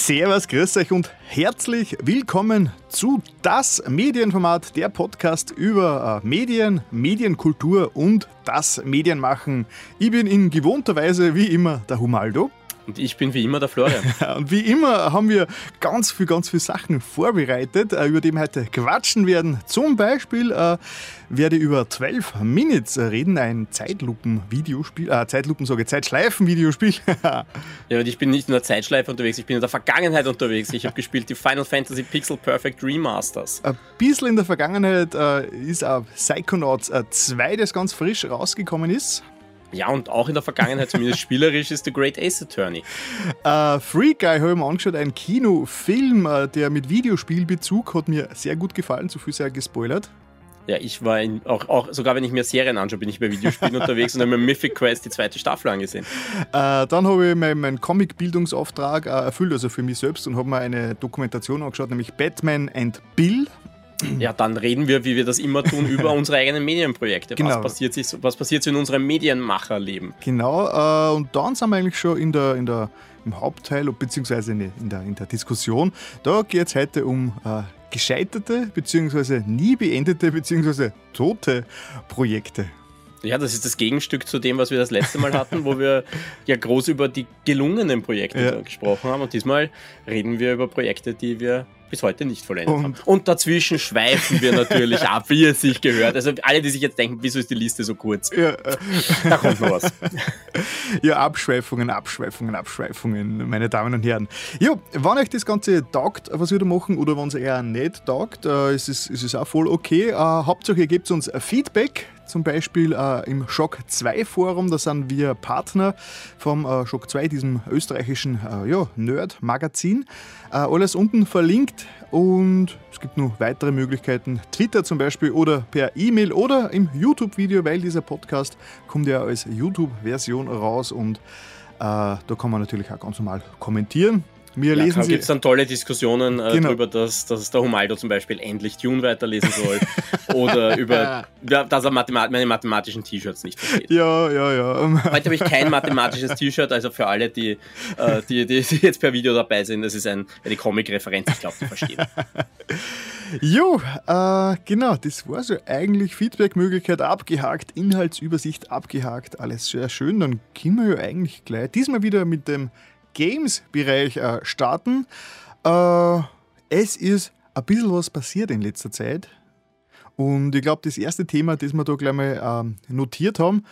Servus, grüß euch und herzlich willkommen zu Das Medienformat, der Podcast über Medien, Medienkultur und das Medienmachen. Ich bin in gewohnter Weise wie immer der Humaldo. Und ich bin wie immer der Florian. Und wie immer haben wir ganz viel Sachen vorbereitet, über die wir heute quatschen werden. Zum Beispiel werde ich über 12 Minutes reden, ein Zeitschleifen-Videospiel. Ja, und ich bin nicht in der Zeitschleife unterwegs, ich bin in der Vergangenheit unterwegs. Ich habe gespielt die Final Fantasy Pixel Perfect Remasters. Ein bisschen in der Vergangenheit ist auch Psychonauts 2, das ganz frisch rausgekommen ist. Ja, und auch in der Vergangenheit, zumindest spielerisch, ist The Great Ace Attorney. Free Guy habe ich mir angeschaut, ein Kinofilm, der mit Videospielbezug hat mir sehr gut gefallen, zu viel sehr gespoilert. Ja, ich war auch sogar wenn ich mir Serien anschaue, bin ich bei Videospielen unterwegs und habe mir Mythic Quest die zweite Staffel angesehen. Dann habe ich meinen Comic-Bildungsauftrag erfüllt, also für mich selbst, und habe mir eine Dokumentation angeschaut, nämlich Batman and Bill. Ja, dann reden wir, wie wir das immer tun, über unsere eigenen Medienprojekte. Genau. Was passiert so in unserem Medienmacherleben? Genau, und dann sind wir eigentlich schon im Hauptteil, beziehungsweise in der Diskussion. Da geht es heute um gescheiterte, beziehungsweise nie beendete, beziehungsweise tote Projekte. Ja, das ist das Gegenstück zu dem, was wir das letzte Mal hatten, wo wir ja groß über die gelungenen Projekte gesprochen haben. Und diesmal reden wir über Projekte, die wir bis heute nicht vollendet haben. Und dazwischen schweifen wir natürlich ab, wie es sich gehört. Also alle, die sich jetzt denken, wieso ist die Liste so kurz? Ja, da kommt noch was. Ja, Abschweifungen, meine Damen und Herren. Ja, wenn euch das Ganze taugt, was wir da machen, oder wenn es eher nicht taugt, ist es auch voll okay. Hauptsache, ihr gebt uns Feedback. Zum Beispiel im Shock 2 Forum, da sind wir Partner vom Shock 2, diesem österreichischen Nerd-Magazin. Alles unten verlinkt und es gibt noch weitere Möglichkeiten, Twitter zum Beispiel oder per E-Mail oder im YouTube-Video, weil dieser Podcast kommt ja als YouTube-Version raus und da kann man natürlich auch ganz normal kommentieren. Da gibt es dann tolle Diskussionen darüber, dass der Humaldo zum Beispiel endlich Dune weiterlesen soll oder über, dass er meine mathematischen T-Shirts nicht versteht. Ja. Heute habe ich kein mathematisches T-Shirt, also für alle, die jetzt per Video dabei sind, das ist eine Comic-Referenz, ich glaube, die verstehen. Jo, genau, das war so eigentlich Feedback-Möglichkeit abgehakt, Inhaltsübersicht abgehakt, alles sehr schön. Dann können wir ja eigentlich gleich diesmal wieder mit dem Games-Bereich starten. Es ist ein bisschen was passiert in letzter Zeit. Und ich glaube, das erste Thema, das wir da gleich mal notiert haben,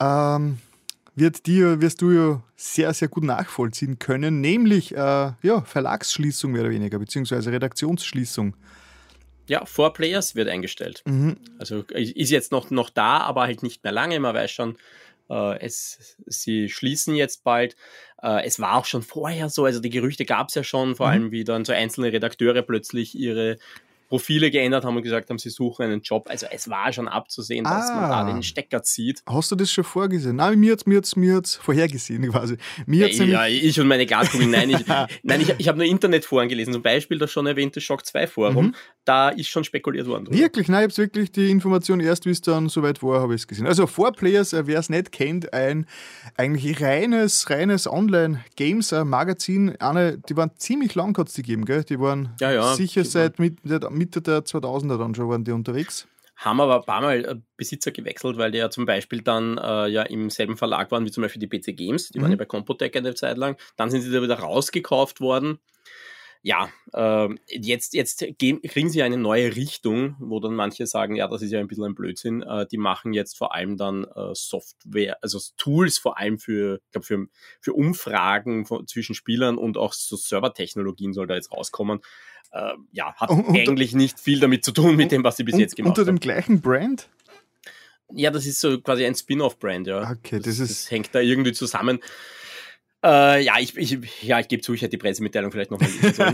wirst du ja sehr, sehr gut nachvollziehen können, nämlich Verlagsschließung mehr oder weniger, beziehungsweise Redaktionsschließung. Ja, 4Players wird eingestellt. Also ist jetzt noch da, aber halt nicht mehr lange. Man weiß schon, sie schließen jetzt bald. Es war auch schon vorher so, also die Gerüchte gab es ja schon, vor allem wie dann so einzelne Redakteure plötzlich ihre Profile geändert haben und gesagt haben, sie suchen einen Job. Also es war schon abzusehen, dass man da den Stecker zieht. Hast du das schon vorgesehen? Nein, mir hat's vorhergesehen quasi. Ich und meine Glaskugel. Nein, ich habe nur Internetforen gelesen. Zum Beispiel das schon erwähnte Shock 2 Forum. Da ist schon spekuliert worden. Drüber. Wirklich? Nein, ich habe wirklich die Information erst, wie es dann soweit war, habe ich es gesehen. Also 4Players, wer es nicht kennt, ein eigentlich reines Online-Games-Magazin. Die waren ziemlich lang, hat es die gegeben, gell? Die waren sicher seit Mitte der 2000er dann schon waren die unterwegs. Haben aber ein paar Mal Besitzer gewechselt, weil die ja zum Beispiel dann im selben Verlag waren wie zum Beispiel die PC Games. Die waren ja bei Compotech eine Zeit lang. Dann sind sie da wieder rausgekauft worden. Ja, jetzt kriegen sie eine neue Richtung, wo dann manche sagen, ja, das ist ja ein bisschen ein Blödsinn. Die machen jetzt vor allem dann Software, also Tools vor allem für Umfragen zwischen Spielern und auch so Servertechnologien soll da jetzt rauskommen. Hat eigentlich nicht viel damit zu tun mit dem, was sie bis jetzt gemacht haben. Unter dem gleichen Brand? Ja, das ist so quasi ein Spin-off-Brand, ja. Okay, das hängt da irgendwie zusammen. Ich gebe zu, ich hätte die Pressemitteilung vielleicht noch mal lesen sollen.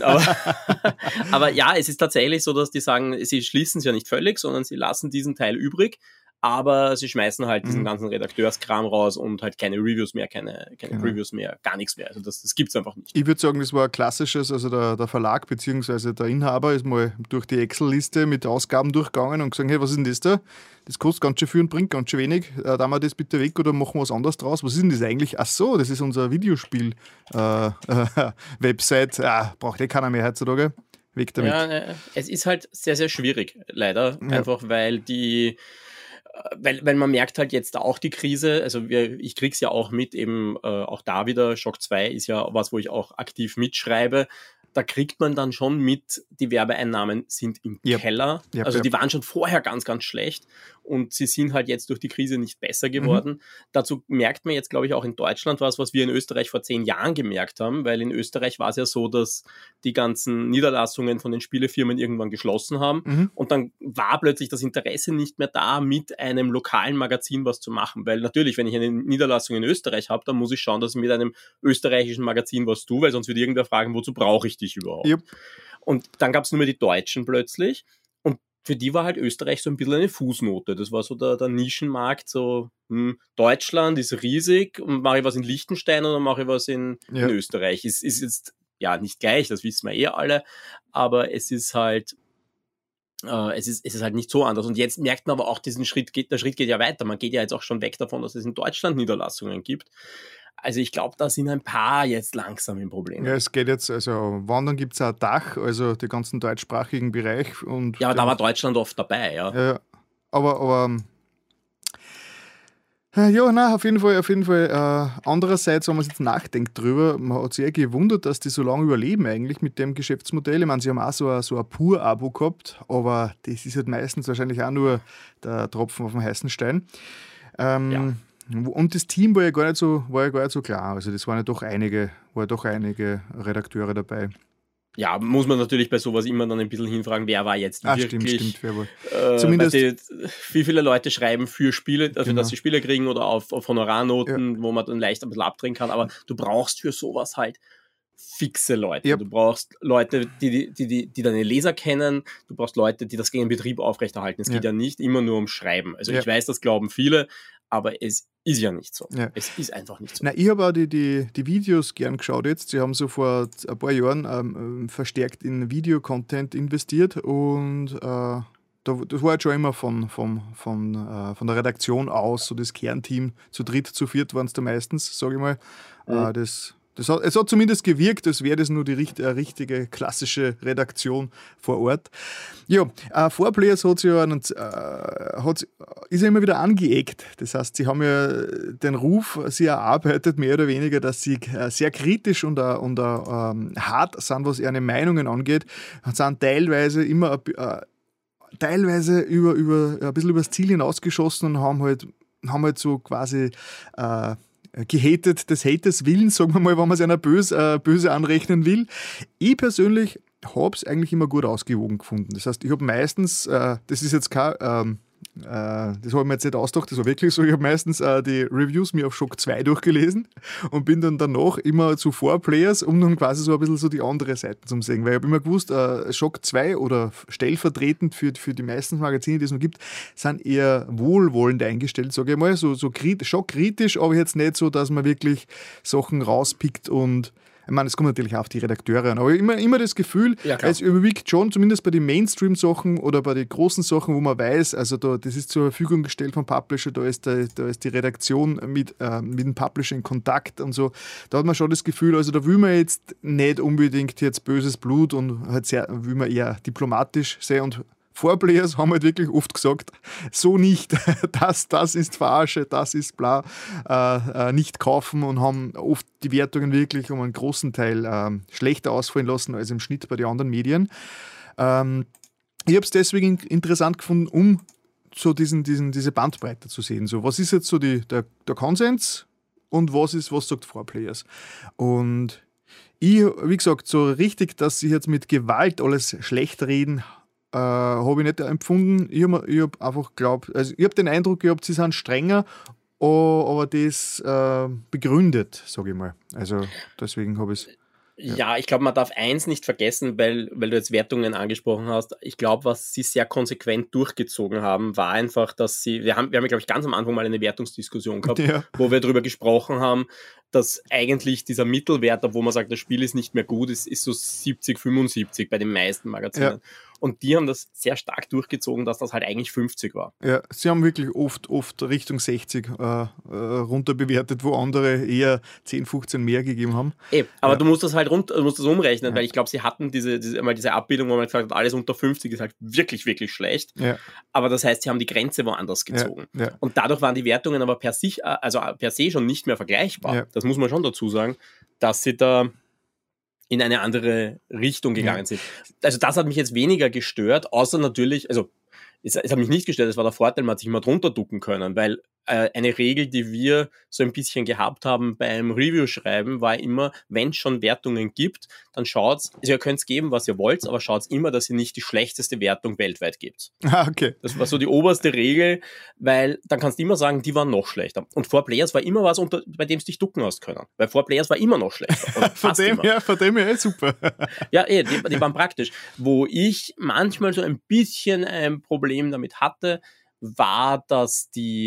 Aber ja, es ist tatsächlich so, dass die sagen, sie schließen es ja nicht völlig, sondern sie lassen diesen Teil übrig. aber sie schmeißen halt diesen ganzen Redakteurskram raus und halt keine Reviews mehr, keine Previews mehr, gar nichts mehr. Also das gibt's einfach nicht. Ich würde sagen, das war ein klassisches, also der Verlag bzw. der Inhaber ist mal durch die Excel-Liste mit Ausgaben durchgegangen und gesagt, hey, was ist denn das da? Das kostet ganz schön viel und bringt ganz schön wenig. Da wir das bitte weg oder machen wir was anderes draus? Was ist denn das eigentlich? Ach so, das ist unser Videospiel-Website. Braucht keiner mehr heutzutage. Weg damit. Ja, es ist halt sehr, sehr schwierig, leider. Ja. Einfach weil man merkt halt jetzt auch die Krise, also ich krieg's ja auch mit, eben auch da wieder, Shock 2 ist ja was, wo ich auch aktiv mitschreibe. Da kriegt man dann schon mit, die Werbeeinnahmen sind im Keller. Also die waren schon vorher ganz, ganz schlecht und sie sind halt jetzt durch die Krise nicht besser geworden. Dazu merkt man jetzt, glaube ich, auch in Deutschland was wir in Österreich vor 10 Jahren gemerkt haben, weil in Österreich war es ja so, dass die ganzen Niederlassungen von den Spielefirmen irgendwann geschlossen haben und dann war plötzlich das Interesse nicht mehr da, mit einem lokalen Magazin was zu machen, weil natürlich, wenn ich eine Niederlassung in Österreich habe, dann muss ich schauen, dass ich mit einem österreichischen Magazin was tue, weil sonst wird irgendwer fragen, wozu brauche ich dich überhaupt? Yep. Und dann gab es nur mehr die Deutschen plötzlich und für die war halt Österreich so ein bisschen eine Fußnote. Das war so der Nischenmarkt, so Deutschland ist riesig und mache ich was in Liechtenstein oder mache ich was in Österreich. Ist jetzt ja nicht gleich, das wissen wir alle, aber es ist halt es ist halt nicht so anders. Und jetzt merkt man aber auch der Schritt geht ja weiter. Man geht ja jetzt auch schon weg davon, dass es in Deutschland Niederlassungen gibt. Also ich glaube, da sind ein paar jetzt langsam im Problem. Ja, es geht jetzt, also Wandern gibt es auch Dach, also den ganzen deutschsprachigen Bereich. Und ja, da war Deutschland oft dabei, ja. Ja, aber ja, nein, auf jeden Fall. Andererseits, wenn man jetzt nachdenkt drüber, man hat sich gewundert, dass die so lange überleben eigentlich mit dem Geschäftsmodell. Ich meine, sie haben auch so ein Pur-Abo gehabt, aber das ist halt meistens wahrscheinlich auch nur der Tropfen auf dem heißen Stein. Und das Team war ja gar nicht so klar. Also das waren ja doch einige Redakteure dabei. Ja, muss man natürlich bei sowas immer dann ein bisschen hinfragen, wer war jetzt wirklich. Stimmt, wer war. Zumindest wie viele Leute schreiben für Spiele, dafür, dass sie Spiele kriegen oder auf Honorarnoten, wo man dann leicht ein bisschen abdrehen kann. Aber du brauchst für sowas halt fixe Leute. Yep. Du brauchst Leute, die deine Leser kennen. Du brauchst Leute, die das gegen den Betrieb aufrechterhalten. Es geht ja nicht immer nur ums Schreiben. Also ich weiß, das glauben viele, aber es ist ja nicht so. Ja. Es ist einfach nicht so. Na, ich habe auch die Videos gern geschaut jetzt. Sie haben so vor ein paar Jahren verstärkt in Videocontent investiert und das war jetzt schon immer von der Redaktion aus, so das Kernteam, zu dritt, zu viert waren es da meistens, sage ich mal. Es hat zumindest gewirkt, als wäre das nur die richtige klassische Redaktion vor Ort. Ja, 4Players ist ja immer wieder angeeckt. Das heißt, sie haben ja den Ruf, sie erarbeitet mehr oder weniger, dass sie sehr kritisch und hart sind, was ihre Meinungen angeht. Sind teilweise immer über ein bisschen übers Ziel hinausgeschossen und haben halt so quasi gehatet des Haters Willens, sagen wir mal, wenn man es einer böse anrechnen will. Ich persönlich habe es eigentlich immer gut ausgewogen gefunden. Das heißt, ich habe meistens, das ist jetzt kein, das habe ich mir jetzt nicht ausgedacht, das war wirklich so, ich habe meistens die Reviews mir auf Shock 2 durchgelesen und bin dann danach immer zu 4Players, um dann quasi so ein bisschen so die andere Seite zu sehen. Weil ich habe immer gewusst, Shock 2 oder stellvertretend für die meisten Magazine, die es noch gibt, sind eher wohlwollend eingestellt, sage ich mal, so schockkritisch, aber jetzt nicht so, dass man wirklich Sachen rauspickt und ich meine, es kommt natürlich auch auf die Redakteure an, aber immer das Gefühl, es überwiegt schon, zumindest bei den Mainstream-Sachen oder bei den großen Sachen, wo man weiß, also das ist zur Verfügung gestellt vom Publisher, da ist die Redaktion mit dem Publisher in Kontakt und so. Da hat man schon das Gefühl, also da will man jetzt nicht unbedingt jetzt böses Blut und halt will man eher diplomatisch sein und 4Players haben halt wirklich oft gesagt, so nicht, das ist Verarsche, das ist bla, nicht kaufen und haben oft die Wertungen wirklich um einen großen Teil schlechter ausfallen lassen als im Schnitt bei den anderen Medien. Ich habe es deswegen interessant gefunden, um so diese Bandbreite zu sehen. So, was ist jetzt so der Konsens und was sagt 4Players? Und ich, wie gesagt, so richtig, dass sie jetzt mit Gewalt alles schlecht reden, habe ich nicht empfunden. Ich habe einfach geglaubt, also ich habe den Eindruck gehabt, sie sind strenger, aber das begründet, sage ich mal. Also deswegen habe ich es. Ja, ich glaube, man darf eins nicht vergessen, weil du jetzt Wertungen angesprochen hast. Ich glaube, was sie sehr konsequent durchgezogen haben, war einfach, dass wir haben ja, glaube ich, ganz am Anfang mal eine Wertungsdiskussion gehabt, wo wir darüber gesprochen haben, dass eigentlich dieser Mittelwert, wo man sagt, das Spiel ist nicht mehr gut, ist so 70, 75 bei den meisten Magazinen. Ja. Und die haben das sehr stark durchgezogen, dass das halt eigentlich 50 war. Ja, sie haben wirklich oft Richtung 60 runter bewertet, wo andere eher 10, 15 mehr gegeben haben. Aber du musst das halt umrechnen, weil ich glaube, sie hatten diese Abbildung, wo man gesagt hat, alles unter 50 ist halt wirklich, wirklich schlecht. Ja. Aber das heißt, sie haben die Grenze woanders gezogen. Ja. Ja. Und dadurch waren die Wertungen aber per se schon nicht mehr vergleichbar. Ja. Das muss man schon dazu sagen, dass sie da in eine andere Richtung gegangen sind. Also das hat mich jetzt weniger gestört, außer natürlich, also es hat mich nicht gestört, es war der Vorteil, man hat sich mal drunter ducken können, weil eine Regel, die wir so ein bisschen gehabt haben beim Review-Schreiben, war immer, wenn es schon Wertungen gibt, dann schaut's, also ihr könnt's geben, was ihr wollt, aber schaut's immer, dass ihr nicht die schlechteste Wertung weltweit gebt. Okay. Das war so die oberste Regel, weil dann kannst du immer sagen, die waren noch schlechter. Und 4Players war immer was, bei dem du dich ducken hast können. Weil 4Players war immer noch schlechter. Von dem her super. Ja, die waren praktisch. Wo ich manchmal so ein bisschen ein Problem damit hatte, war, dass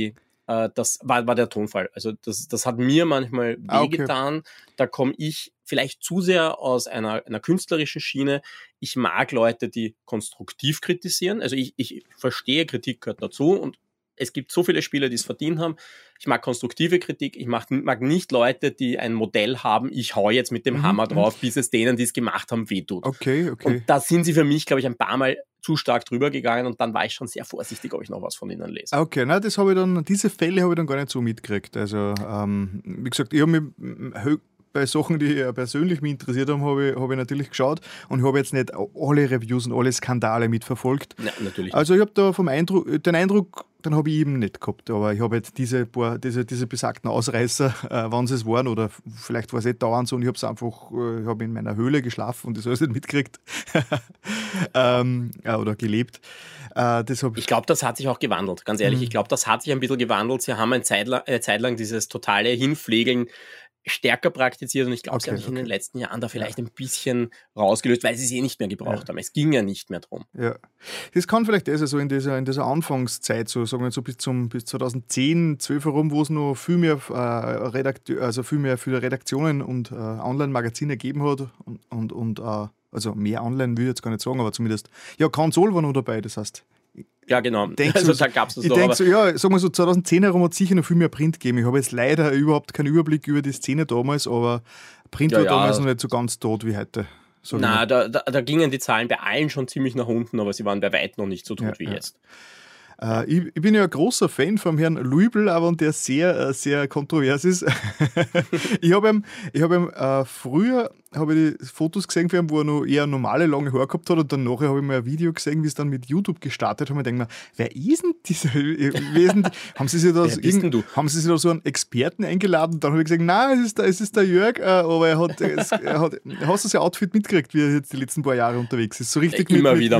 das war der Tonfall. Also das hat mir manchmal wehgetan. Okay. Da komme ich vielleicht zu sehr aus einer künstlerischen Schiene. Ich mag Leute, die konstruktiv kritisieren. Also ich verstehe, Kritik gehört dazu und es gibt so viele Spieler, die es verdient haben. Ich mag konstruktive Kritik. Ich mag nicht Leute, die ein Modell haben, ich hau jetzt mit dem Hammer drauf, bis es denen, die es gemacht haben, wehtut. Okay. Und da sind sie für mich, glaube ich, ein paar Mal zu stark drüber gegangen und dann war ich schon sehr vorsichtig, ob ich noch was von ihnen lese. Okay, diese Fälle habe ich dann gar nicht so mitgekriegt. Also, wie gesagt, ich habe mich bei Sachen, die persönlich mich interessiert haben, habe ich natürlich geschaut und ich habe jetzt nicht alle Reviews und alle Skandale mitverfolgt. Ja, natürlich. Also ich habe da den Eindruck, den habe ich eben nicht gehabt, aber ich habe jetzt diese besagten Ausreißer, wann sie es waren oder vielleicht war es nicht dauernd so und ich habe in meiner Höhle geschlafen und das alles nicht mitgekriegt oder gelebt. Ich glaube, das hat sich auch gewandelt, ganz ehrlich. Ich glaube, das hat sich ein bisschen gewandelt. Sie haben eine Zeit lang dieses totale Hinpflegeln stärker praktiziert und ich glaube, sie haben sich in den letzten Jahren da vielleicht ein bisschen rausgelöst, weil sie es nicht mehr gebraucht haben. Es ging ja nicht mehr drum. Ja. Das kann vielleicht so in dieser Anfangszeit, so sagen wir so bis 2010, 12 herum, wo es noch viel mehr viele Redaktionen und Online-Magazine gegeben hat und also mehr online will ich jetzt gar nicht sagen, aber zumindest Console war noch dabei, das heißt. Ja, genau. Also da gab es noch. Sagen wir so, 2010 herum hat es sicher noch viel mehr Print gegeben. Ich habe jetzt leider überhaupt keinen Überblick über die Szene damals, aber Print war damals noch nicht so ganz tot wie heute. Nein, da gingen die Zahlen bei allen schon ziemlich nach unten, aber sie waren bei weitem noch nicht so tot wie jetzt. Ich bin ja ein großer Fan vom Herrn Luibl, aber der sehr, sehr kontrovers ist. Ich habe ihm früher die Fotos gesehen von ihm, wo er noch eher normale, lange Haare gehabt hat und dann nachher habe ich mal ein Video gesehen, wie es dann mit YouTube gestartet hat und ich denke mir, wer ist denn dieser? Haben Sie sich da so einen Experten eingeladen? Und dann habe ich gesagt, nein, es ist der Jörg, aber hast du sein Outfit mitgekriegt, wie er jetzt die letzten paar Jahre unterwegs ist? So richtig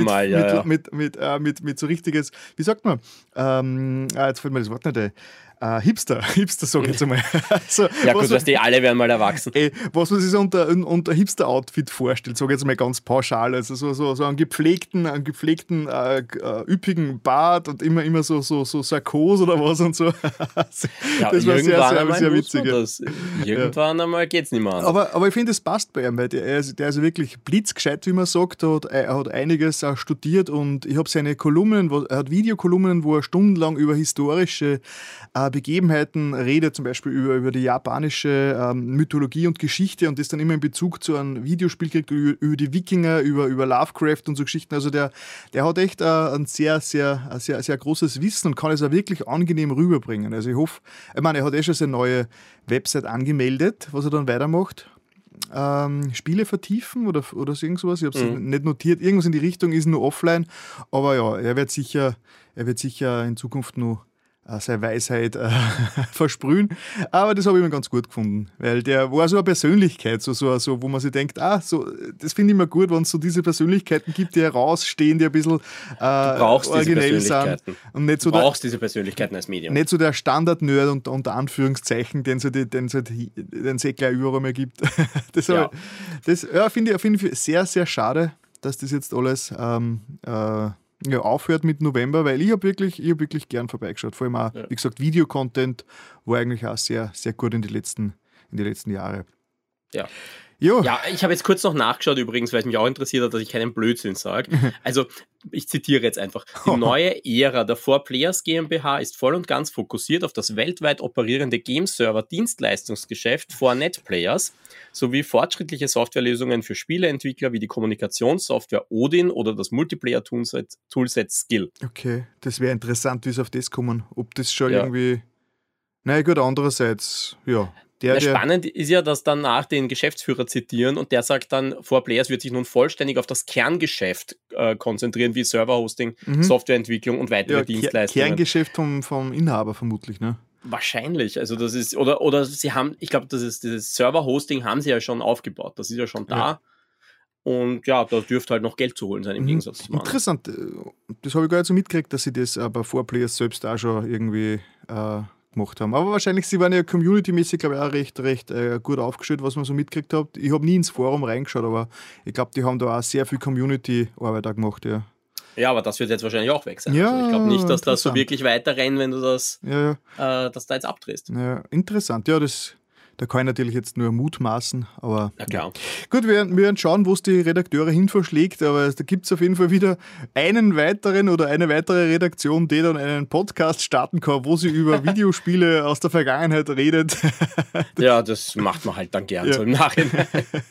mit so richtiges, wie sagt man? Jetzt fällt mir das Wort nicht ein. Hipster sage ich jetzt einmal. Also, ja gut, alle werden mal erwachsen. Was man sich so unter Hipster-Outfit vorstellt, sage ich jetzt mal ganz pauschal. Also so einen gepflegten, üppigen Bart und immer so Sarkos oder was und so. Das war sehr witzig. Irgendwann einmal geht es nicht mehr an. Aber ich finde, es passt bei ihm, weil der ist wirklich blitzgescheit, wie man sagt. Er hat einiges studiert und ich habe seine Kolumnen, er hat Videokolumnen, wo er stundenlang über historische Begebenheiten redet, zum Beispiel über die japanische Mythologie und Geschichte und das dann immer in Bezug zu einem Videospiel kriegt, über die Wikinger, über Lovecraft und so Geschichten. Also der hat echt ein sehr, sehr, sehr, sehr großes Wissen und kann es auch wirklich angenehm rüberbringen. Also ich hoffe, er hat schon seine neue Website angemeldet, was er dann weitermacht. Spiele vertiefen oder so irgendwas. Ich habe es nicht notiert. Irgendwas in die Richtung ist nur offline. Aber ja, er wird sicher in Zukunft noch seine Weisheit versprühen. Aber das habe ich mir ganz gut gefunden, weil der war so eine Persönlichkeit, so, wo man sich denkt, so, das finde ich mir gut, wenn es so diese Persönlichchkeiten gibt, die herausstehen, die ein bisschen originell sind. Und nicht so du brauchst diese Persönlichkeiten als Medium. Nicht so der Standard-Nerd unter Anführungszeichen, den es gleich überall mehr gibt. Das finde ich sehr, sehr schade, dass das jetzt alles aufhört mit November, weil ich habe wirklich gern vorbeigeschaut. Vor allem auch, wie gesagt, Videocontent war eigentlich auch sehr, sehr gut in die letzten Jahre. Ja. Ja, ich habe jetzt kurz noch nachgeschaut übrigens, weil es mich auch interessiert hat, dass ich keinen Blödsinn sage. Also, ich zitiere jetzt einfach. Die neue Ära der 4Players GmbH ist voll und ganz fokussiert auf das weltweit operierende Game-Server-Dienstleistungsgeschäft 4NetPlayers sowie fortschrittliche Softwarelösungen für Spieleentwickler wie die Kommunikationssoftware Odin oder das Multiplayer-Toolset Skill. Okay, das wäre interessant, wie sie auf das kommen. Ob das schon irgendwie... Naja gut, andererseits, ja... Spannend ist ja, dass danach den Geschäftsführer zitieren und der sagt dann, 4Players wird sich nun vollständig auf das Kerngeschäft konzentrieren, wie Serverhosting, Softwareentwicklung und weitere Dienstleistungen. Kerngeschäft vom Inhaber vermutlich, ne? Wahrscheinlich, also das ist, oder sie haben, ich glaube, dieses Server-Hosting haben sie ja schon aufgebaut, das ist ja schon da. Und ja, da dürfte halt noch Geld zu holen sein im Gegensatz zu Interessant, das habe ich gar nicht so mitgekriegt, dass sie das bei 4Players selbst auch schon irgendwie... gemacht haben. Aber wahrscheinlich, sie waren ja community-mäßig, glaube ich, auch recht gut aufgestellt, was man so mitgekriegt hat. Ich habe nie ins Forum reingeschaut, aber ich glaube, die haben da auch sehr viel Community-Arbeit auch gemacht, ja. Ja, aber das wird jetzt wahrscheinlich auch weg sein. Ja, also ich glaube nicht, dass das so wirklich weiterrennt, wenn du das das da jetzt abdrehst. Ja, interessant. Ja, da kann ich natürlich jetzt nur mutmaßen, aber... Ja, klar. Gut, wir werden schauen, wo es die Redakteure hin verschlägt, aber da gibt es auf jeden Fall wieder eine weitere Redaktion, die dann einen Podcast starten kann, wo sie über Videospiele aus der Vergangenheit redet. Ja, das macht man halt dann gern so im Nachhinein.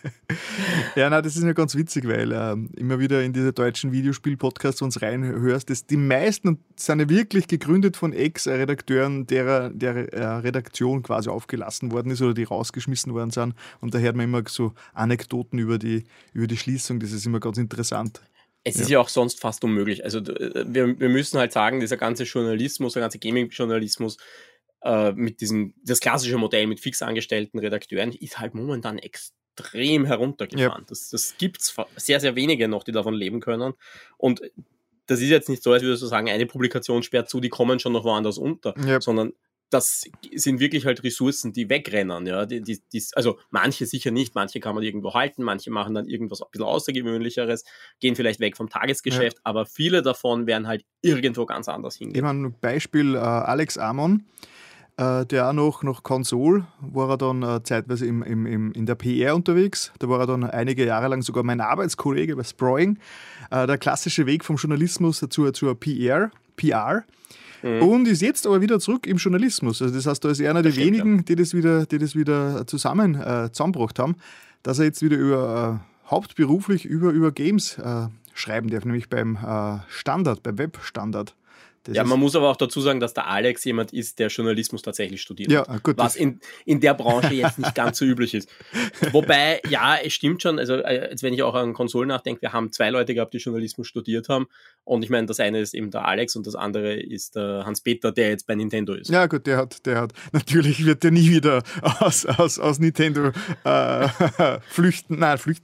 Ja, nein, das ist ja ganz witzig, weil immer wieder in diese deutschen Videospiel-Podcasts uns reinhörst, die meisten sind ja wirklich gegründet von Ex-Redakteuren, der Redaktion quasi aufgelassen worden ist oder die rausgeschmissen worden sind. Und da hört man immer so Anekdoten über die Schließung. Das ist immer ganz interessant. Es ist ja auch sonst fast unmöglich. Also wir müssen halt sagen, dieser ganze Journalismus, der ganze Gaming-Journalismus das klassische Modell mit fix angestellten Redakteuren ist halt momentan extrem heruntergefahren. Ja. Das gibt es sehr, sehr wenige noch, die davon leben können. Und das ist jetzt nicht so, als würdest du sagen, eine Publikation sperrt zu, die kommen schon noch woanders unter, sondern das sind wirklich halt Ressourcen, die wegrennen. Ja? Also manche sicher nicht, manche kann man irgendwo halten, manche machen dann irgendwas ein bisschen Außergewöhnlicheres, gehen vielleicht weg vom Tagesgeschäft, aber viele davon werden halt irgendwo ganz anders hingehen. Ich meine, Beispiel Alex Amon, der auch noch Konsole, war er dann zeitweise in der PR unterwegs. Da war er dann einige Jahre lang sogar mein Arbeitskollege bei Sproing. Der klassische Weg vom Journalismus zur PR. Und ist jetzt aber wieder zurück im Journalismus. Also das heißt, da ist er einer der wenigen, die das wieder zusammengebracht haben, dass er jetzt wieder hauptberuflich über Games schreiben darf, nämlich beim Webstandard. Man muss aber auch dazu sagen, dass der Alex jemand ist, der Journalismus tatsächlich studiert. Ja, gut. Was in der Branche jetzt nicht ganz so üblich ist. Wobei, ja, es stimmt schon, also jetzt wenn ich auch an Konsolen nachdenke, wir haben 2 Leute gehabt, die Journalismus studiert haben. Und ich meine, das eine ist eben der Alex und das andere ist der Hans-Peter, der jetzt bei Nintendo ist. Ja gut, der hat natürlich wird der nie wieder aus Nintendo flüchten.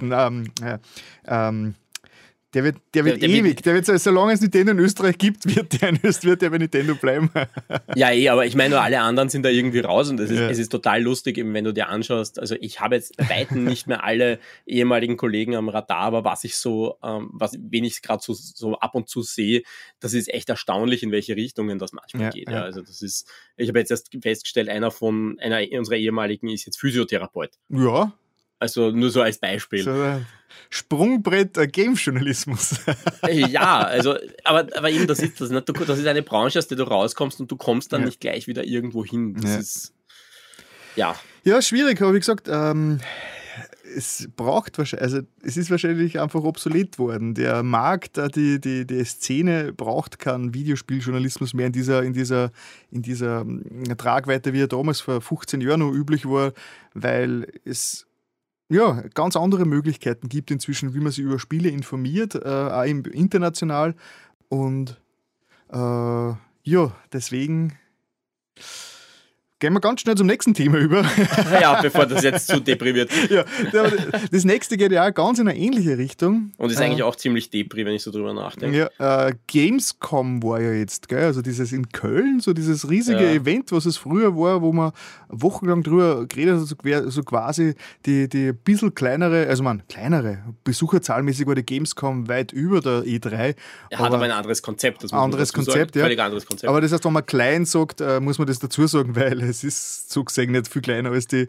Der wird ewig, solange es Nintendo in Österreich gibt, wird der bei Nintendo bleiben. Ja, aber ich meine, nur alle anderen sind da irgendwie raus und es ist total lustig, eben wenn du dir anschaust, also ich habe jetzt bei weitem nicht mehr alle ehemaligen Kollegen am Radar, aber wen ich gerade so ab und zu sehe, das ist echt erstaunlich, in welche Richtungen das manchmal geht. Ja. Also ich habe jetzt erst festgestellt, einer unserer ehemaligen ist jetzt Physiotherapeut. Ja. Also nur so als Beispiel. So Sprungbrett Game-Journalismus. Ja, also, aber eben, das ist eine Branche, aus der du rauskommst und du kommst dann nicht gleich wieder irgendwo hin. Das ist, Ja, schwierig, aber wie gesagt, es ist wahrscheinlich einfach obsolet worden. Der Markt, die Szene braucht keinen Videospieljournalismus mehr in dieser Tragweite, wie er damals vor 15 Jahren noch üblich war, weil es ganz andere Möglichkeiten gibt inzwischen, wie man sich über Spiele informiert, auch international. Und deswegen Gehen wir ganz schnell zum nächsten Thema über. Ja, bevor das jetzt zu deprimiert. Ja, das nächste geht ja auch ganz in eine ähnliche Richtung. Und ist eigentlich auch ziemlich depri, wenn ich so drüber nachdenke. Ja, Gamescom war ja jetzt, gell? Also dieses in Köln, so dieses riesige Event, was es früher war, wo man wochenlang drüber geredet hat, so quasi die ein bisschen kleinere, besucherzahlmäßig war die Gamescom weit über der E3. Er hat aber ein anderes Konzept. Das anderes Konzept, ja. Völlig anderes Konzept. Aber das heißt, wenn man klein sagt, muss man das dazu sagen, weil es ist so gesehen nicht viel kleiner als die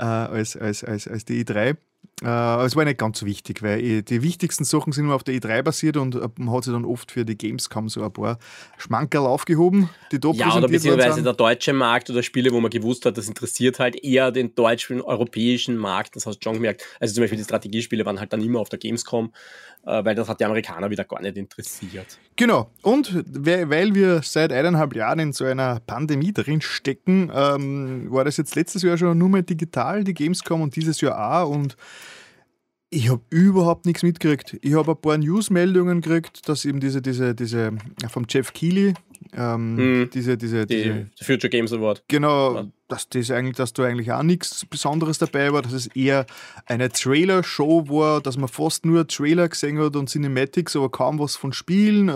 E3. Es war nicht ganz so wichtig, weil die wichtigsten Sachen sind nur auf der E3 basiert und man hat sich dann oft für die Gamescom so ein paar Schmankerl aufgehoben, die da ja, oder beziehungsweise der deutsche Markt oder Spiele, wo man gewusst hat, das interessiert halt eher den deutschen, europäischen Markt, das hast du schon gemerkt. Also zum Beispiel die Strategiespiele waren halt dann immer auf der Gamescom, weil das hat die Amerikaner wieder gar nicht interessiert. Genau, und weil wir seit 1,5 Jahren in so einer Pandemie drin stecken, war das jetzt letztes Jahr schon nur mal digital, die Gamescom, und dieses Jahr auch, und ich habe überhaupt nichts mitgekriegt. Ich habe ein paar Newsmeldungen gekriegt, dass eben diese vom Jeff Keighley, die Future Games Award. Genau, ja. Dass da eigentlich auch nichts Besonderes dabei war, dass es eher eine Trailer-Show war, dass man fast nur Trailer gesehen hat und Cinematics, aber kaum was von Spielen.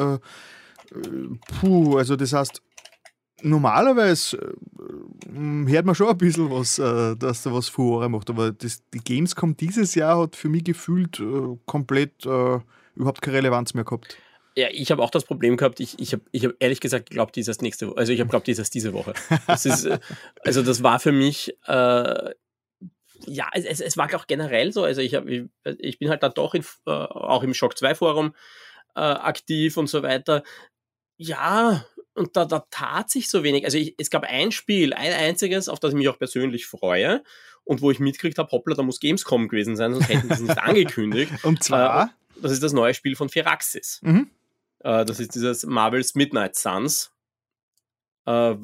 Also das heißt, normalerweise hört man schon ein bisschen was, dass da was Furore macht, aber die Gamescom dieses Jahr hat für mich gefühlt komplett überhaupt keine Relevanz mehr gehabt. Ja, ich habe auch das Problem gehabt, ich hab ehrlich gesagt geglaubt, die ist erst nächste Woche. Also ich habe geglaubt, die ist erst diese Woche. Also das war für mich, es war auch generell so, also ich bin halt dann doch auch im Shock 2 Forum aktiv und so weiter. Ja, und da tat sich so wenig. Also es gab ein Spiel, ein einziges, auf das ich mich auch persönlich freue und wo ich mitgekriegt habe, hoppla, da muss Gamescom gewesen sein, sonst hätten sie es nicht angekündigt. Und zwar? Das ist das neue Spiel von Firaxis. Mhm. Das ist dieses Marvel's Midnight Suns. Auch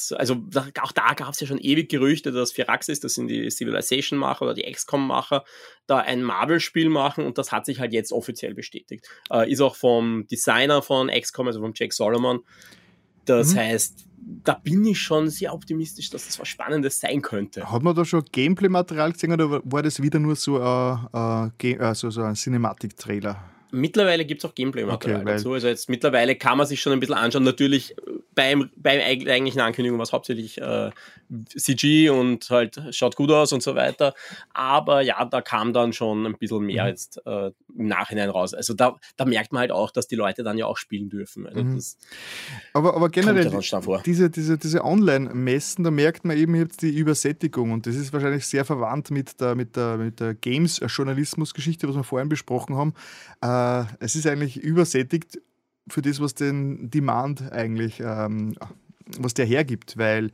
da gab es ja schon ewig Gerüchte, dass Firaxis, das sind die Civilization-Macher oder die XCOM-Macher, da ein Marvel-Spiel machen, und das hat sich halt jetzt offiziell bestätigt. Ist auch vom Designer von XCOM, also vom Jake Solomon. Das heißt, da bin ich schon sehr optimistisch, dass das was Spannendes sein könnte. Hat man da schon Gameplay-Material gesehen oder war das wieder nur so ein Cinematic-Trailer? Mittlerweile gibt es auch Gameplay-Material dazu. Also jetzt mittlerweile kann man sich schon ein bisschen anschauen. Natürlich beim eigentlichen Ankündigung war es hauptsächlich CG und halt schaut gut aus und so weiter. Aber ja, da kam dann schon ein bisschen mehr jetzt im Nachhinein raus. Also da merkt man halt auch, dass die Leute dann ja auch spielen dürfen. Also das aber generell, kommt ja vor. diese Online-Messen, da merkt man eben jetzt die Übersättigung, und das ist wahrscheinlich sehr verwandt mit der Games-Journalismus-Geschichte, was wir vorhin besprochen haben. Es ist eigentlich übersättigt für das, was den Demand eigentlich, was der hergibt, weil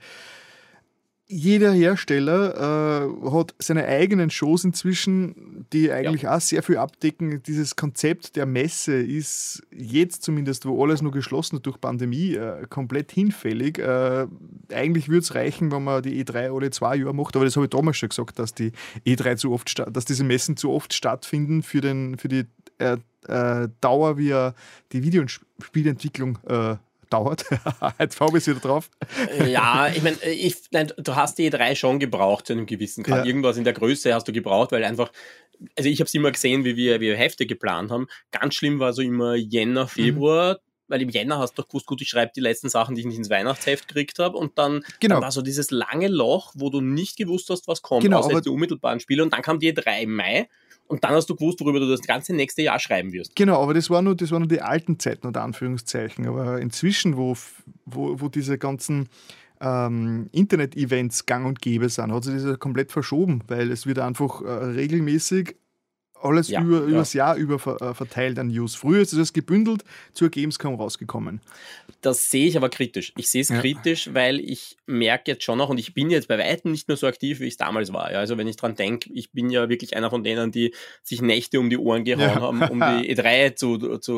jeder Hersteller hat seine eigenen Shows inzwischen, die eigentlich auch sehr viel abdecken. Dieses Konzept der Messe ist jetzt zumindest, wo alles nur geschlossen ist durch Pandemie, komplett hinfällig. Eigentlich würde es reichen, wenn man die E3 alle 2 Jahre macht, aber das habe ich damals schon gesagt, dass die E3 dass diese Messen zu oft stattfinden für die Dauer, wie die Videospielentwicklung dauert. Jetzt habe ich es wieder drauf. Ja, ich meine, du hast die E3 schon gebraucht zu einem gewissen Grad. Ja. Irgendwas in der Größe hast du gebraucht, weil einfach, also ich habe es immer gesehen, wie wir Hefte geplant haben. Ganz schlimm war so immer Jänner, Februar, weil im Jänner hast du doch gewusst, gut, ich schreibe die letzten Sachen, die ich nicht ins Weihnachtsheft gekriegt habe, und dann war so dieses lange Loch, wo du nicht gewusst hast, was kommt, außer jetzt die unmittelbaren Spiele, und dann kam die E3 im Mai. Und dann hast du gewusst, worüber du das ganze nächste Jahr schreiben wirst. Genau, aber das waren nur die alten Zeiten, unter Anführungszeichen. Aber inzwischen, wo diese ganzen Internet-Events gang und gäbe sind, hat sich das komplett verschoben, weil es wird einfach regelmäßig alles übers Jahr über verteilt an News. Früher ist das gebündelt zur Gamescom rausgekommen. Das sehe ich aber kritisch. Ich sehe es kritisch, weil ich merke jetzt schon noch, und ich bin jetzt bei weitem nicht mehr so aktiv, wie ich es damals war. Ja, also wenn ich dran denke, ich bin ja wirklich einer von denen, die sich Nächte um die Ohren gehauen haben, um die E3 zu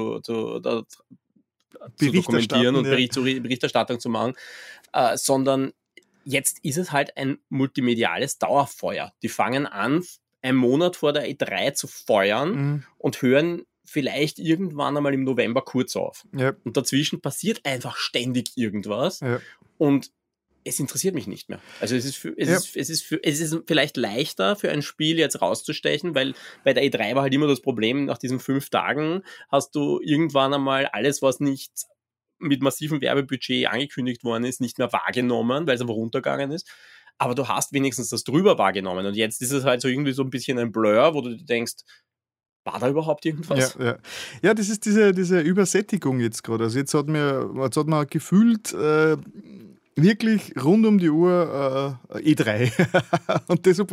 dokumentieren und Berichterstattung zu machen, sondern jetzt ist es halt ein multimediales Dauerfeuer. Die fangen an, einen Monat vor der E3 zu feuern und hören vielleicht irgendwann einmal im November kurz auf. Ja. Und dazwischen passiert einfach ständig irgendwas. Ja. Und es interessiert mich nicht mehr. Also es ist vielleicht leichter für ein Spiel jetzt rauszustechen, weil bei der E3 war halt immer das Problem, nach diesen 5 Tagen hast du irgendwann einmal alles, was nicht mit massivem Werbebudget angekündigt worden ist, nicht mehr wahrgenommen, weil es einfach runtergegangen ist. Aber du hast wenigstens das drüber wahrgenommen. Und jetzt ist es halt so irgendwie so ein bisschen ein Blur, wo du dir denkst, war da überhaupt irgendwas? Ja, das ist diese Übersättigung jetzt gerade. Also jetzt hat man gefühlt wirklich rund um die Uhr E3. Und das,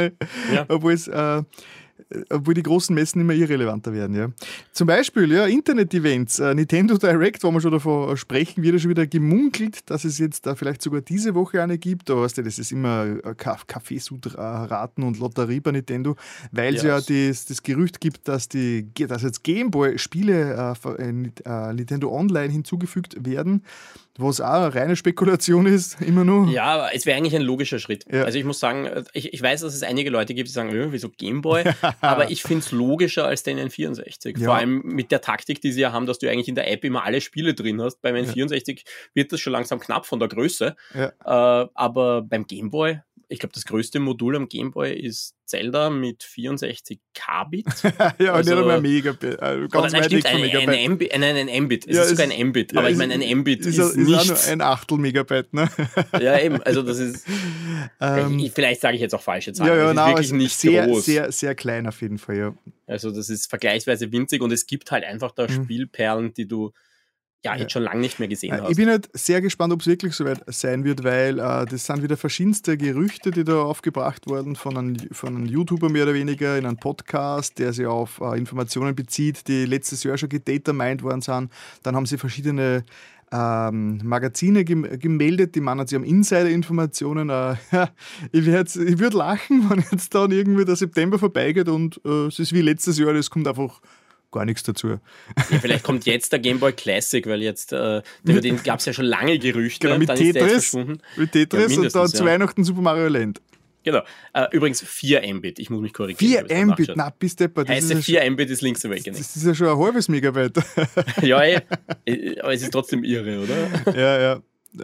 obwohl die großen Messen immer irrelevanter werden. Ja. Zum Beispiel Internet-Events, Nintendo Direct, wo wir schon davon sprechen, wird ja schon wieder gemunkelt, dass es jetzt da vielleicht sogar diese Woche eine gibt. Da weißt du, das ist immer Kaffeesud-Raten und Lotterie bei Nintendo, weil es ja das Gerücht gibt, dass jetzt Gameboy-Spiele Nintendo Online hinzugefügt werden, was auch eine reine Spekulation ist, immer nur. Ja, aber es wäre eigentlich ein logischer Schritt. Ja. Also ich muss sagen, ich weiß, dass es einige Leute gibt, die sagen, wieso Gameboy? Aber ich finde es logischer als den N64. Ja. Vor allem mit der Taktik, die sie ja haben, dass du eigentlich in der App immer alle Spiele drin hast. Beim N64 wird das schon langsam knapp von der Größe. Ja. Aber beim Gameboy, ich glaube, das größte Modul am Gameboy ist Zelda mit 64 Kbit. Ja, also, nicht einmal Megabit. Ganz weit weg von Megabit. Ein Mbit. Es ist sogar ein Mbit. Ja, aber ich meine, ein Mbit ist nicht... auch nur ein Achtel Megabyte, ne? Ja, eben. Also das ist... vielleicht sage ich jetzt auch falsche Zahlen. Das ist wirklich nicht sehr, groß. Sehr, sehr klein auf jeden Fall, ja. Also das ist vergleichsweise winzig und es gibt halt einfach da Spielperlen, die du jetzt schon lange nicht mehr gesehen hast. Ich bin halt sehr gespannt, ob es wirklich soweit sein wird, weil das sind wieder verschiedenste Gerüchte, die da aufgebracht wurden von einem YouTuber mehr oder weniger in einem Podcast, der sich auf Informationen bezieht, die letztes Jahr schon gedatamined worden sind. Dann haben sie verschiedene Magazine gemeldet, die meinen, sie haben Insider-Informationen. Ich würde lachen, wenn jetzt dann irgendwie der September vorbeigeht und es ist wie letztes Jahr, es kommt einfach gar nichts dazu. Ja, vielleicht kommt jetzt der Game Boy Classic, weil jetzt über den gab es ja schon lange Gerüchte. Genau, mit dann Tetris, und dann zu Weihnachten Super Mario Land. Genau. Übrigens 4 Mbit, ich muss mich korrigieren. 4 Mbit? Na, bis deppert. Heißt 4 Mbit ist Link's Awakening. Das ist ja schon ein halbes Megabyte. Ja, aber es ist trotzdem irre, oder? Ja.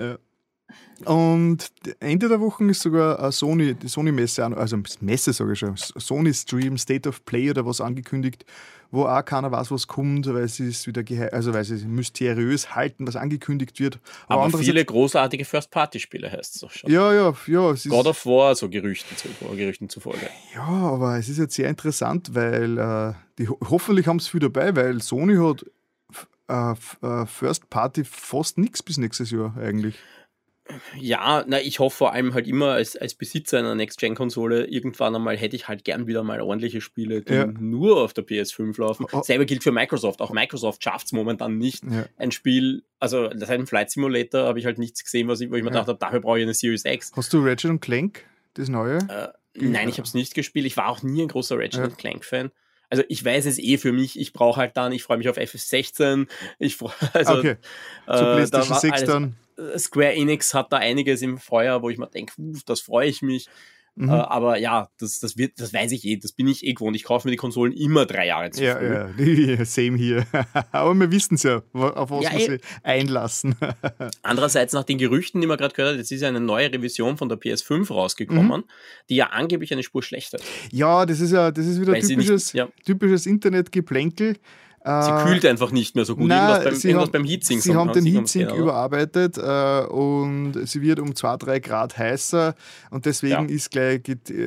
Und Ende der Woche ist sogar die Sony-Messe, also Messe sage ich schon, Sony-Stream, State of Play oder was angekündigt, wo auch keiner weiß, was kommt, weil sie es wieder weil sie mysteriös halten, was angekündigt wird. Aber viele großartige First-Party-Spiele heißt es auch schon. Ja. God of War, so Gerüchten zufolge. Ja, aber es ist jetzt sehr interessant, weil hoffentlich haben sie viel dabei, weil Sony hat First-Party fast nichts bis nächstes Jahr eigentlich. Ja, ich hoffe vor allem halt immer als Besitzer einer Next-Gen-Konsole, irgendwann einmal hätte ich halt gern wieder mal ordentliche Spiele, die nur auf der PS5 laufen. Selber gilt für Microsoft. Auch Microsoft schafft es momentan nicht. Ja. Ein Spiel, also das ist ein Flight Simulator, habe ich halt nichts gesehen, wo ich mir gedacht habe, dafür brauche ich eine Series X. Hast du Ratchet & Clank, das neue? Nein, ich habe es nicht gespielt. Ich war auch nie ein großer Ratchet & Clank-Fan. Also ich weiß es für mich, ich brauche halt dann, ich freue mich auf FF16, okay. Zu PlayStation 6 dann. Square Enix hat da einiges im Feuer, wo ich mir denke, das freue ich mich. Aber ja, das weiß ich das bin ich gewohnt. Ich kaufe mir die Konsolen immer 3 Jahre zu früh. Ja, same hier. Aber wir wissen es ja, auf was wir sich einlassen. Andererseits, nach den Gerüchten, die man gerade gehört hat, jetzt ist ja eine neue Revision von der PS5 rausgekommen, die ja angeblich eine Spur schlechter ist. Ja, das ist wieder typisches Internetgeplänkel. Sie kühlt einfach nicht mehr so gut. Irgendwas beim Heatsink. Sie haben den Heatsink überarbeitet und sie wird um 2-3 Grad heißer und deswegen ist gleich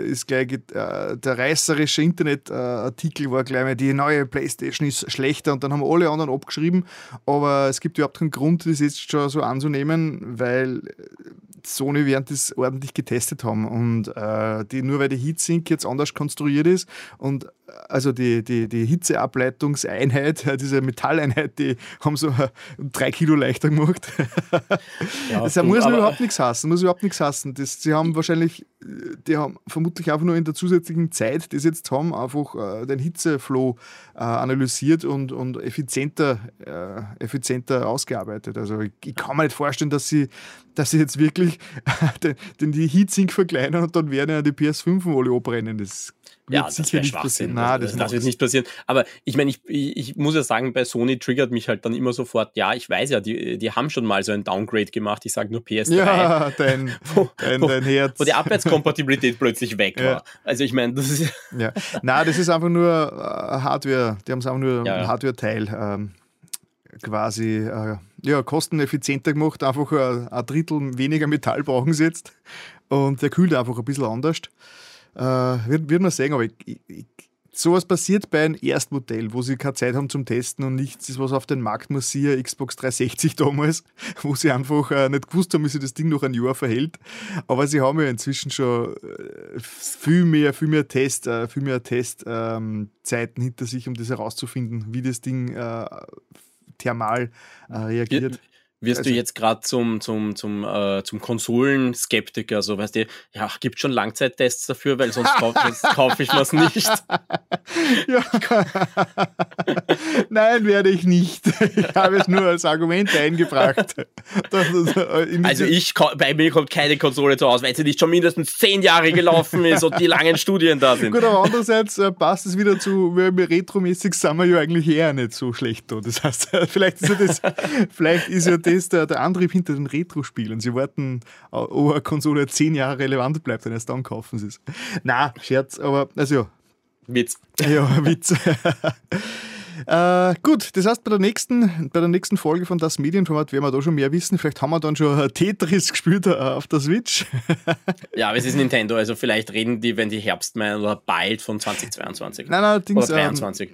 der reißerische Internetartikel war gleich mal, die neue Playstation ist schlechter und dann haben alle anderen abgeschrieben, aber es gibt überhaupt keinen Grund, das jetzt schon so anzunehmen, weil Sony während das ordentlich getestet haben und nur weil die Heatsink jetzt anders konstruiert ist und also die Hitzeableitungseinheit, diese Metalleinheit, die haben so 3 Kilo leichter gemacht. Das muss überhaupt nichts heißen. Die haben vermutlich einfach nur in der zusätzlichen Zeit, die sie jetzt haben, einfach den Hitzeflow analysiert und effizienter ausgearbeitet. Also ich kann mir nicht vorstellen, dass sie jetzt wirklich die Heatsink verkleinern und dann werden ja die PS5 alle abbrennen. Ja, das wäre Schwachsinn. Nein, das wird nicht passieren. Aber ich meine, ich muss ja sagen, bei Sony triggert mich halt dann immer sofort, ja, ich weiß ja, die haben schon mal so ein Downgrade gemacht, ich sage nur PS3. Ja, dein Herz. Wo die Abwärtskompatibilität plötzlich weg war. Also ich meine, das ist... Ja. Nein, das ist einfach nur Hardware, die haben es einfach nur ein Hardware-Teil quasi kosteneffizienter gemacht, einfach ein Drittel weniger Metall brauchen sie jetzt und der kühlt einfach ein bisschen anders. Wird man sehen, aber sowas passiert bei einem Erstmodell, wo sie keine Zeit haben zum Testen und nichts ist, was auf den Markt muss, siehe Xbox 360 damals, wo sie einfach nicht gewusst haben, wie sich das Ding noch ein Jahr verhält. Aber sie haben ja inzwischen schon viel mehr Testzeiten hinter sich, um das herauszufinden, wie das Ding thermal reagiert. Wirst du jetzt gerade zum Konsolenskeptiker, so weißt du, ja, gibt schon Langzeittests dafür, weil sonst kaufe ich was nicht. Ja. Nein, werde ich nicht. Ich habe es nur als Argument eingebracht. Also bei mir kommt keine Konsole zu Hause, weil sie nicht schon mindestens 10 Jahre gelaufen ist und die langen Studien da sind. Gut, aber andererseits passt es wieder zu, weil wir retromäßig sind wir ja eigentlich eher nicht so schlecht da. Das heißt, vielleicht ist ja das der Antrieb hinter den Retro-Spielen. Sie warten, ob eine Konsole 10 Jahre relevant bleibt und erst dann kaufen sie es. Nein, Scherz, aber also ja. Witz. Ja, Witz. Gut, das heißt, bei der nächsten Folge von Das Medienformat werden wir da schon mehr wissen. Vielleicht haben wir dann schon Tetris gespielt auf der Switch. Ja, aber es ist Nintendo, also vielleicht reden die, wenn die Herbst meinen, oder bald von 2022. Nein, allerdings, oder 23.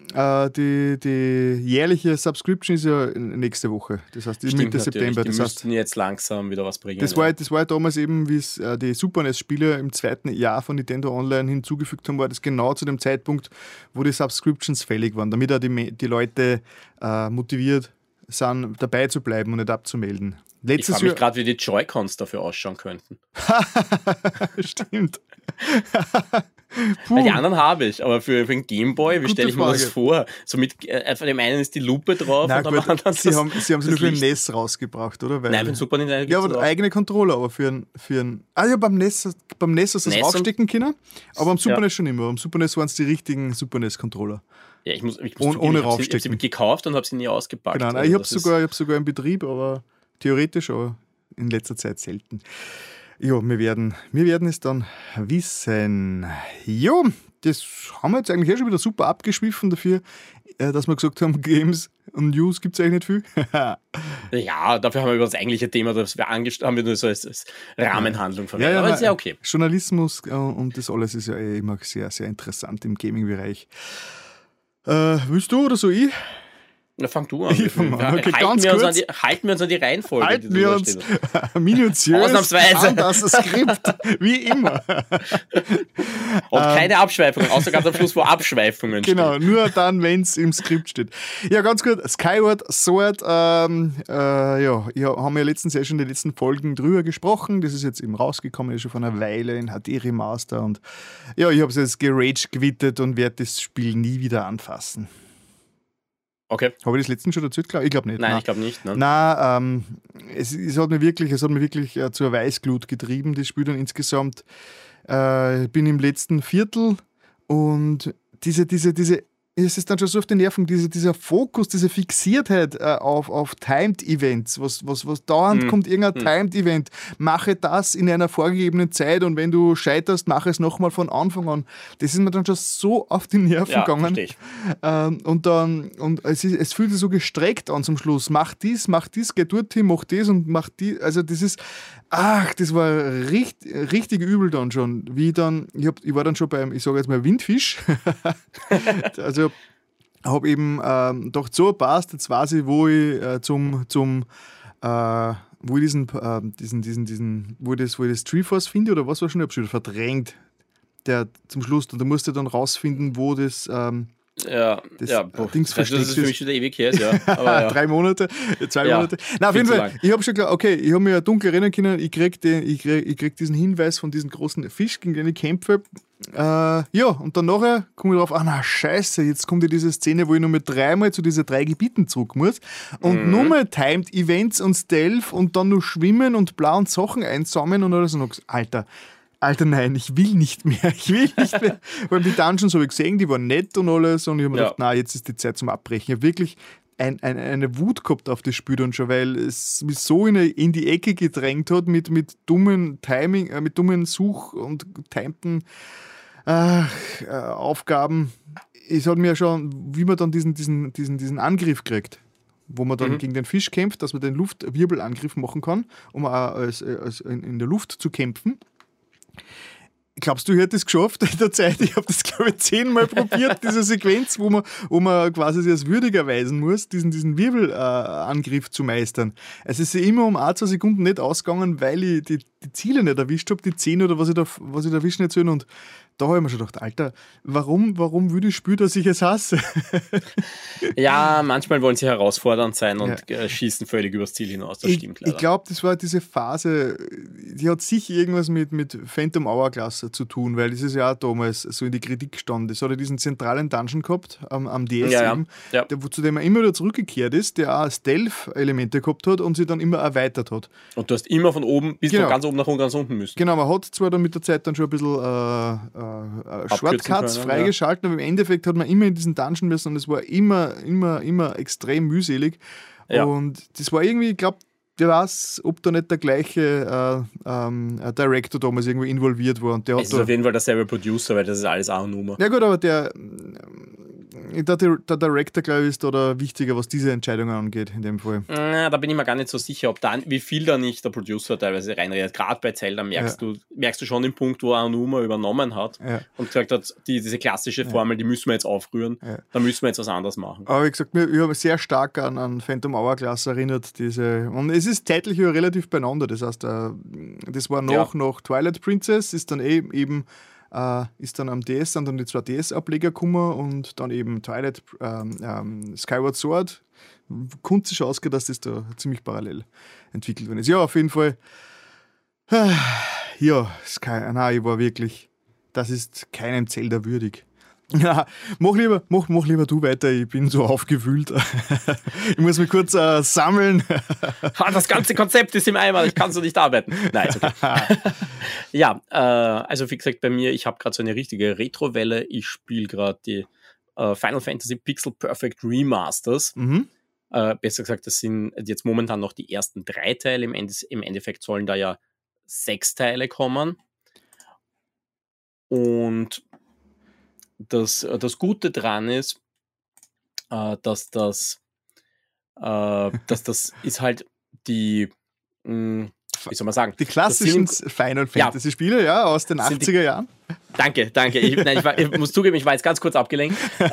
Die jährliche Subscription ist ja nächste Woche. Das heißt, Mitte September. Die müssten jetzt langsam wieder was bringen. Das war ja damals eben, wie es die Super NES-Spiele im zweiten Jahr von Nintendo Online hinzugefügt haben, war das genau zu dem Zeitpunkt, wo die Subscriptions fällig waren, damit auch die Leute motiviert sind, dabei zu bleiben und nicht abzumelden. Ich frage mich gerade, wie die Joy-Cons dafür ausschauen könnten. Stimmt. Die anderen habe ich, aber für den Gameboy, wie stelle ich mir das vor? So mit, von dem einen ist die Lupe drauf. Nein, und gut, dann sie haben es nur für ein NES rausgebracht, oder? Nein, für den Super Nintendo. Ja, aber eigene Controller, aber für ein beim NES hast du es rausstecken können, aber am Super NES schon immer. Am Super NES waren es die richtigen Super NES-Controller. Ja, ich muss ohne raufstecken. Ich habe sie gekauft und habe sie nie ausgepackt. Genau, ich habe sogar im Betrieb, aber theoretisch, aber in letzter Zeit selten. Ja, wir werden es dann wissen. Ja, das haben wir jetzt eigentlich schon wieder super abgeschwiffen dafür, dass wir gesagt haben, Games und News gibt es eigentlich nicht viel. Ja, dafür haben wir über das eigentliche Thema, das wir haben wir nur so als Rahmenhandlung verwendet. Ja, aber ist ja okay. Journalismus und das alles ist ja immer sehr, sehr interessant im Gaming-Bereich. Willst du oder so ich? Na, fang du an. Okay, halten wir uns an die Reihenfolge. Halten wir uns minutiös ausnahmsweise an das Skript, wie immer. Und keine Abschweifungen, außer ganz am Schluss, wo Abschweifungen stehen. Genau, nur dann, wenn es im Skript steht. Ja, ganz gut, Skyward Sword, haben wir letztens ja schon in den letzten Folgen drüber gesprochen. Das ist jetzt eben rausgekommen, ist schon vor einer Weile in HD Remaster und ja, ich habe es jetzt gerage-gewittet und werde das Spiel nie wieder anfassen. Okay. Habe ich das letzten schon erzählt? Ich glaube nicht. Nein, ich glaube nicht. Ne? Nein, es hat mich wirklich zur Weißglut getrieben, das Spiel dann insgesamt. Ich bin im letzten Viertel und es ist dann schon so auf den Nerven, dieser Fokus, diese Fixiertheit auf Timed Events, was dauernd kommt, irgendein Timed Event, mache das in einer vorgegebenen Zeit und wenn du scheiterst, mache es nochmal von Anfang an. Das ist mir dann schon so auf die Nerven gegangen. Und es fühlt sich so gestreckt an zum Schluss. Mach dies, geh dorthin, mach das und mach die. Also das war richtig übel dann schon. Ich war dann schon beim, ich sage jetzt mal Windfisch. Also habe eben gedacht, so passt, jetzt weiß ich, wo ich wo ich das Treeforce finde oder was war schon, ich habe schon verdrängt, der zum Schluss, und da musst du dann rausfinden, wo das Dings versteckt ist. Das ist für mich wieder ewig her, ja. Aber, ja. 3 Monate, 2 Monate. Na, auf jeden Fall, ich habe schon gedacht, okay, ich habe mir ja dunkel erinnern können, ich krieg diesen Hinweis von diesem großen Fisch, gegen den ich kämpfe. Und dann nachher komme ich drauf, scheiße, jetzt kommt ja diese Szene, wo ich nur mit 3-mal zu diesen 3 Gebieten zurück muss und nur mal Timed Events und Stealth und dann nur schwimmen und bla und Sachen einsammeln und alles und Alter, Alter, nein, ich will nicht mehr. Ich will nicht mehr. Weil die Dungeons habe ich gesehen, die waren nett und alles. Und ich habe mir gedacht, na, jetzt ist die Zeit zum Abbrechen. Ich habe wirklich eine Wut gehabt auf das Spiel dann schon, weil es mich so in die Ecke gedrängt hat mit dummen Timing, mit dummen Such- und timten Aufgaben. Es hat mir ja schon, wie man dann diesen Angriff kriegt, wo man dann gegen den Fisch kämpft, dass man den Luftwirbelangriff machen kann, um auch in der Luft zu kämpfen. Glaubst du, ich hätte es geschafft in der Zeit? Ich habe das, glaube ich, 10-mal probiert, diese Sequenz, wo man quasi sich als würdig erweisen muss, diesen Wirbelangriff zu meistern. Es ist immer um 1-2 Sekunden nicht ausgegangen, weil ich die Ziele nicht erwischt habe, die 10 oder was ich da erwischen nicht soll. Und da habe ich mir schon gedacht, Alter, warum würde ich spielen, dass ich es hasse? Ja, manchmal wollen sie herausfordernd sein und schießen völlig übers Ziel hinaus. Das stimmt leider. Ich glaube, das war diese Phase, die hat sicher irgendwas mit Phantom Hourglass zu tun, weil das ist ja auch damals so in die Kritik gestanden. Das hat ja diesen zentralen Dungeon gehabt am DS eben, zu dem er immer wieder zurückgekehrt ist, der auch Stealth-Elemente gehabt hat und sich dann immer erweitert hat. Und du hast immer von oben bis von ganz oben nach ganz unten müssen. Genau, man hat zwar dann mit der Zeit dann schon ein bisschen Shortcuts freigeschalten, aber im Endeffekt hat man immer in diesen Dungeon müssen und es war immer extrem mühselig. Ja. Und das war irgendwie, ich glaube, wer weiß, ob da nicht der gleiche Director damals irgendwie involviert war. Und der es ist auf jeden Fall derselbe Producer, weil das ist alles auch eine Nummer. Ja gut, aber der Director, glaube ich, ist da wichtiger, was diese Entscheidungen angeht, in dem Fall. Da bin ich mir gar nicht so sicher, wie viel da nicht der Producer teilweise reinredet. Gerade bei Zelda merkst du schon den Punkt, wo Aonuma übernommen hat und gesagt hat, diese klassische Formel, die müssen wir jetzt aufrühren, da müssen wir jetzt was anderes machen. Aber wie gesagt, ich habe sehr stark an Phantom Hourglass erinnert. Und es ist zeitlich relativ beieinander. Das heißt, das war noch Twilight Princess, ist dann eben ist dann am DS, sind dann die 2 DS-Ableger gekommen und dann eben Twilight, Skyward Sword. Konnte sich ausgehen, dass das da ziemlich parallel entwickelt worden ist. Ja, auf jeden Fall. Ja, ich war wirklich, das ist keinem Zelda würdig. Ja, mach lieber du weiter, ich bin so aufgewühlt. Ich muss mich kurz sammeln. Das ganze Konzept ist im Eimer, ich kann so nicht arbeiten. Nein, ist okay. Ja, also wie gesagt, bei mir, ich habe gerade so eine richtige Retro-Welle. Ich spiele gerade die Final Fantasy Pixel Perfect Remasters. Besser gesagt, das sind jetzt momentan noch die ersten 3 Teile. Im Endeffekt sollen da ja 6 Teile kommen. Und das Gute dran ist, dass das ist halt die, wie soll man sagen? Die klassischen Final Fantasy Spiele, aus den 80er Jahren. Danke. Ich muss zugeben, ich war jetzt ganz kurz abgelenkt.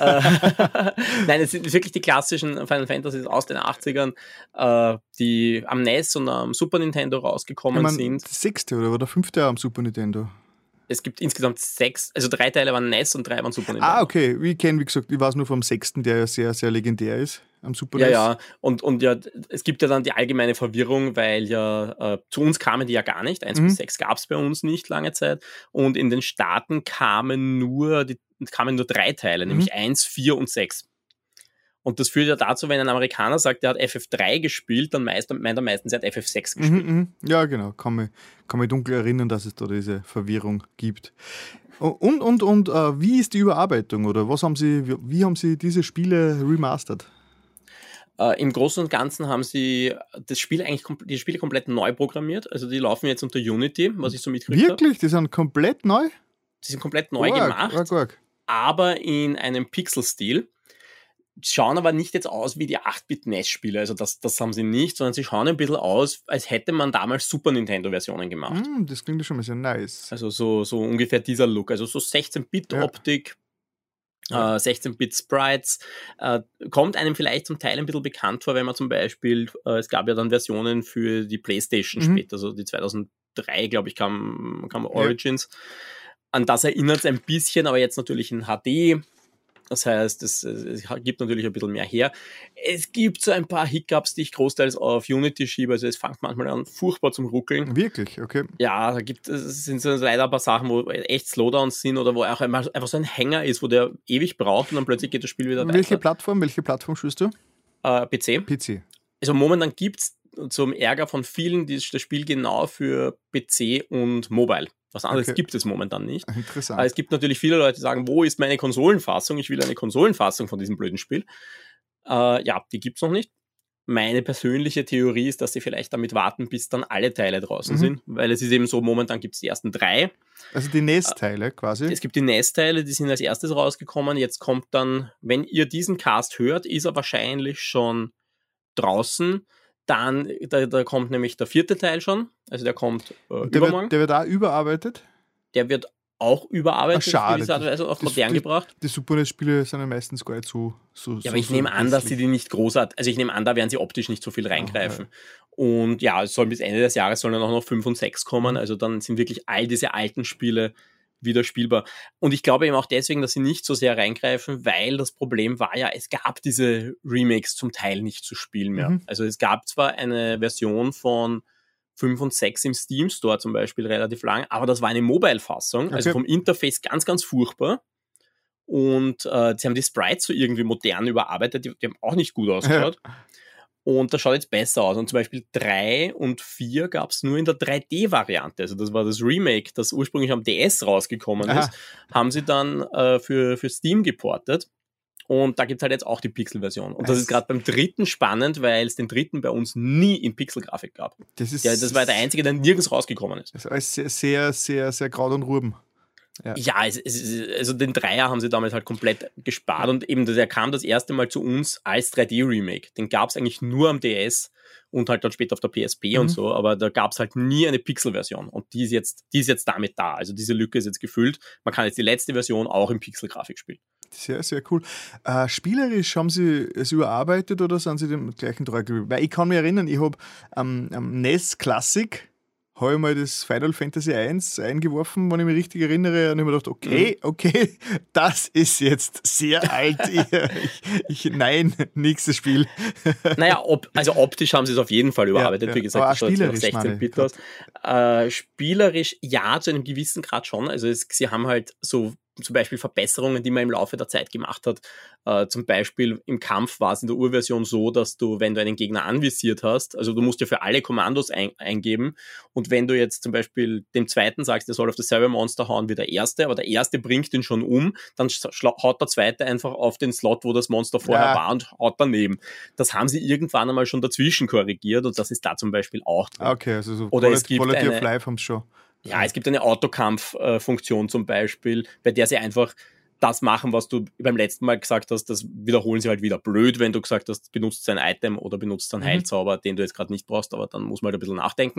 Nein, es sind wirklich die klassischen Final Fantasies aus den 80ern, die am NES und am Super Nintendo rausgekommen sind. Der 6. oder der 5. am Super Nintendo? Es gibt insgesamt 6, also 3 Teile waren NES und 3 waren Super Nintendo. Okay. Wie gesagt, ich weiß nur vom 6., der ja sehr, sehr legendär ist am Super NES. Ja, und ja, es gibt ja dann die allgemeine Verwirrung, weil ja zu uns kamen die ja gar nicht. 1 bis 6 gab es bei uns nicht lange Zeit. Und in den Staaten kamen nur 3 Teile, nämlich 1, 4 und 6. Und das führt ja dazu, wenn ein Amerikaner sagt, er hat FF3 gespielt, dann meint er meistens, er hat FF6 gespielt. Ja, genau. Kann mich dunkel erinnern, dass es da diese Verwirrung gibt. Und wie ist die Überarbeitung oder wie haben Sie diese Spiele remastert? Im Großen und Ganzen haben sie die Spiele komplett neu programmiert. Also die laufen jetzt unter Unity, was ich so mitgekriegt habe. Wirklich? Die sind komplett neu? Die sind komplett neu gemacht, aber in einem Pixel-Stil. Schauen aber nicht jetzt aus wie die 8-Bit-NES-Spiele, also das haben sie nicht, sondern sie schauen ein bisschen aus, als hätte man damals Super Nintendo-Versionen gemacht. Das klingt schon mal sehr nice. Also so ungefähr dieser Look, also so 16-Bit-Optik, 16-Bit-Sprites, kommt einem vielleicht zum Teil ein bisschen bekannt vor, wenn man zum Beispiel, es gab ja dann Versionen für die Playstation später, also die 2003, glaube ich, kam Origins. An das erinnert es ein bisschen, aber jetzt natürlich in HD. Das heißt, es gibt natürlich ein bisschen mehr her. Es gibt so ein paar Hiccups, die ich großteils auf Unity schiebe. Also es fängt manchmal an, furchtbar zum Ruckeln. Wirklich? Okay. Ja, sind so leider ein paar Sachen, wo echt Slowdowns sind oder wo auch einfach so ein Hänger ist, wo der ewig braucht und dann plötzlich geht das Spiel wieder weiter. Welche Plattform spielst du? PC. Also momentan gibt es zum Ärger von vielen das Spiel genau für PC und Mobile. Was anderes gibt es momentan nicht. Interessant. Aber es gibt natürlich viele Leute, die sagen, wo ist meine Konsolenfassung? Ich will eine Konsolenfassung von diesem blöden Spiel. Ja, die gibt's noch nicht. Meine persönliche Theorie ist, dass sie vielleicht damit warten, bis dann alle Teile draußen sind, weil es ist eben so, momentan gibt es die ersten 3. Also die NES-Teile quasi? Es gibt die NES-Teile, die sind als erstes rausgekommen. Jetzt kommt dann, wenn ihr diesen Cast hört, ist er wahrscheinlich schon draußen. Dann, da kommt nämlich der 4. Teil schon, also der kommt übermorgen. Der wird auch überarbeitet? Der wird auch überarbeitet, schade. Also auf modern gebracht. Die Super NES-Spiele sind ja meistens gar nicht so ja, aber ich nehme an, dass sie die nicht großartig, also ich nehme an, da werden sie optisch nicht so viel reingreifen. Und ja, es soll bis Ende des Jahres sollen dann auch noch 5 und 6 kommen, also dann sind wirklich all diese alten Spiele wieder spielbar. Und ich glaube eben auch deswegen, dass sie nicht so sehr reingreifen, weil das Problem war ja, es gab diese Remakes zum Teil nicht zu spielen mehr. Also es gab zwar eine Version von 5 und 6 im Steam Store zum Beispiel relativ lang, aber das war eine Mobile-Fassung, also vom Interface ganz, ganz furchtbar. Und sie haben die Sprites so irgendwie modern überarbeitet, die haben auch nicht gut ausgeschaut. Ja. Und das schaut jetzt besser aus. Und zum Beispiel 3 und 4 gab es nur in der 3D-Variante. Also das war das Remake, das ursprünglich am DS rausgekommen ist, haben sie dann für Steam geportet. Und da gibt es halt jetzt auch die Pixel-Version. Und das ist gerade beim 3. spannend, weil es den 3. bei uns nie in Pixel-Grafik gab. Das war der einzige, der nirgends rausgekommen ist. Das ist alles sehr, sehr, sehr Kraut und Ruben. Ja, also den 3er haben sie damals halt komplett gespart und eben der kam das erste Mal zu uns als 3D-Remake. Den gab es eigentlich nur am DS und halt dann später auf der PSP und so, aber da gab es halt nie eine Pixel-Version und die ist jetzt damit da. Also diese Lücke ist jetzt gefüllt. Man kann jetzt die letzte Version auch in Pixel-Grafik spielen. Sehr, sehr cool. Spielerisch haben Sie es überarbeitet oder sind Sie dem gleichen treu geblieben? Weil ich kann mich erinnern, ich habe am NES Classic habe ich mal das Final Fantasy 1 eingeworfen, wenn ich mich richtig erinnere, und ich habe mir gedacht, okay, das ist jetzt sehr alt. Nein, nächstes Spiel. Naja, also optisch haben sie es auf jeden Fall überarbeitet. Wie gesagt, das schaut noch 16-Bit aus. Spielerisch, ja, zu einem gewissen Grad schon. Also sie haben halt so zum Beispiel Verbesserungen, die man im Laufe der Zeit gemacht hat. Zum Beispiel im Kampf war es in der Urversion so, dass du, wenn du einen Gegner anvisiert hast, also du musst ja für alle Kommandos eingeben und wenn du jetzt zum Beispiel dem Zweiten sagst, der soll auf das selbe Monster hauen wie der Erste, aber der Erste bringt ihn schon um, dann haut der Zweite einfach auf den Slot, wo das Monster vorher war und haut daneben. Das haben sie irgendwann einmal schon dazwischen korrigiert und das ist da zum Beispiel auch drin. Okay, also so oder es gibt Quality of Life haben sie schon. Ja, es gibt eine Autokampf-Funktion zum Beispiel, bei der sie einfach das machen, was du beim letzten Mal gesagt hast, das wiederholen sie halt wieder. Blöd, wenn du gesagt hast, benutzt ein Item oder benutzt einen Heilzauber, den du jetzt gerade nicht brauchst, aber dann muss man halt ein bisschen nachdenken.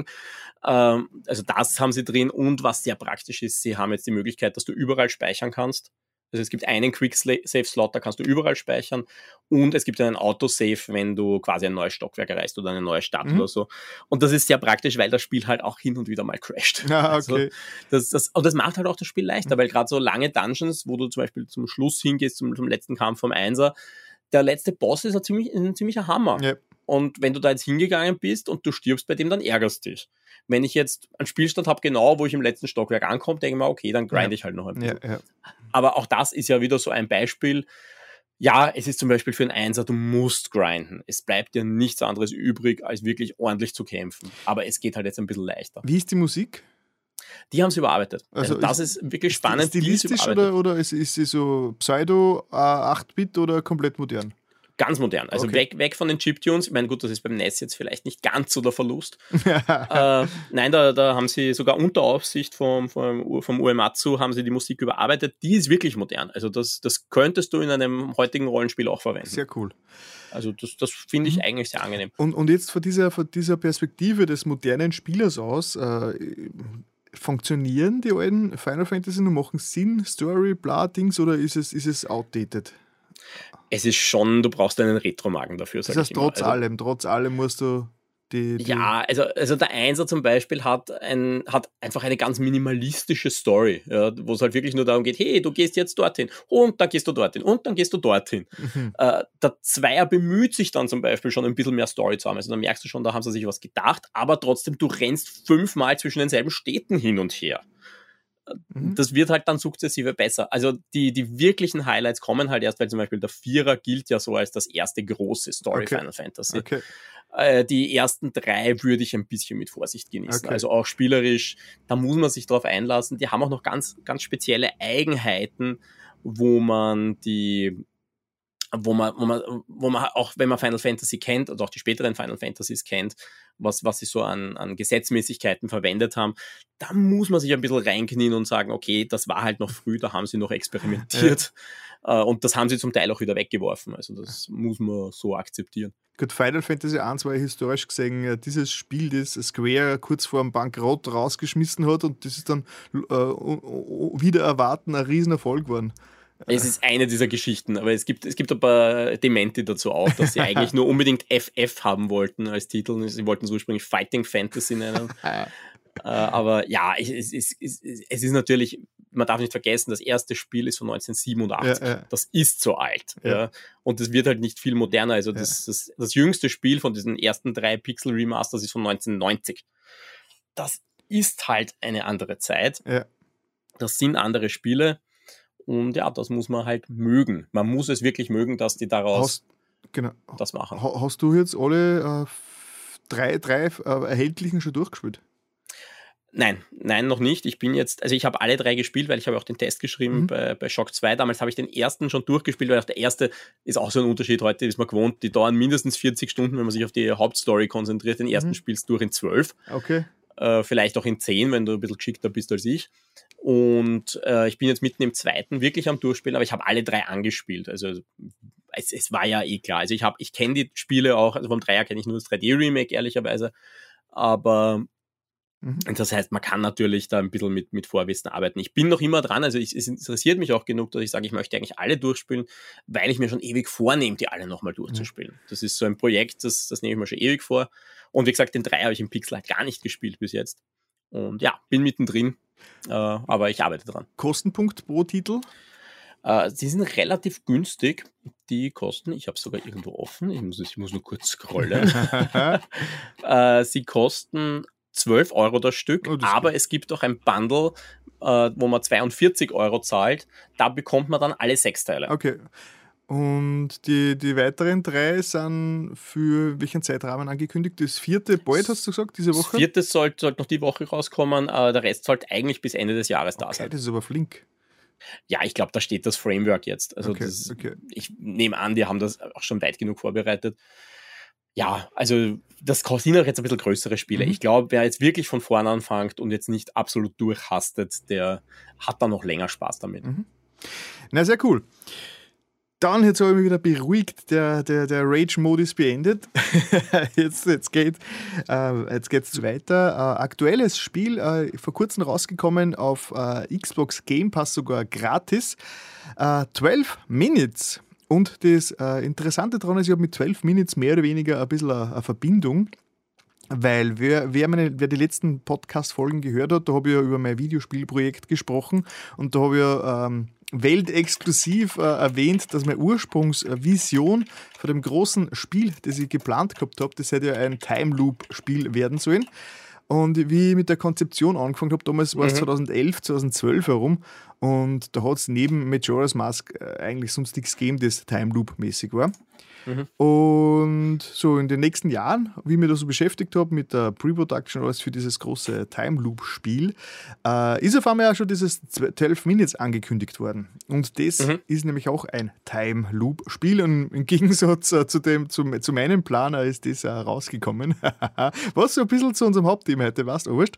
Also das haben sie drin und was sehr praktisch ist, sie haben jetzt die Möglichkeit, dass du überall speichern kannst. Also es gibt einen Quick-Save-Slot, da kannst du überall speichern und es gibt einen Autosave, wenn du quasi ein neues Stockwerk erreichst oder eine neue Stadt oder so. Und das ist sehr praktisch, weil das Spiel halt auch hin und wieder mal crasht. Ja, okay. Also und das macht halt auch das Spiel leichter, weil gerade so lange Dungeons, wo du zum Beispiel zum Schluss hingehst, zum letzten Kampf vom Einser, der letzte Boss ist ein ziemlicher Hammer. Yep. Und wenn du da jetzt hingegangen bist und du stirbst bei dem, dann ärgerst dich. Wenn ich jetzt einen Spielstand habe, genau, wo ich im letzten Stockwerk ankomme, denke ich mir, okay, dann grinde ich halt noch ein bisschen. Ja. Aber auch das ist ja wieder so ein Beispiel. Ja, es ist zum Beispiel für einen Einser, du musst grinden. Es bleibt dir nichts anderes übrig, als wirklich ordentlich zu kämpfen. Aber es geht halt jetzt ein bisschen leichter. Wie ist die Musik? Die haben sie überarbeitet. Also das ist wirklich spannend. Stilistisch oder ist sie so Pseudo 8-Bit oder komplett modern? Ganz modern. Also weg von den Chiptunes. Ich meine, gut, das ist beim NES jetzt vielleicht nicht ganz so der Verlust. Nein, da haben sie sogar unter Aufsicht vom Uematsu haben sie die Musik überarbeitet. Die ist wirklich modern. Also das könntest du in einem heutigen Rollenspiel auch verwenden. Sehr cool. Also das finde ich eigentlich sehr angenehm. Und jetzt von dieser Perspektive des modernen Spielers aus, funktionieren die alten Final Fantasy noch, machen Sinn, Story, bla, Dings, oder ist es outdated? Es ist schon, du brauchst einen Retro-Magen dafür. Das heißt, trotz allem musst du die... Ja, also der Einser zum Beispiel hat einfach eine ganz minimalistische Story, ja, wo es halt wirklich nur darum geht, hey, du gehst jetzt dorthin und dann gehst du dorthin und dann gehst du dorthin. Der Zweier bemüht sich dann zum Beispiel schon ein bisschen mehr Story zu haben. Also da merkst du schon, da haben sie sich was gedacht, aber trotzdem, du rennst 5-mal zwischen denselben Städten hin und her. das wird halt dann sukzessive besser. Also die wirklichen Highlights kommen halt erst, weil zum Beispiel der Vierer gilt ja so als das erste große Story Final Fantasy. Okay. Die ersten 3 würde ich ein bisschen mit Vorsicht genießen. Okay. Also auch spielerisch, da muss man sich drauf einlassen. Die haben auch noch ganz, ganz spezielle Eigenheiten, wo man auch, wenn man Final Fantasy kennt und auch die späteren Final Fantasies kennt, was sie so an Gesetzmäßigkeiten verwendet haben, da muss man sich ein bisschen reinknien und sagen, okay, das war halt noch früh, da haben sie noch experimentiert. Und das haben sie zum Teil auch wieder weggeworfen. Also das muss man so akzeptieren. Gut, Final Fantasy 1 war ja historisch gesehen dieses Spiel, das Square kurz vor dem Bankrott rausgeschmissen hat und das ist dann wieder erwarten ein Riesenerfolg geworden. Es ist eine dieser Geschichten, aber es gibt ein paar Dementi dazu auch, dass sie eigentlich nur unbedingt FF haben wollten als Titel. Sie wollten es ursprünglich Fighting Fantasy nennen. Aber ja, es ist natürlich, man darf nicht vergessen, das erste Spiel ist von 1987. Ja. Das ist so alt. Ja. Und es wird halt nicht viel moderner. Also das jüngste Spiel von diesen ersten 3 Pixel-Remasters ist von 1990. Das ist halt eine andere Zeit. Ja. Das sind andere Spiele. Und ja, das muss man halt mögen. Man muss es wirklich mögen, dass die daraus das machen. Hast du jetzt alle 3 erhältlichen schon durchgespielt? Nein, noch nicht. Ich habe alle 3 gespielt, weil ich habe auch den Test geschrieben bei Shock 2. Damals habe ich den ersten schon durchgespielt, weil auch der erste ist auch so ein Unterschied. Heute ist man gewohnt, die dauern mindestens 40 Stunden, wenn man sich auf die Hauptstory konzentriert. Den ersten spielst du durch in 12. Okay. Vielleicht auch in 10, wenn du ein bisschen geschickter bist als ich. Und ich bin jetzt mitten im 2. wirklich am Durchspielen, aber ich habe alle 3 angespielt. Also es war ja eh klar. Also ich kenne die Spiele auch, also vom 3er kenne ich nur das 3D-Remake, ehrlicherweise. Aber das heißt, man kann natürlich da ein bisschen mit Vorwissen arbeiten. Ich bin noch immer dran, also es interessiert mich auch genug, dass ich sage, ich möchte eigentlich alle durchspielen, weil ich mir schon ewig vornehme, die alle nochmal durchzuspielen. Das ist so ein Projekt, das nehme ich mir schon ewig vor. Und wie gesagt, den 3 habe ich im Pixel halt gar nicht gespielt bis jetzt. Und ja, bin mittendrin, aber ich arbeite dran. Kostenpunkt pro Titel? Sie sind relativ günstig. Die kosten, ich habe es sogar irgendwo offen, ich muss nur kurz scrollen. Sie kosten 12 € das Stück, aber es gibt auch ein Bundle, wo man 42 € zahlt. Da bekommt man dann alle 6 Teile. Okay. Und die weiteren 3 sind für welchen Zeitrahmen angekündigt? Das 4. bald, hast du gesagt, diese Woche? Das 4. sollte noch die Woche rauskommen. Der Rest sollte eigentlich bis Ende des Jahres da sein. Das ist aber flink. Ja, ich glaube, da steht das Framework jetzt. Also ich nehme an, die haben das auch schon weit genug vorbereitet. Ja, also das sind auch jetzt ein bisschen größere Spiele. Ich glaube, wer jetzt wirklich von vorne anfängt und jetzt nicht absolut durchhastet, der hat da noch länger Spaß damit. Na, sehr cool. Dann, jetzt habe ich mich wieder beruhigt, der Rage-Mode ist beendet. Jetzt geht's weiter. Aktuelles Spiel, vor kurzem rausgekommen auf Xbox Game Pass, sogar gratis. 12 Minutes. Und das Interessante daran ist, ich habe mit 12 Minutes mehr oder weniger ein bisschen eine Verbindung. Weil wer die letzten Podcast-Folgen gehört hat, da habe ich ja über mein Videospielprojekt gesprochen und da habe ich ja weltexklusiv erwähnt, dass meine Ursprungsvision von dem großen Spiel, das ich geplant gehabt habe, das hätte ja ein Time-Loop-Spiel werden sollen. Und wie ich mit der Konzeption angefangen habe, damals war es 2011, 2012 herum, und da hat es neben Majora's Mask eigentlich sonst nichts gegeben, das Time-Loop-mäßig war. Und so in den nächsten Jahren, wie ich mich da so beschäftigt habe mit der Pre-Production alles für dieses große Time-Loop-Spiel, ist auf einmal auch schon dieses 12 Minutes angekündigt worden. Und das ist nämlich auch ein Time-Loop-Spiel, und im Gegensatz zu meinem Planer ist das rausgekommen. Was so ein bisschen zu unserem Hauptthema heute, weißt du, wurscht.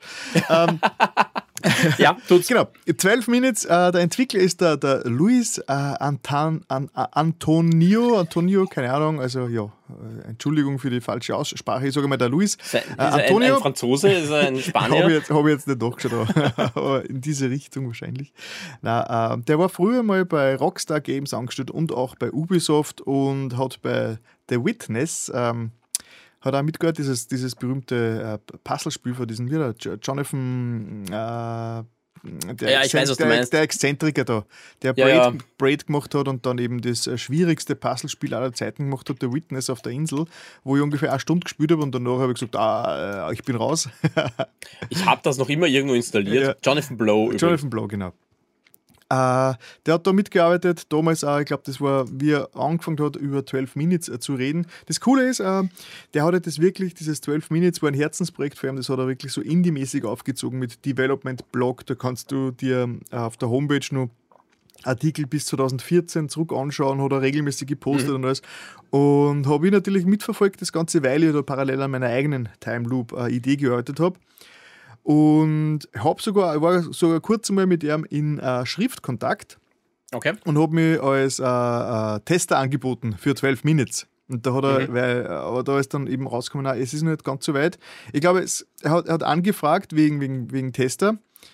Ja, tut's. Genau, 12 Minutes, der Entwickler ist der Luis Antonio, keine Ahnung, also ja, Entschuldigung für die falsche Aussprache, ich sage mal der Luis. Antonio. Ein Franzose, ist er ein Spanier? Habe ich jetzt nicht nachgeschaut, aber in diese Richtung wahrscheinlich. Der war früher mal bei Rockstar Games angestellt und auch bei Ubisoft und hat bei The Witness hat auch mitgehört, dieses berühmte Puzzlespiel von diesem Jonathan ich weiß, was du meinst. Der Exzentriker da, der Braid gemacht hat und dann eben das schwierigste Puzzlespiel aller Zeiten gemacht hat, The Witness auf der Insel, wo ich ungefähr eine Stunde gespielt habe und danach habe ich gesagt, ich bin raus. Ich habe das noch immer irgendwo installiert. Ja. Jonathan Blow. Jonathan Blow, genau. Der hat da mitgearbeitet, damals auch, ich glaube, das war, wie er angefangen hat, über 12 Minutes zu reden. Das Coole ist, der hat halt das wirklich, dieses 12 Minutes war ein Herzensprojekt für ihn, das hat er wirklich so indie-mäßig aufgezogen mit Development-Blog, da kannst du dir auf der Homepage nur Artikel bis 2014 zurück anschauen, hat er regelmäßig gepostet und alles. Und habe ich natürlich mitverfolgt das Ganze, weil ich da parallel an meiner eigenen Time Loop-Idee gearbeitet habe. Und ich war sogar kurz mal mit ihm in Schriftkontakt und habe mich als Tester angeboten für 12 Minutes. Und da hat er, aber da ist dann eben rausgekommen, es ist noch nicht ganz so weit. Ich glaube, er hat angefragt wegen Tester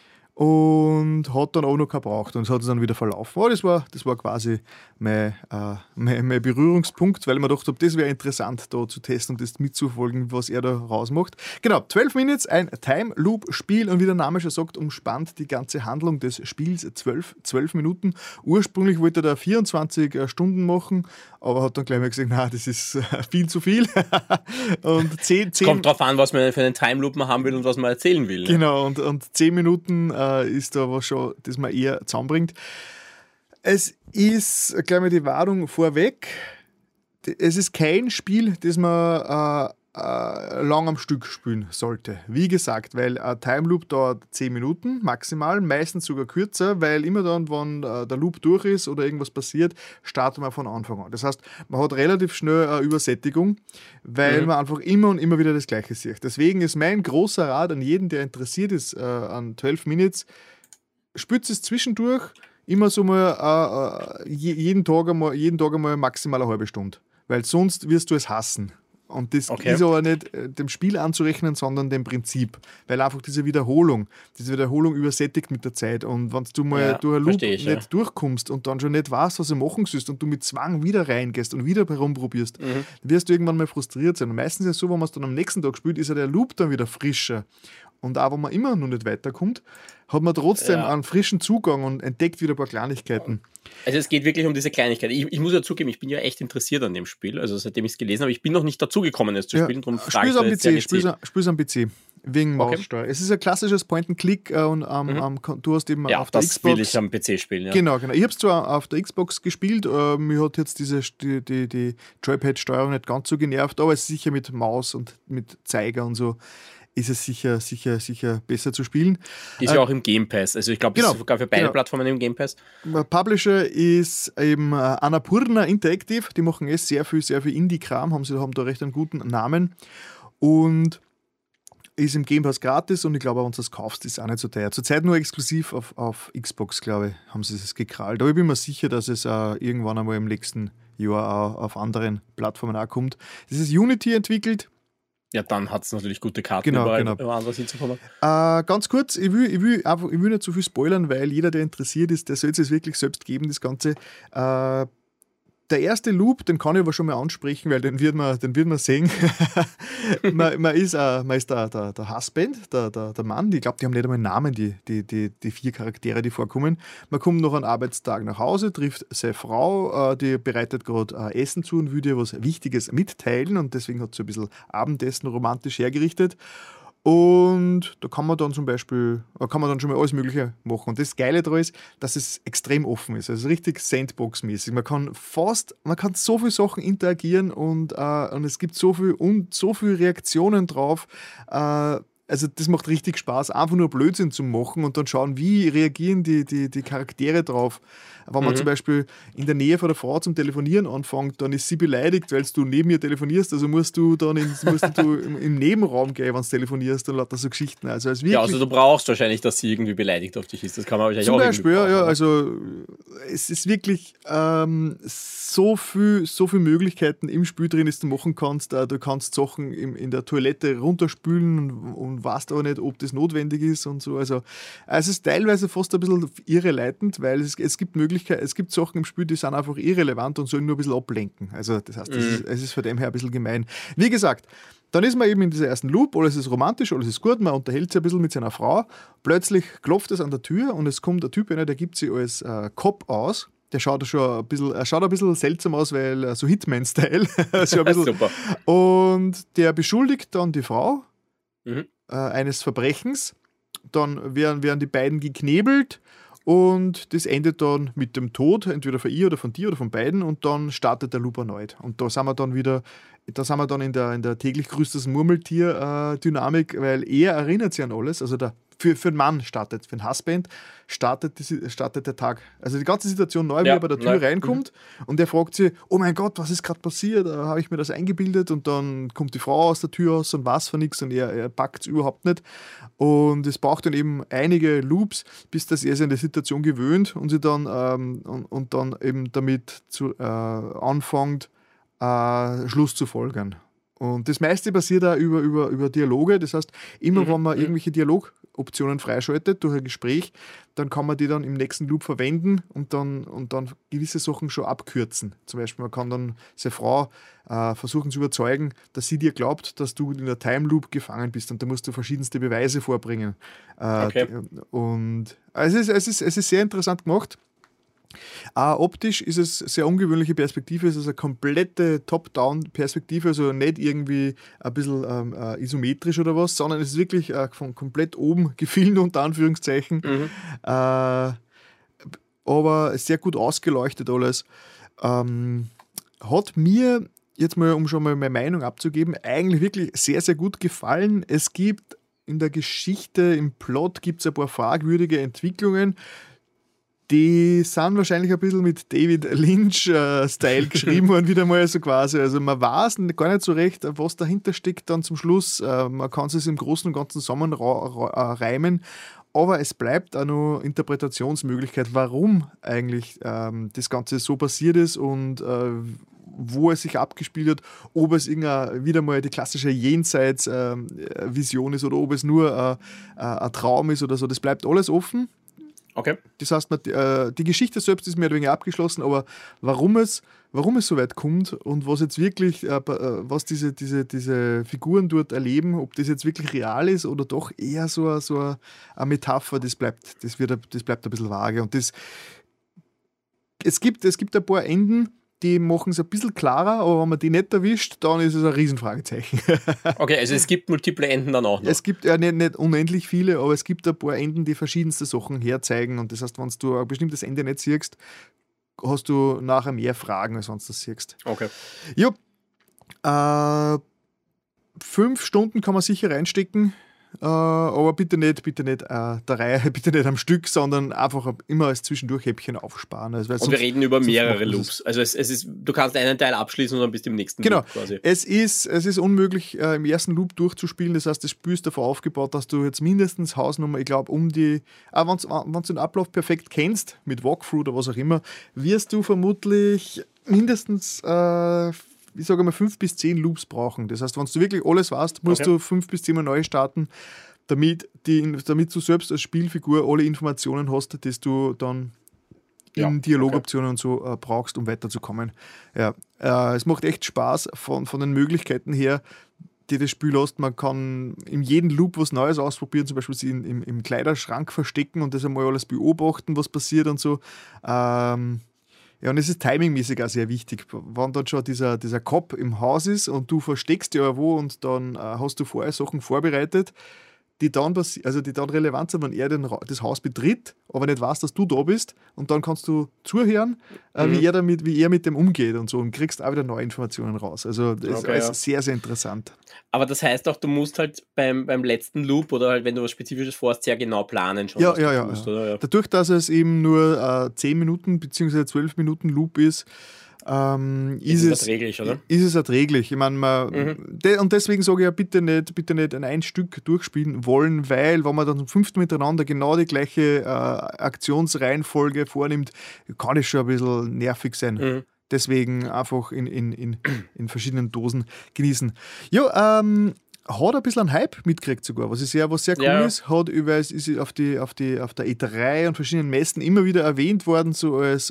und hat dann auch noch keinen gebraucht und es hat es dann wieder verlaufen. Aber das war quasi mein Berührungspunkt, weil ich mir gedacht habe, das wäre interessant, da zu testen und das mitzufolgen, was er da rausmacht. Genau, 12 Minutes, ein Time-Loop-Spiel und wie der Name schon sagt, umspannt die ganze Handlung des Spiels 12 Minuten. Ursprünglich wollte er da 24 Stunden machen, aber hat dann gleich mal gesagt, nein, das ist viel zu viel. Und 10 kommt drauf an, was man für einen Time-Loop man haben will und was man erzählen will. Ne? Genau, und 10 Minuten ist da was schon, das man eher zusammenbringt. Es ist, gleich mal die Warnung vorweg, es ist kein Spiel, das man lang am Stück spielen sollte. Wie gesagt, weil ein Time Loop dauert 10 Minuten maximal, meistens sogar kürzer, weil immer dann, wenn der Loop durch ist oder irgendwas passiert, startet man von Anfang an. Das heißt, man hat relativ schnell eine Übersättigung, weil man einfach immer und immer wieder das Gleiche sieht. Deswegen ist mein großer Rat an jeden, der interessiert ist an 12 Minutes, spürt es zwischendurch immer so mal jeden Tag einmal maximal eine halbe Stunde, weil sonst wirst du es hassen. Und das ist aber nicht dem Spiel anzurechnen, sondern dem Prinzip. Weil einfach diese Wiederholung übersättigt mit der Zeit. Und wenn du mal durch einen Loop nicht durchkommst und dann schon nicht weißt, was du machen sollst und du mit Zwang wieder reingehst und wieder herumprobierst, wirst du irgendwann mal frustriert sein. Und meistens ist es so, wenn man es dann am nächsten Tag spielt, ist ja der Loop dann wieder frischer. Und auch wenn man immer noch nicht weiterkommt, hat man trotzdem einen frischen Zugang und entdeckt wieder ein paar Kleinigkeiten. Also es geht wirklich um diese Kleinigkeit. Ich muss ja zugeben, ich bin ja echt interessiert an dem Spiel, also seitdem ich es gelesen habe. Ich bin noch nicht dazugekommen, es zu spielen, darum frage ich Spiel's am PC, wegen Maussteuer. Es ist ein klassisches Point-and-Click und du hast eben auf der Xbox... das will ich am PC spielen, ja. Genau. Ich habe es zwar auf der Xbox gespielt, mir hat jetzt die Joypad-Steuerung nicht ganz so genervt, aber es ist sicher mit Maus und mit Zeiger und so ist es sicher besser zu spielen. Ist ja auch im Game Pass. Also ich glaube, das ist sogar für beide Plattformen im Game Pass. Publisher ist eben Annapurna Interactive. Die machen sehr viel Indie-Kram, haben da recht einen guten Namen. Und ist im Game Pass gratis und ich glaube, wenn du das kaufst, ist es auch nicht so teuer. Zurzeit nur exklusiv auf Xbox, glaube ich, haben sie es gekrallt. Aber ich bin mir sicher, dass es irgendwann einmal im nächsten Jahr auch auf anderen Plattformen auch kommt. Das ist Unity entwickelt. Ja, dann hat es natürlich gute Karten, überall anders hinzukommen. Ganz kurz, ich will nicht zu viel spoilern, weil jeder, der interessiert ist, der soll es wirklich selbst geben, das Ganze. Der erste Loop, den kann ich aber schon mal ansprechen, weil den wird man sehen. man ist der Husband, der Mann. Ich glaube, die haben nicht einmal einen Namen, die 4 Charaktere, die vorkommen. Man kommt noch einen Arbeitstag nach Hause, trifft seine Frau, die bereitet gerade Essen zu und will dir was Wichtiges mitteilen und deswegen hat sie ein bisschen Abendessen romantisch hergerichtet. Und da kann man dann schon mal alles Mögliche machen. Und das Geile daran ist, dass es extrem offen ist. Also richtig Sandbox-mäßig. Man kann so viele Sachen interagieren und es gibt so viel Reaktionen drauf. Also das macht richtig Spaß, einfach nur Blödsinn zu machen und dann schauen, wie reagieren die Charaktere drauf. Wenn man zum Beispiel in der Nähe von der Frau zum Telefonieren anfängt, dann ist sie beleidigt, weil du neben ihr telefonierst, also musst du im Nebenraum gehen, wenn du telefonierst und lauter so Geschichten. Also du brauchst wahrscheinlich, dass sie irgendwie beleidigt auf dich ist. Das kann man wahrscheinlich zum auch Beispiel, also es ist wirklich so viel Möglichkeiten im Spiel drin, die du machen kannst. Du kannst Sachen in der Toilette runterspülen und und weißt aber nicht, ob das notwendig ist und so. Also es ist teilweise fast ein bisschen irreleitend, weil es gibt Möglichkeiten, es gibt Sachen im Spiel, die sind einfach irrelevant und sollen nur ein bisschen ablenken. Also das heißt, es ist von dem her ein bisschen gemein. Wie gesagt, dann ist man eben in dieser ersten Loop, alles ist romantisch, alles ist gut, man unterhält sich ein bisschen mit seiner Frau. Plötzlich klopft es an der Tür und es kommt ein Typ rein, der gibt sich als Cop aus. Der schaut schon ein bisschen seltsam aus, weil so Hitman-Style. So Super. Und der beschuldigt dann die Frau eines Verbrechens. Dann werden die beiden geknebelt und das endet dann mit dem Tod, entweder von ihr oder von dir oder von beiden, und dann startet der Loop erneut. Und da sind wir dann wieder, in der täglich grüßt das Murmeltier-Dynamik, weil er erinnert sich an alles, also für den Mann startet, für den Husband startet der Tag. Also die ganze Situation neu, wie er bei der Tür reinkommt und er fragt sich, oh mein Gott, was ist gerade passiert? Habe ich mir das eingebildet? Und dann kommt die Frau aus der Tür raus und weiß von nichts und er packt es überhaupt nicht. Und es braucht dann eben einige Loops, bis dass er sich an die Situation gewöhnt und sie dann und dann eben damit anfängt, Schluss zu folgern. Und das meiste passiert auch über Dialoge. Das heißt, immer wenn man irgendwelche Dialogoptionen freischaltet durch ein Gespräch, dann kann man die dann im nächsten Loop verwenden und dann gewisse Sachen schon abkürzen. Zum Beispiel, man kann dann seine Frau versuchen zu überzeugen, dass sie dir glaubt, dass du in der Time Loop gefangen bist, und da musst du verschiedenste Beweise vorbringen. Und es ist sehr interessant gemacht. Optisch ist es eine sehr ungewöhnliche Perspektive, es ist eine komplette Top-Down-Perspektive, also nicht irgendwie ein bisschen isometrisch oder was, sondern es ist wirklich von komplett oben gefilmt, unter Anführungszeichen, aber sehr gut ausgeleuchtet alles. Hat mir, jetzt mal, um schon mal meine Meinung abzugeben, eigentlich wirklich sehr, sehr gut gefallen. Es gibt in der Geschichte, im Plot gibt es ein paar fragwürdige Entwicklungen. Die sind wahrscheinlich ein bisschen mit David Lynch-Style geschrieben worden, wieder mal so quasi. Also man weiß gar nicht so recht, was dahinter steckt dann zum Schluss. Man kann es im Großen und Ganzen zusammenreimen, aber es bleibt auch noch Interpretationsmöglichkeit, warum eigentlich das Ganze so passiert ist und wo es sich abgespielt hat, ob es wieder mal die klassische Jenseits-Vision ist oder ob es nur ein Traum ist oder so. Das bleibt alles offen. Okay. Das heißt, die Geschichte selbst ist mehr oder weniger abgeschlossen, aber warum es so weit kommt und was jetzt wirklich, was diese Figuren dort erleben, ob das jetzt wirklich real ist oder doch eher so eine Metapher, das bleibt ein bisschen vage. Und es gibt ein paar Enden, die machen es ein bisschen klarer, aber wenn man die nicht erwischt, dann ist es ein Riesenfragezeichen. Okay, also es gibt multiple Enden dann auch noch. Es gibt ja nicht unendlich viele, aber es gibt ein paar Enden, die verschiedenste Sachen herzeigen. Und das heißt, wenn du ein bestimmtes Ende nicht siehst, hast du nachher mehr Fragen, als wenn du das siehst. Okay. Ja, 5 Stunden kann man sicher reinstecken. Aber bitte nicht der Reihe, bitte nicht am Stück, sondern einfach immer als Zwischendurch-Häppchen aufsparen. Also, und wir reden über mehrere Loops. Also du kannst einen Teil abschließen und dann bist du im nächsten Loop quasi. Es ist unmöglich, im ersten Loop durchzuspielen. Das heißt, das Spiel ist davor aufgebaut, dass du jetzt mindestens Hausnummer, ich glaube, wenn du den Ablauf perfekt kennst, mit Walkthrough oder was auch immer, wirst du vermutlich mindestens ich sage mal 5 bis 10 Loops brauchen. Das heißt, wenn du wirklich alles weißt, musst du 5 bis 10 Mal neu starten, damit du selbst als Spielfigur alle Informationen hast, die du dann in Dialogoptionen und so brauchst, um weiterzukommen. Ja, es macht echt Spaß von den Möglichkeiten her, die das Spiel hast. Man kann in jedem Loop was Neues ausprobieren, zum Beispiel sie im Kleiderschrank verstecken und das einmal alles beobachten, was passiert und so. Ja, und es ist timingmäßig auch sehr wichtig. Wenn dann schon dieser Cop im Haus ist und du versteckst dich irgendwo und dann hast du vorher Sachen vorbereitet, die dann relevant sind, wenn er das Haus betritt, aber nicht weiß, dass du da bist, und dann kannst du zuhören, wie er mit dem umgeht und so, und kriegst auch wieder neue Informationen raus. Also das ist alles sehr, sehr interessant. Aber das heißt auch, du musst halt beim letzten Loop oder halt, wenn du was Spezifisches vorhast, sehr genau planen schon. Ja. Oder? Ja. Dadurch, dass es eben nur 10 Minuten bzw. 12 Minuten Loop ist, ist es erträglich, oder? Ist es erträglich. Ich meine, und deswegen sage ich ja, bitte nicht ein Stück durchspielen wollen, weil, wenn man dann zum 5. miteinander genau die gleiche Aktionsreihenfolge vornimmt, kann es schon ein bisschen nervig sein. Deswegen einfach in verschiedenen Dosen genießen. Ja, hat ein bisschen einen Hype mitgekriegt sogar, was sehr cool ist. Hat ist auf der E3 und verschiedenen Messen immer wieder erwähnt worden, so als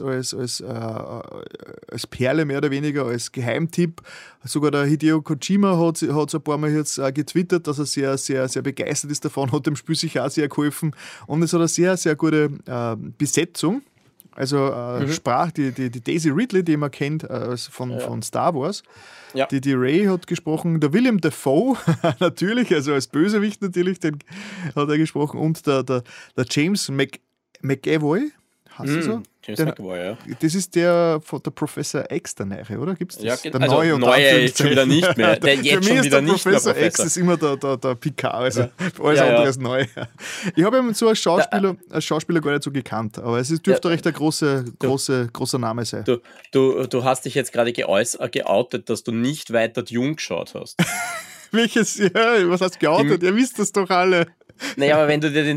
Perle mehr oder weniger, als Geheimtipp. Sogar der Hideo Kojima hat so ein paar Mal jetzt getwittert, dass er sehr, sehr, sehr begeistert ist davon, hat dem Spiel sicher auch sehr geholfen. Und es hat eine sehr, sehr gute Besetzung. Also die Daisy Ridley, die man kennt von Star Wars. Ja. Die Rey hat gesprochen, der William Dafoe natürlich, also als Bösewicht natürlich, den hat er gesprochen, und der James McAvoy, heißt er so? James McAvoy, ja. Das ist der Professor X, der Neue, oder? Gibt's das? Ja, der neue ist schon wieder nicht mehr. Der jetzt schon wieder nicht mehr Professor X ist immer der Picard, also alles andere ist neu. Ich habe ihn so als Schauspieler gar nicht so gekannt, aber es dürfte recht ein großer Name sein. Du hast dich jetzt gerade geoutet, dass du nicht weiter Dune geschaut hast. Welches? Ja, was hast du geoutet? Ihr wisst das doch alle. Naja, aber wenn du dir diese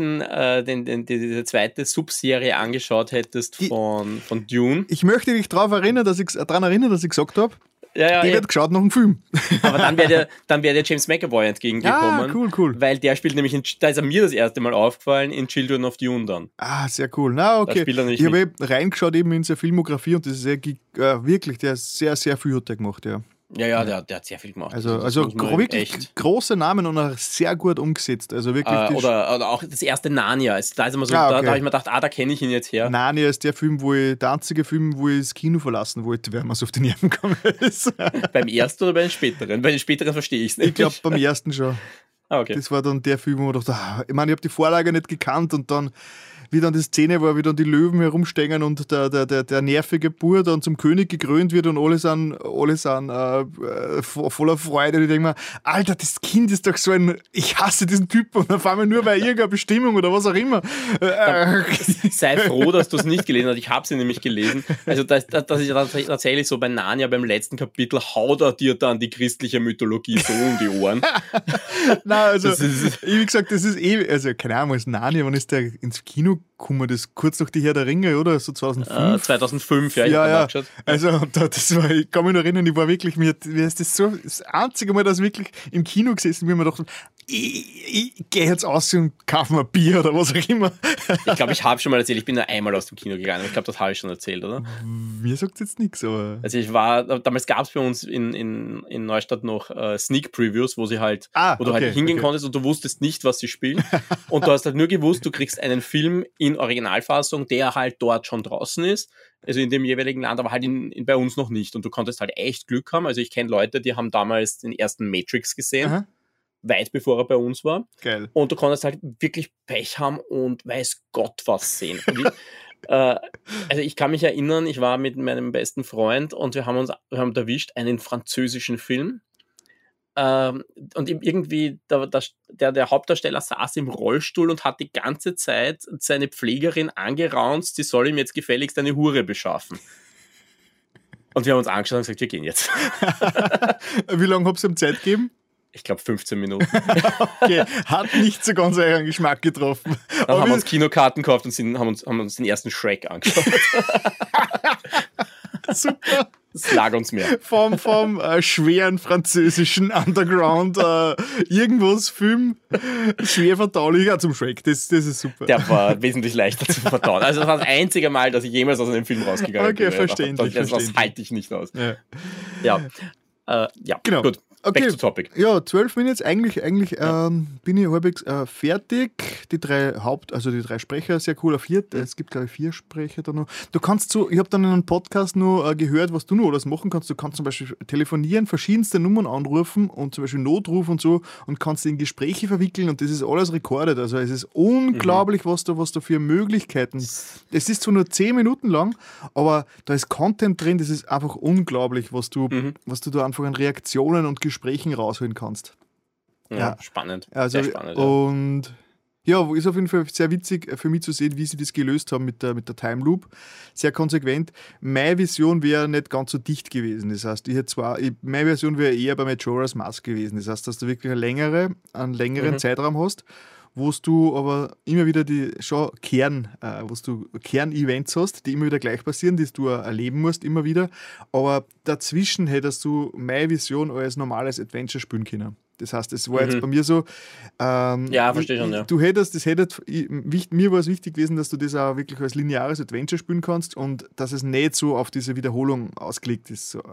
zweite Subserie angeschaut hättest von Dune. Ich möchte dich daran erinnern, dass ich gesagt habe, die wird geschaut nach dem Film. Aber dann wäre der James McAvoy entgegengekommen. Ah, cool. Weil der spielt nämlich, da ist er mir das erste Mal aufgefallen, in Children of Dune dann. Ah, sehr cool. Na, okay. Ich habe reingeschaut eben in seine Filmografie und das ist wirklich, der ist sehr, sehr viel hat der gemacht, ja. Ja, der hat sehr viel gemacht. Also wirklich große Namen und auch sehr gut umgesetzt. Also wirklich oder auch das erste Narnia. Da ist immer so, da habe ich mir gedacht, da kenne ich ihn jetzt her. Narnia ist der einzige Film, wo ich das Kino verlassen wollte, weil man so auf die Nerven gekommen ist. Beim ersten oder bei den späteren? Bei den späteren verstehe ich es nicht. Ich glaube beim ersten schon. Okay. Das war dann der Film, wo man dachte, ich meine, ich habe die Vorlage nicht gekannt und dann wie dann die Szene war, wie dann die Löwen herumstehen und der nervige Bur dann zum König gekrönt wird und alle sind voller Freude. Und ich denke mir, Alter, das Kind ist doch so ich hasse diesen Typen und auf einmal nur bei irgendeiner Bestimmung oder was auch immer. Sei froh, dass du es nicht gelesen hast. Ich habe sie nämlich gelesen. Also das ist tatsächlich so bei Narnia beim letzten Kapitel, haut er dir dann die christliche Mythologie so um die Ohren. Nein, also wie gesagt, das ist also keine Ahnung, als Narnia, wann ist der ins Kino gekommen? Das kurz nach die Herr der Ringe, oder? So 2005? 2005, ja. Ja. Also ich kann mich noch erinnern, ich war wirklich, mir ist das so das einzige Mal, dass ich wirklich im Kino gesessen bin, mir gedacht, ich gehe jetzt aus und kaufe mir ein Bier oder was auch immer. Ich glaube, ich habe schon mal erzählt, ich bin nur einmal aus dem Kino gegangen. Ich glaube, das habe ich schon erzählt, oder? Mir sagt es jetzt nichts, aber... Also damals gab es bei uns in Neustadt noch Sneak Previews, wo du halt hingehen konntest und du wusstest nicht, was sie spielen. Und du hast halt nur gewusst, du kriegst einen Film in Originalfassung, der halt dort schon draußen ist, also in dem jeweiligen Land, aber halt bei uns noch nicht. Und du konntest halt echt Glück haben. Also ich kenne Leute, die haben damals den ersten Matrix gesehen. Aha. Weit bevor er bei uns war. Geil. Und du konntest halt wirklich Pech haben und weiß Gott was sehen. Und also ich kann mich erinnern, ich war mit meinem besten Freund und wir haben erwischt einen französischen Film. Und irgendwie der Hauptdarsteller saß im Rollstuhl und hat die ganze Zeit seine Pflegerin angeraunzt, sie soll ihm jetzt gefälligst eine Hure beschaffen. Und wir haben uns angeschaut und gesagt, wir gehen jetzt. Wie lange habt ihr ihm Zeit gegeben? Ich glaube 15 Minuten. Okay, hat nicht so ganz euren Geschmack getroffen. Dann haben wir uns Kinokarten gekauft und haben uns den ersten Shrek angeschaut. Super. Das lag uns mehr. Vom schweren französischen Underground irgendwas Film schwer verdaulicher zum Shrek. Das ist super. Der war wesentlich leichter zu verdauen. Also das war das einzige Mal, dass ich jemals aus einem Film rausgegangen bin. Okay, verständlich. Das halte ich nicht aus. Ja, genau. Gut. Okay. Back to topic. Ja, 12 Minuten. Eigentlich bin ich halbwegs fertig. Die drei Sprecher, sehr cool. Es gibt, glaube ich, 4 Sprecher da noch. Ich habe dann in einem Podcast nur gehört, was du noch alles machen kannst. Du kannst zum Beispiel telefonieren, verschiedenste Nummern anrufen und zum Beispiel Notruf und so und kannst in Gespräche verwickeln und das ist alles recorded. Also es ist unglaublich, was da für Möglichkeiten. Es ist zwar nur 10 Minuten lang, aber da ist Content drin, das ist einfach unglaublich, was du da einfach an Reaktionen und Gesprächen rausholen kannst. Ja, spannend. Also, sehr spannend. Und ja, ist auf jeden Fall sehr witzig für mich zu sehen, wie sie das gelöst haben mit der Time Loop. Sehr konsequent. Meine Vision wäre nicht ganz so dicht gewesen. Das heißt, meine Version wäre eher bei Majora's Mask gewesen. Das heißt, dass du wirklich einen längeren Zeitraum hast, wo du aber immer wieder Kern-Events hast, die immer wieder gleich passieren, die du erleben musst, immer wieder. Aber dazwischen hättest du meine Vision als normales Adventure spielen können. Das heißt, es war jetzt bei mir so, ja, verstehe schon, ja. Mir war es wichtig gewesen, dass du das auch wirklich als lineares Adventure spielen kannst und dass es nicht so auf diese Wiederholung ausgelegt ist. So,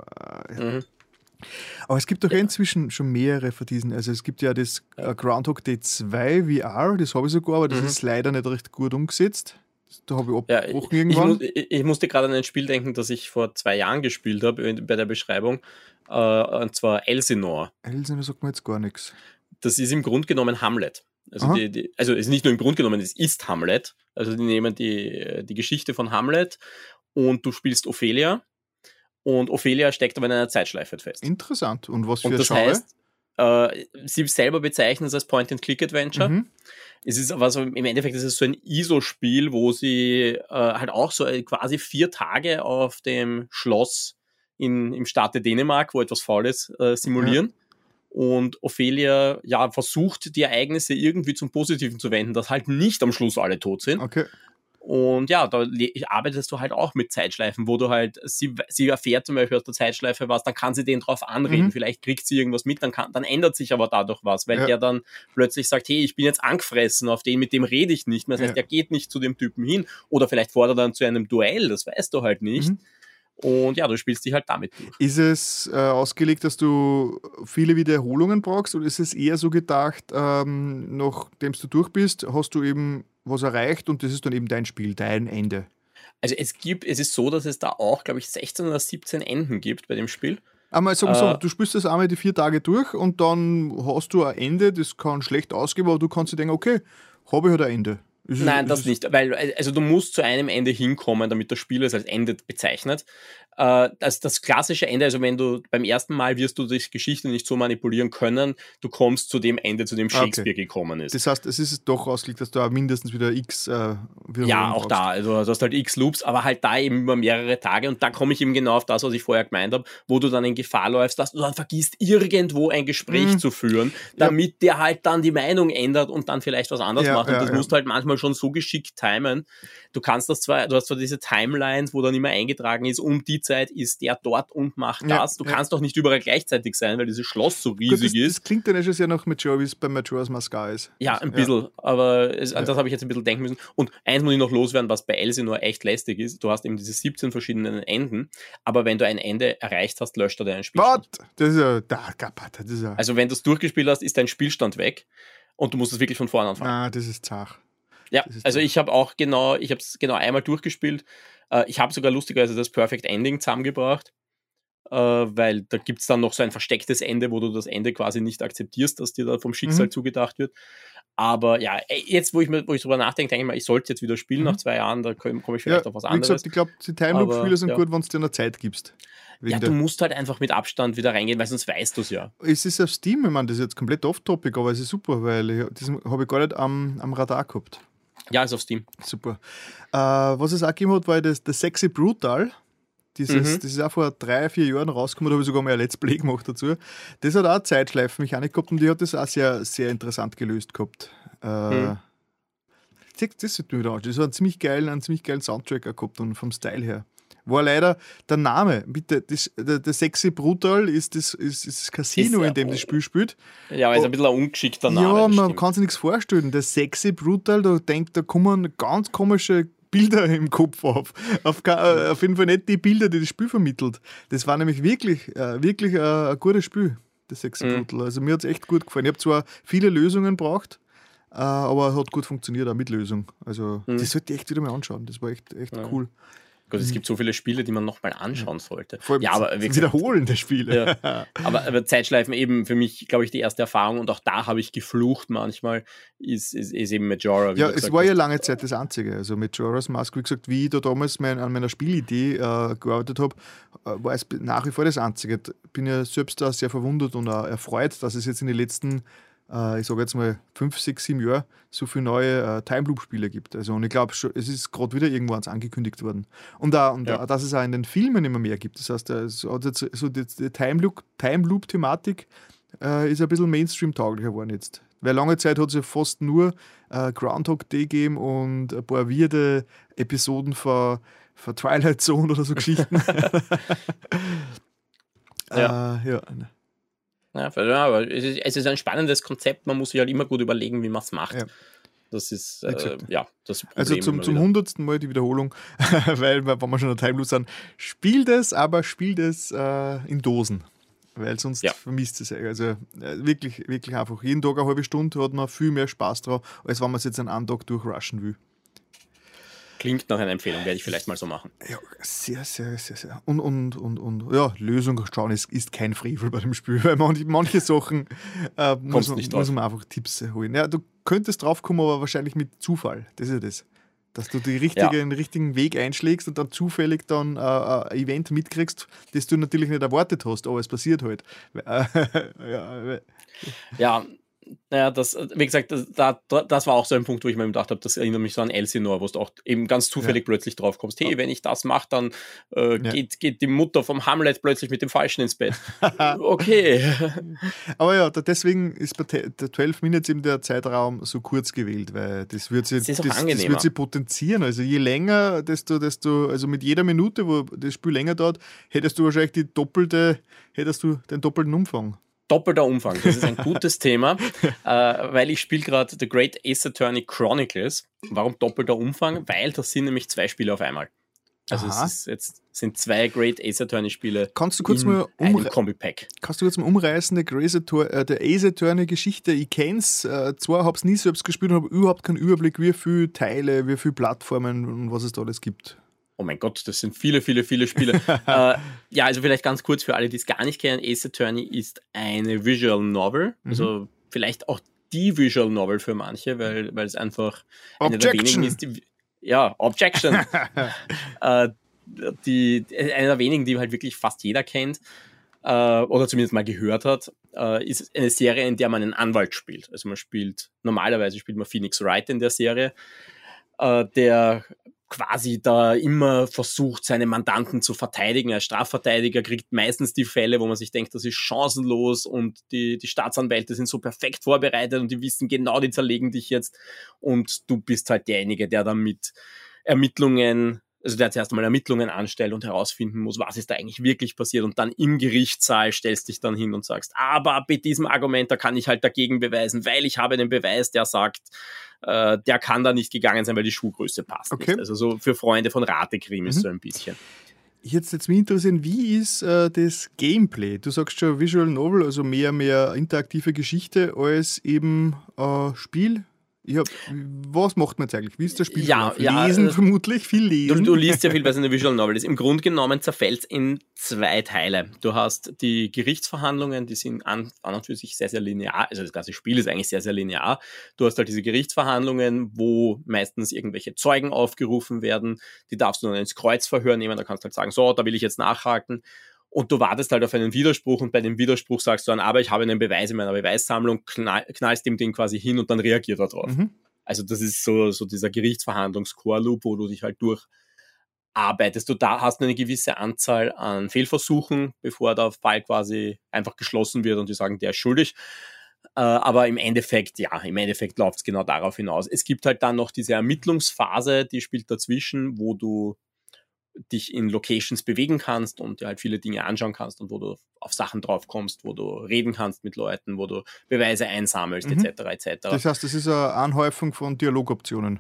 Aber es gibt doch inzwischen schon mehrere von diesen. Also es gibt ja das Groundhog Day 2 VR, das habe ich sogar, aber das ist leider nicht recht gut umgesetzt. Da habe ich abgebrochen irgendwann. Ich musste gerade an ein Spiel denken, das ich vor 2 Jahren gespielt habe, bei der Beschreibung, und zwar Elsinore. Elsinore sagt mir jetzt gar nichts. Das ist im Grunde genommen Hamlet. Also es ist nicht nur im Grunde genommen, es ist Hamlet. Also die nehmen die Geschichte von Hamlet und du spielst Ophelia und Ophelia steckt aber in einer Zeitschleife fest. Interessant. Und was für und das Genre? Heißt, sie selber bezeichnen es als Point-and-Click-Adventure. Mhm. Es ist aber so, im Endeffekt ist es so ein ISO-Spiel, wo sie halt auch so quasi 4 Tage auf dem Schloss im Staate Dänemark, wo etwas faul ist, simulieren. Und Ophelia versucht, die Ereignisse irgendwie zum Positiven zu wenden, dass halt nicht am Schluss alle tot sind. Okay. Und ja, da arbeitest du halt auch mit Zeitschleifen, wo du halt, sie erfährt zum Beispiel aus der Zeitschleife was, dann kann sie den drauf anreden, vielleicht kriegt sie irgendwas mit, dann ändert sich aber dadurch was, weil der dann plötzlich sagt, hey, ich bin jetzt angefressen auf den, mit dem rede ich nicht mehr, das heißt, der geht nicht zu dem Typen hin, oder vielleicht fordert er dann zu einem Duell, das weißt du halt nicht. Und ja, du spielst dich halt damit durch. Ist es ausgelegt, dass du viele Wiederholungen brauchst, oder ist es eher so gedacht, nachdem du durch bist, hast du eben was erreicht und das ist dann eben dein Spiel, dein Ende? Also es ist so, dass es da auch, glaube ich, 16 oder 17 Enden gibt bei dem Spiel. Einmal sagen wir so, du spielst das einmal die 4 Tage durch und dann hast du ein Ende, das kann schlecht ausgehen, aber du kannst dir denken, okay, habe ich halt ein Ende. Nein, das nicht, weil also du musst zu einem Ende hinkommen, damit das Spiel es als Ende bezeichnet. Das klassische Ende, also wenn du beim ersten Mal wirst du die Geschichte nicht so manipulieren können, du kommst zu dem Ende, zu dem Shakespeare gekommen ist. Das heißt, es ist doch ausgelegt, dass du auch mindestens wieder X ja, auch brauchst. Da, also du hast halt X Loops, aber halt da eben über mehrere Tage und da komme ich eben genau auf das, was ich vorher gemeint habe, wo du dann in Gefahr läufst, dass du dann vergisst, irgendwo ein Gespräch zu führen, damit der halt dann die Meinung ändert und dann vielleicht was anderes macht und das musst du halt manchmal schon so geschickt timen. Du hast zwar diese Timelines, wo dann immer eingetragen ist, um die Zeit ist der dort und macht das. Du kannst doch nicht überall gleichzeitig sein, weil dieses Schloss so riesig ist. Das klingt dann schon sehr nach Majora, wie es bei Majora's Mask ist. Ja, ein bisschen, aber das habe ich jetzt ein bisschen denken müssen. Und eins muss ich noch loswerden, was bei Elsinore echt lästig ist. Du hast eben diese 17 verschiedenen Enden, aber wenn du ein Ende erreicht hast, löscht er deinen Spielstand. Das ist ja... Also wenn du es durchgespielt hast, ist dein Spielstand weg und du musst es wirklich von vorne anfangen. Ah, das ist zart. Ja, also ich habe es genau einmal durchgespielt. Ich habe sogar lustigerweise das Perfect Ending zusammengebracht, weil da gibt es dann noch so ein verstecktes Ende, wo du das Ende quasi nicht akzeptierst, dass dir da vom Schicksal zugedacht wird. Aber ja, jetzt, wo ich drüber nachdenke, denke ich mal, ich sollte jetzt wieder spielen nach 2 Jahren, da komme ich vielleicht auf was anderes. Wie gesagt, ich glaube, die Time Loop-Spiele sind gut, wenn du dir eine Zeit gibst. Du musst halt einfach mit Abstand wieder reingehen, weil sonst weißt du es ja. Es ist auf Steam, ich meine, das ist jetzt komplett off-topic, aber es ist super, weil das habe ich gar nicht am Radar gehabt. Ja, ist auf Steam. Super. Was es auch gegeben hat, war das Sexy Brutal. Das ist auch vor 3-4 Jahren rausgekommen, da habe ich sogar mal ein Let's Play gemacht dazu. Das hat auch Zeitschleifenmechanik gehabt und die hat das auch sehr, sehr interessant gelöst gehabt. Das sieht mir wieder aus. Das hat einen ziemlich geilen Soundtrack auch gehabt und vom Style her. War leider der Name, bitte, der Sexy Brutal ist das Casino, in dem das Spiel spielt. Ja, aber ist ein bisschen ein ungeschickter Name. Ja, man kann sich nichts vorstellen. Der Sexy Brutal, da kommen ganz komische Bilder im Kopf auf. Auf jeden Fall nicht die Bilder, die das Spiel vermittelt. Das war nämlich wirklich ein gutes Spiel, das Sexy Brutal. Also mir hat es echt gut gefallen. Ich habe zwar viele Lösungen gebraucht, aber es hat gut funktioniert, auch mit Lösung. Also das sollte ich echt wieder mal anschauen. Das war echt cool. Gott, es gibt so viele Spiele, die man nochmal anschauen sollte. Vor allem aber wiederholende Spiele. Ja. Aber Zeitschleifen eben für mich, glaube ich, die erste Erfahrung und auch da habe ich geflucht manchmal, ist eben Majora. Ja, es war ja lange Zeit das Einzige. Also Majora's Mask, wie gesagt, wie ich da damals an meiner Spielidee gearbeitet habe, war es nach wie vor das Einzige. Bin ja selbst auch sehr verwundert und auch erfreut, dass es jetzt in den letzten ich sage jetzt mal 5, 6, 7 Jahre so viele neue Time-Loop-Spiele gibt. Also, und ich glaube, es ist gerade wieder irgendwo eins angekündigt worden. Und dass es auch in den Filmen immer mehr gibt. Das heißt, die Time-Loop-Thematik ist ein bisschen Mainstream-tauglicher geworden jetzt. Weil lange Zeit hat es ja fast nur Groundhog Day gegeben und ein paar weirde Episoden von Twilight Zone oder so Geschichten. Ja. Ja, aber es ist ein spannendes Konzept, man muss sich halt immer gut überlegen, wie man es macht. Ja. Das ist Exakt. das Problem. Also zum 100. Mal die Wiederholung, weil, wenn wir schon in der Time Loop sind, spielt es in Dosen. Weil sonst vermisst es. Also wirklich, wirklich einfach. Jeden Tag eine halbe Stunde hat man viel mehr Spaß drauf, als wenn man es jetzt einen Tag durchrushen will. Klingt nach einer Empfehlung, werde ich vielleicht mal so machen. Ja, sehr, sehr, sehr, sehr. Und ja, Lösung schauen ist kein Frevel bei dem Spiel, weil manche Sachen muss man einfach Tipps holen. Ja, du könntest drauf kommen, aber wahrscheinlich mit Zufall. Das ist ja das. Dass du den richtigen Weg einschlägst und dann zufällig dann ein Event mitkriegst, das du natürlich nicht erwartet hast, aber es passiert halt. Ja, naja, wie gesagt, das war auch so ein Punkt, wo ich mir gedacht habe, das erinnert mich so an Elsinore, wo du auch eben ganz zufällig plötzlich drauf kommst, hey, wenn ich das mache, dann geht die Mutter vom Hamlet plötzlich mit dem Falschen ins Bett. Okay. Aber ja, deswegen ist bei der 12 Minutes eben der Zeitraum so kurz gewählt, weil das wird sich potenzieren. Also je länger, desto, also mit jeder Minute, wo das Spiel länger dauert, hättest du wahrscheinlich den doppelten Umfang. Doppelter Umfang, das ist ein gutes Thema, weil ich spiele gerade The Great Ace Attorney Chronicles. Warum doppelter Umfang? Weil das sind nämlich 2 Spiele auf einmal. Also sind 2 Great Ace Attorney Spiele in einem Kombi-Pack. Kannst du kurz mal umreißen, der Ace Attorney Geschichte? Ich kenn's, zwar habe es nie selbst gespielt und habe überhaupt keinen Überblick, wie viele Teile, wie viele Plattformen und was es da alles gibt. Oh mein Gott, das sind viele, viele, viele Spiele. Ja, also vielleicht ganz kurz für alle, die es gar nicht kennen. Ace Attorney ist eine Visual Novel. Also vielleicht auch die Visual Novel für manche, weil es einfach eine der wenigen ist, die... Ja, Objection. Eine der wenigen, die halt wirklich fast jeder kennt oder zumindest mal gehört hat, ist eine Serie, in der man einen Anwalt spielt. Also normalerweise spielt man Phoenix Wright in der Serie, der quasi da immer versucht, seine Mandanten zu verteidigen. Als Strafverteidiger kriegt meistens die Fälle, wo man sich denkt, das ist chancenlos und die Staatsanwälte sind so perfekt vorbereitet und die wissen genau, die zerlegen dich jetzt und du bist halt derjenige, der dann mit Ermittlungen, also der zuerst einmal Ermittlungen anstellt und herausfinden muss, was ist da eigentlich wirklich passiert und dann im Gerichtssaal stellst dich dann hin und sagst, aber bei diesem Argument, da kann ich halt dagegen beweisen, weil ich habe einen Beweis, der sagt, der kann da nicht gegangen sein, weil die Schuhgröße passt nicht. Also so für Freunde von Ratekrimis so ein bisschen. Jetzt mich interessieren, wie ist das Gameplay? Du sagst schon Visual Novel, also mehr interaktive Geschichte als eben Spiel. Was macht man jetzt eigentlich? Wie ist das Spiel? Lesen vermutlich, viel lesen. Du liest ja viel, weil es eine Visual Novel ist. Im Grunde genommen zerfällt es in 2 Teile. Du hast die Gerichtsverhandlungen, die sind an und für sich sehr, sehr linear. Also das ganze Spiel ist eigentlich sehr, sehr linear. Du hast halt diese Gerichtsverhandlungen, wo meistens irgendwelche Zeugen aufgerufen werden. Die darfst du dann ins Kreuzverhör nehmen. Da kannst du halt sagen, so, da will ich jetzt nachhaken. Und du wartest halt auf einen Widerspruch und bei dem Widerspruch sagst du dann, aber ich habe einen Beweis in meiner Beweissammlung, knallst dem Ding quasi hin und dann reagiert er drauf. Also das ist so dieser Gerichtsverhandlungs-Core-Loop, wo du dich halt durcharbeitest. Du da hast eine gewisse Anzahl an Fehlversuchen, bevor der Fall quasi einfach geschlossen wird und die sagen, der ist schuldig. Aber im Endeffekt läuft es genau darauf hinaus. Es gibt halt dann noch diese Ermittlungsphase, die spielt dazwischen, wo du dich in Locations bewegen kannst und dir halt viele Dinge anschauen kannst und wo du auf Sachen drauf kommst, wo du reden kannst mit Leuten, wo du Beweise einsammelst, etc. Das heißt, das ist eine Anhäufung von Dialogoptionen.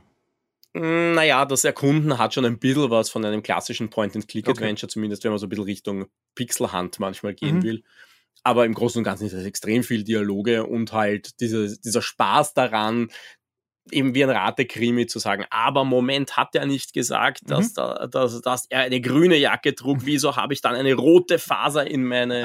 Naja, das Erkunden hat schon ein bisschen was von einem klassischen Point-and-Click-Adventure, zumindest wenn man so ein bisschen Richtung Pixelhunt manchmal gehen will. Aber im Großen und Ganzen ist das extrem viel Dialoge und halt dieser Spaß daran, eben wie ein Ratekrimi zu sagen, aber Moment, hat er nicht gesagt, dass er eine grüne Jacke trug, wieso habe ich dann eine rote Faser in meinen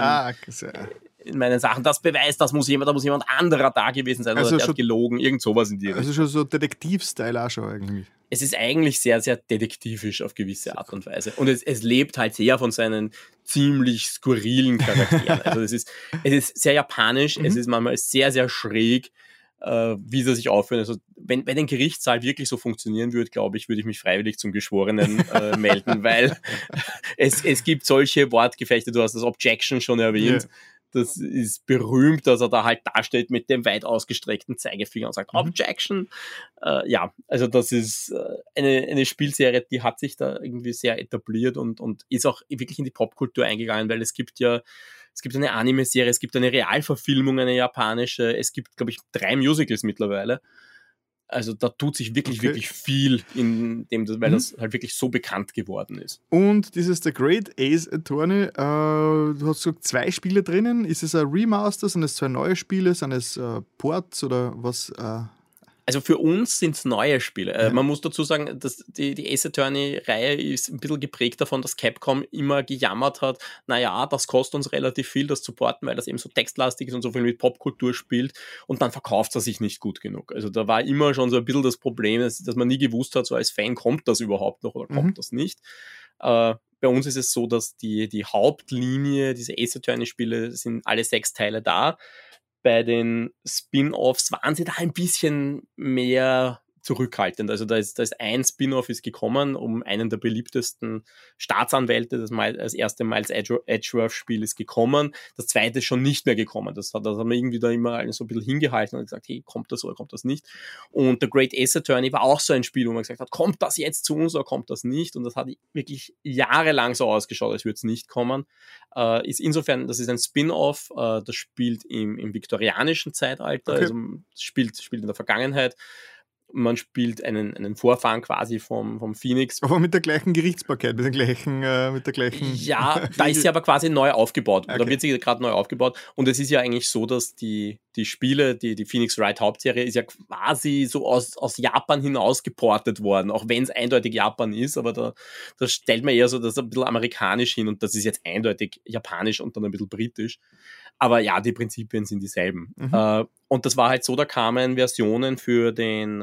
Sachen? Das beweist, da muss jemand anderer da gewesen sein, also oder der hat gelogen, irgend sowas in die Richtung. Also schon so Detektiv-Style auch schon irgendwie. Es ist eigentlich sehr, sehr detektivisch auf gewisse Art und Weise. Und es lebt halt sehr von seinen ziemlich skurrilen Charakteren. Also es ist sehr japanisch, es ist manchmal sehr, sehr schräg, wie sie sich aufführen. Also wenn ein Gerichtssaal wirklich so funktionieren würde, glaube ich, würde ich mich freiwillig zum Geschworenen melden, weil es gibt solche Wortgefechte, du hast das Objection schon erwähnt, das ist berühmt, dass er da halt dasteht mit dem weit ausgestreckten Zeigefinger und sagt Objection. Also das ist eine Spielserie, die hat sich da irgendwie sehr etabliert und ist auch wirklich in die Popkultur eingegangen, weil es gibt ja es gibt eine Anime-Serie, es gibt eine Realverfilmung, eine japanische, es gibt, glaube ich, 3 Musicals mittlerweile. Also da tut sich wirklich, wirklich viel, weil das halt wirklich so bekannt geworden ist. Und dieses The Great Ace Attorney, du hast gesagt, 2 Spiele drinnen. Ist es ein Remaster? Sind es 2 neue Spiele? Sind es Ports oder was? Also für uns sind es neue Spiele. Man muss dazu sagen, dass die Ace Attorney-Reihe ist ein bisschen geprägt davon, dass Capcom immer gejammert hat, naja, das kostet uns relativ viel, das zu porten, weil das eben so textlastig ist und so viel mit Popkultur spielt und dann verkauft es sich nicht gut genug. Also da war immer schon so ein bisschen das Problem, dass man nie gewusst hat, so als Fan, kommt das überhaupt noch oder kommt das nicht. Bei uns ist es so, dass die Hauptlinie, diese Ace Attorney-Spiele, sind alle 6 Teile da. Bei den Spin-Offs waren sie da ein bisschen mehr zurückhaltend. Also da ist ein Spin-Off ist gekommen, um einen der beliebtesten Staatsanwälte, das erste Miles Edgeworth-Spiel ist gekommen, das zweite ist schon nicht mehr gekommen. Das haben wir irgendwie da immer so ein bisschen hingehalten und gesagt, hey, kommt das oder kommt das nicht? Und The Great Ace Attorney war auch so ein Spiel, wo man gesagt hat, kommt das jetzt zu uns oder kommt das nicht? Und das hat wirklich jahrelang so ausgeschaut, als würde es nicht kommen. Ist insofern, das ist ein Spin-Off, das spielt im viktorianischen Zeitalter, also spielt in der Vergangenheit. Man spielt einen Vorfahren quasi vom Phoenix. Aber mit der gleichen Gerichtsbarkeit, mit der gleichen. Ja, da ist sie aber quasi neu aufgebaut. Okay. Da wird sie gerade neu aufgebaut. Und es ist ja eigentlich so, dass die Spiele, die Phoenix Wright Hauptserie, ist ja quasi so aus Japan hinaus geportet worden, auch wenn es eindeutig Japan ist, aber da stellt man eher so das ein bisschen amerikanisch hin und das ist jetzt eindeutig japanisch und dann ein bisschen britisch. Aber ja, die Prinzipien sind dieselben. Und das war halt so, da kamen Versionen für den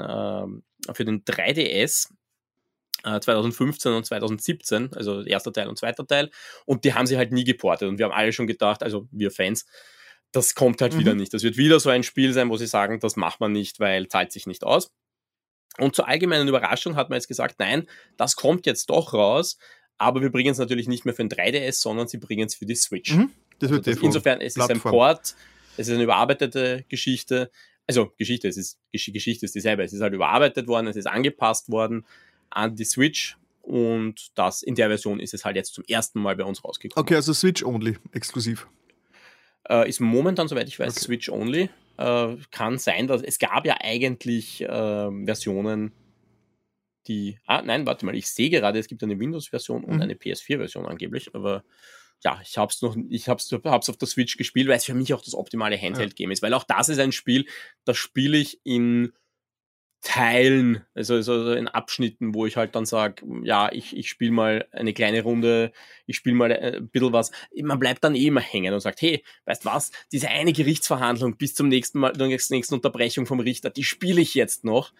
3DS 2015 und 2017, also erster Teil und zweiter Teil, und die haben sie halt nie geportet. Und wir haben alle schon gedacht, also wir Fans, das kommt halt wieder nicht. Das wird wieder so ein Spiel sein, wo sie sagen, das macht man nicht, weil zahlt sich nicht aus. Und zur allgemeinen Überraschung hat man jetzt gesagt, nein, das kommt jetzt doch raus, aber wir bringen es natürlich nicht mehr für den 3DS, sondern sie bringen es für die Switch. Das wird insofern, es ist ein Port, es ist eine überarbeitete Geschichte. Also Geschichte ist dieselbe. Es ist halt überarbeitet worden, es ist angepasst worden an die Switch und das in der Version ist es halt jetzt zum ersten Mal bei uns rausgekommen. Okay, also Switch only, exklusiv. Ist momentan, soweit ich weiß, Switch only. Kann sein, dass es gab ja eigentlich Versionen, die. Nein, warte mal, ich sehe gerade, es gibt eine Windows-Version und eine PS4-Version angeblich, aber ja, ich hab's auf der Switch gespielt, weil es für mich auch das optimale Handheld-Game ist, weil auch das ist ein Spiel, das spiele ich in Teilen, also in Abschnitten, wo ich halt dann sage, ja, ich spiele mal eine kleine Runde, ich spiele mal ein bisschen was. Man bleibt dann immer hängen und sagt, hey, weißt was, diese eine Gerichtsverhandlung bis zum nächsten Mal, zur nächsten Unterbrechung vom Richter, die spiele ich jetzt noch.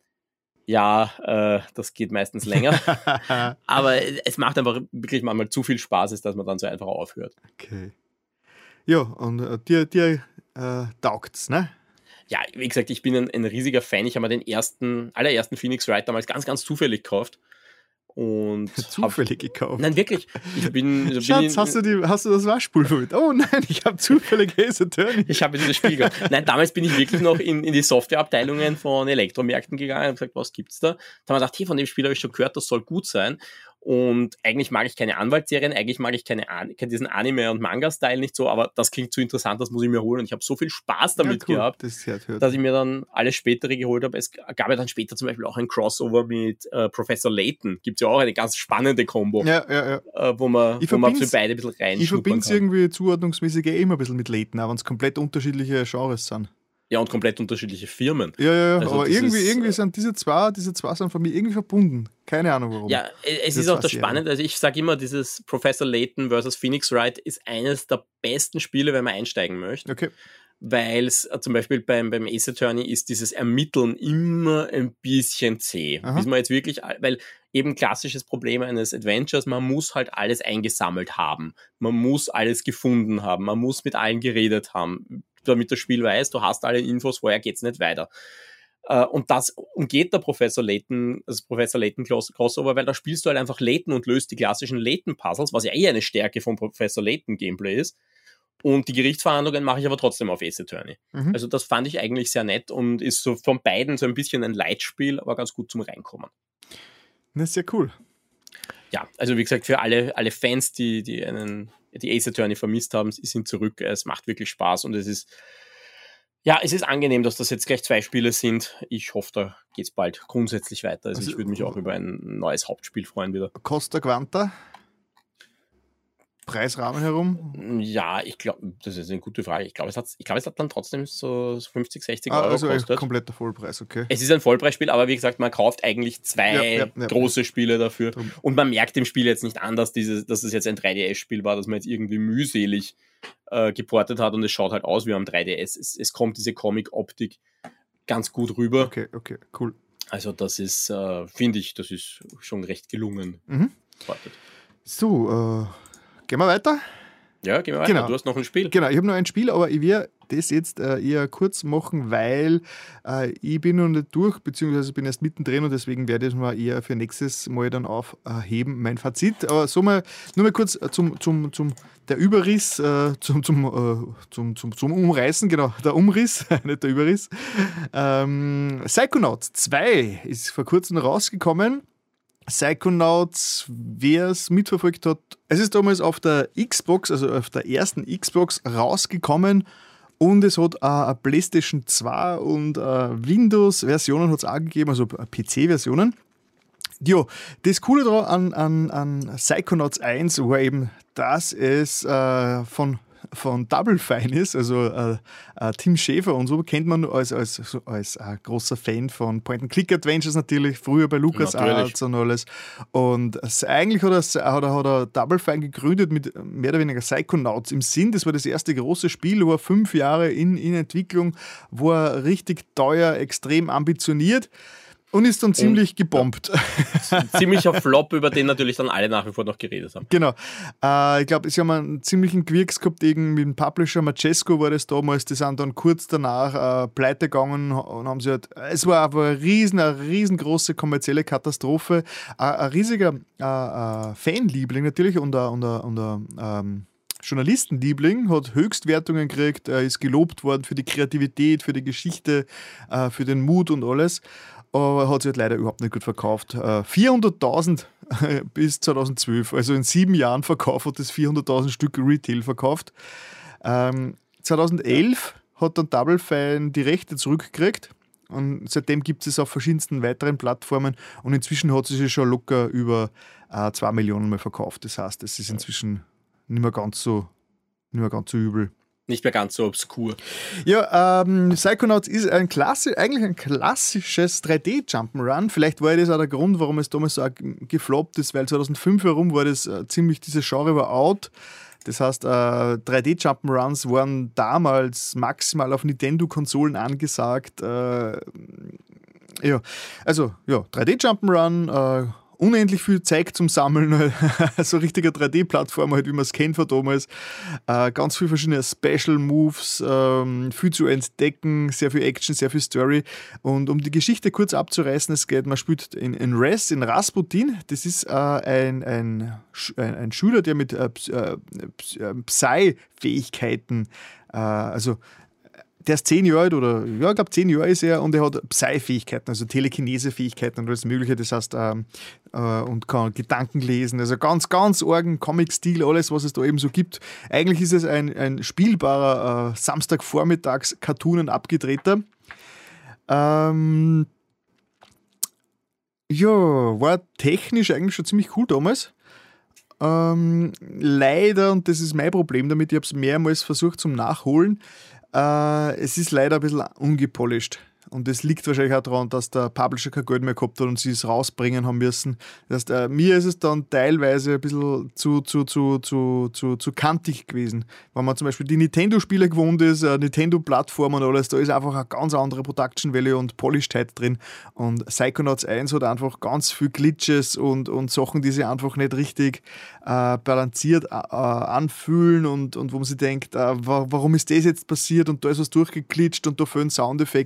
Ja, das geht meistens länger. Aber es macht einfach wirklich manchmal zu viel Spaß, dass man dann so einfach aufhört. Okay. Ja, und dir taugt's, ne? Ja, wie gesagt, ich bin ein riesiger Fan. Ich habe mir den allerersten Phoenix Wright damals ganz, ganz zufällig gekauft. Und zufällig gekauft? Nein, wirklich. Schatz, hast du das Waschpulver mit? Oh nein, ich habe zufällig Ace Attorney. Ich habe dieses Spiel gehabt. Nein, damals bin ich wirklich noch in die Softwareabteilungen von Elektromärkten gegangen und gesagt, was gibt's da? Da haben wir gedacht, hey, von dem Spiel habe ich schon gehört, das soll gut sein. Und eigentlich mag ich keine Anwaltsserien, eigentlich mag ich diesen Anime- und Manga-Style nicht so, aber das klingt zu interessant, das muss ich mir holen. Und ich habe so viel Spaß damit gehabt, dass ich mir dann alles Spätere geholt habe. Es gab ja dann später zum Beispiel auch ein Crossover mit Professor Layton. Gibt es ja auch eine ganz spannende Kombo, wo man für beide ein bisschen reinschnuppern Ich verbinde es irgendwie zuordnungsmäßig immer ein bisschen mit Layton, auch wenn es komplett unterschiedliche Genres sind. Ja, und komplett unterschiedliche Firmen. Ja, also aber irgendwie sind diese zwei sind von mir irgendwie verbunden. Keine Ahnung warum. Ja, es ist auch das Spannende. Also ich sage immer, dieses Professor Layton versus Phoenix Wright ist eines der besten Spiele, wenn man einsteigen möchte. Okay. Weil es zum Beispiel beim Ace Attorney ist dieses Ermitteln immer ein bisschen zäh. Bis man jetzt wirklich, weil eben klassisches Problem eines Adventures, man muss halt alles eingesammelt haben. Man muss alles gefunden haben. Man muss mit allen geredet haben, damit das Spiel weiß, du hast alle Infos, vorher geht's nicht weiter. Und das umgeht der Professor Layton Crossover, weil da spielst du halt einfach Layton und löst die klassischen Layton-Puzzles, was ja eine Stärke vom Professor Layton Gameplay ist. Und die Gerichtsverhandlungen mache ich aber trotzdem auf Ace Attorney. Also das fand ich eigentlich sehr nett und ist so von beiden so ein bisschen ein Leitspiel, aber ganz gut zum Reinkommen. Das ist sehr cool. Ja, also wie gesagt, für alle Fans, die einen die Ace Attorney vermisst haben, sind zurück. Es macht wirklich Spaß und es ist angenehm, dass das jetzt gleich 2 Spiele sind. Ich hoffe, da geht es bald grundsätzlich weiter. Also ich würde mich auch über ein neues Hauptspiel freuen wieder. Costa Quanta? Preisrahmen herum? Ja, ich glaube, das ist eine gute Frage. Ich glaube, es hat dann trotzdem so 50, 60 Euro also gekostet. Kompletter Vollpreis, okay. Es ist ein Vollpreisspiel, aber wie gesagt, man kauft eigentlich 2 große Spiele dafür. Und man merkt dem Spiel jetzt nicht an, dass es jetzt ein 3DS-Spiel war, dass man jetzt irgendwie mühselig geportet hat und es schaut halt aus wie am 3DS. Es kommt diese Comic-Optik ganz gut rüber. Okay, cool. Also das ist, finde ich, das ist schon recht gelungen. So, gehen wir weiter? Ja, gehen wir weiter. Genau. Du hast noch ein Spiel. Genau, ich habe noch ein Spiel, aber ich werde das jetzt eher kurz machen, weil ich bin noch nicht durch, beziehungsweise bin erst mittendrin und deswegen werde ich es mal eher für nächstes Mal dann aufheben, mein Fazit. Aber so mal, nur mal kurz zum der Überriss, zum Umreißen, genau, der Umriss, nicht der Überriss. Psychonauts 2 ist vor kurzem rausgekommen. Psychonauts, wer es mitverfolgt hat, es ist damals auf der Xbox, also auf der ersten Xbox rausgekommen und es hat eine PlayStation 2 und Windows-Versionen hat es auch gegeben, also PC-Versionen. Ja, das Coole daran an Psychonauts 1 war eben, dass es von Double Fine ist, also Tim Schafer und so kennt man als großer Fan von Point-and-Click-Adventures natürlich, früher bei LucasArts und alles. Und eigentlich hat er Double Fine gegründet mit mehr oder weniger Psychonauts im Sinn. Das war das erste große Spiel, war 5 Jahre in Entwicklung, war richtig teuer, extrem ambitioniert. Und ist dann ziemlich gebombt. Ziemlicher Flop, über den natürlich dann alle nach wie vor noch geredet haben. Genau. Ich glaube, sie haben einen ziemlichen Quirks gehabt mit dem Publisher Majesco war das damals. Die sind dann kurz danach pleite gegangen und haben sie halt. Es war aber eine riesengroße kommerzielle Katastrophe. Ein riesiger Fanliebling natürlich und Journalistenliebling, hat Höchstwertungen gekriegt, ist gelobt worden für die Kreativität, für die Geschichte, für den Mut und alles. Aber hat sich halt leider überhaupt nicht gut verkauft. 400.000 bis 2012, also in 7 Jahren Verkauf hat das 400.000 Stück Retail verkauft. 2011 hat dann Double Fine die Rechte zurückgekriegt und seitdem gibt es auf verschiedensten weiteren Plattformen und inzwischen hat sie sich schon locker über 2 Millionen mal verkauft. Das heißt, es ist inzwischen nicht mehr ganz so übel. Nicht mehr ganz so obskur. Ja, Psychonauts ist eigentlich ein klassisches 3D-Jump'n'Run. Vielleicht war das auch der Grund, warum es damals so gefloppt ist, weil 2005 herum war das dieses Genre war out. Das heißt, 3D-Jump'n'Runs waren damals maximal auf Nintendo-Konsolen angesagt. 3D-Jump'n'Run, unendlich viel Zeug zum Sammeln, so richtiger 3D-Plattformer, halt, wie man es kennt von damals. Ganz viele verschiedene Special Moves, viel zu entdecken, sehr viel Action, sehr viel Story. Und um die Geschichte kurz abzureißen, man spielt in Rasputin. Das ist ein Schüler, der mit Psy-Fähigkeiten, der ist 10 Jahre alt oder, ja, ich glaube 10 Jahre ist er und er hat Psy-Fähigkeiten, also Telekinese-Fähigkeiten und alles Mögliche, das heißt, und kann Gedanken lesen, also ganz, ganz argen Comic-Stil, alles, was es da eben so gibt. Eigentlich ist es ein spielbarer Samstagvormittags-Cartoon, ein abgedrehter. Ja, war technisch eigentlich schon ziemlich cool damals. Leider, und das ist mein Problem damit, ich habe es mehrmals versucht zum Nachholen, es ist leider ein bisschen ungepolished. Und das liegt wahrscheinlich auch daran, dass der Publisher kein Geld mehr gehabt hat und sie es rausbringen haben müssen. Das heißt, mir ist es dann teilweise ein bisschen zu kantig gewesen. Wenn man zum Beispiel die Nintendo-Spiele gewohnt ist, Nintendo-Plattform und alles, da ist einfach eine ganz andere Production Value und Polishedheit drin. Und Psychonauts 1 hat einfach ganz viel Glitches und Sachen, die sich einfach nicht richtig balanciert anfühlen und wo man sich denkt, warum ist das jetzt passiert und da ist was durchgeglitscht und da fehlen Soundeffekte und sowas.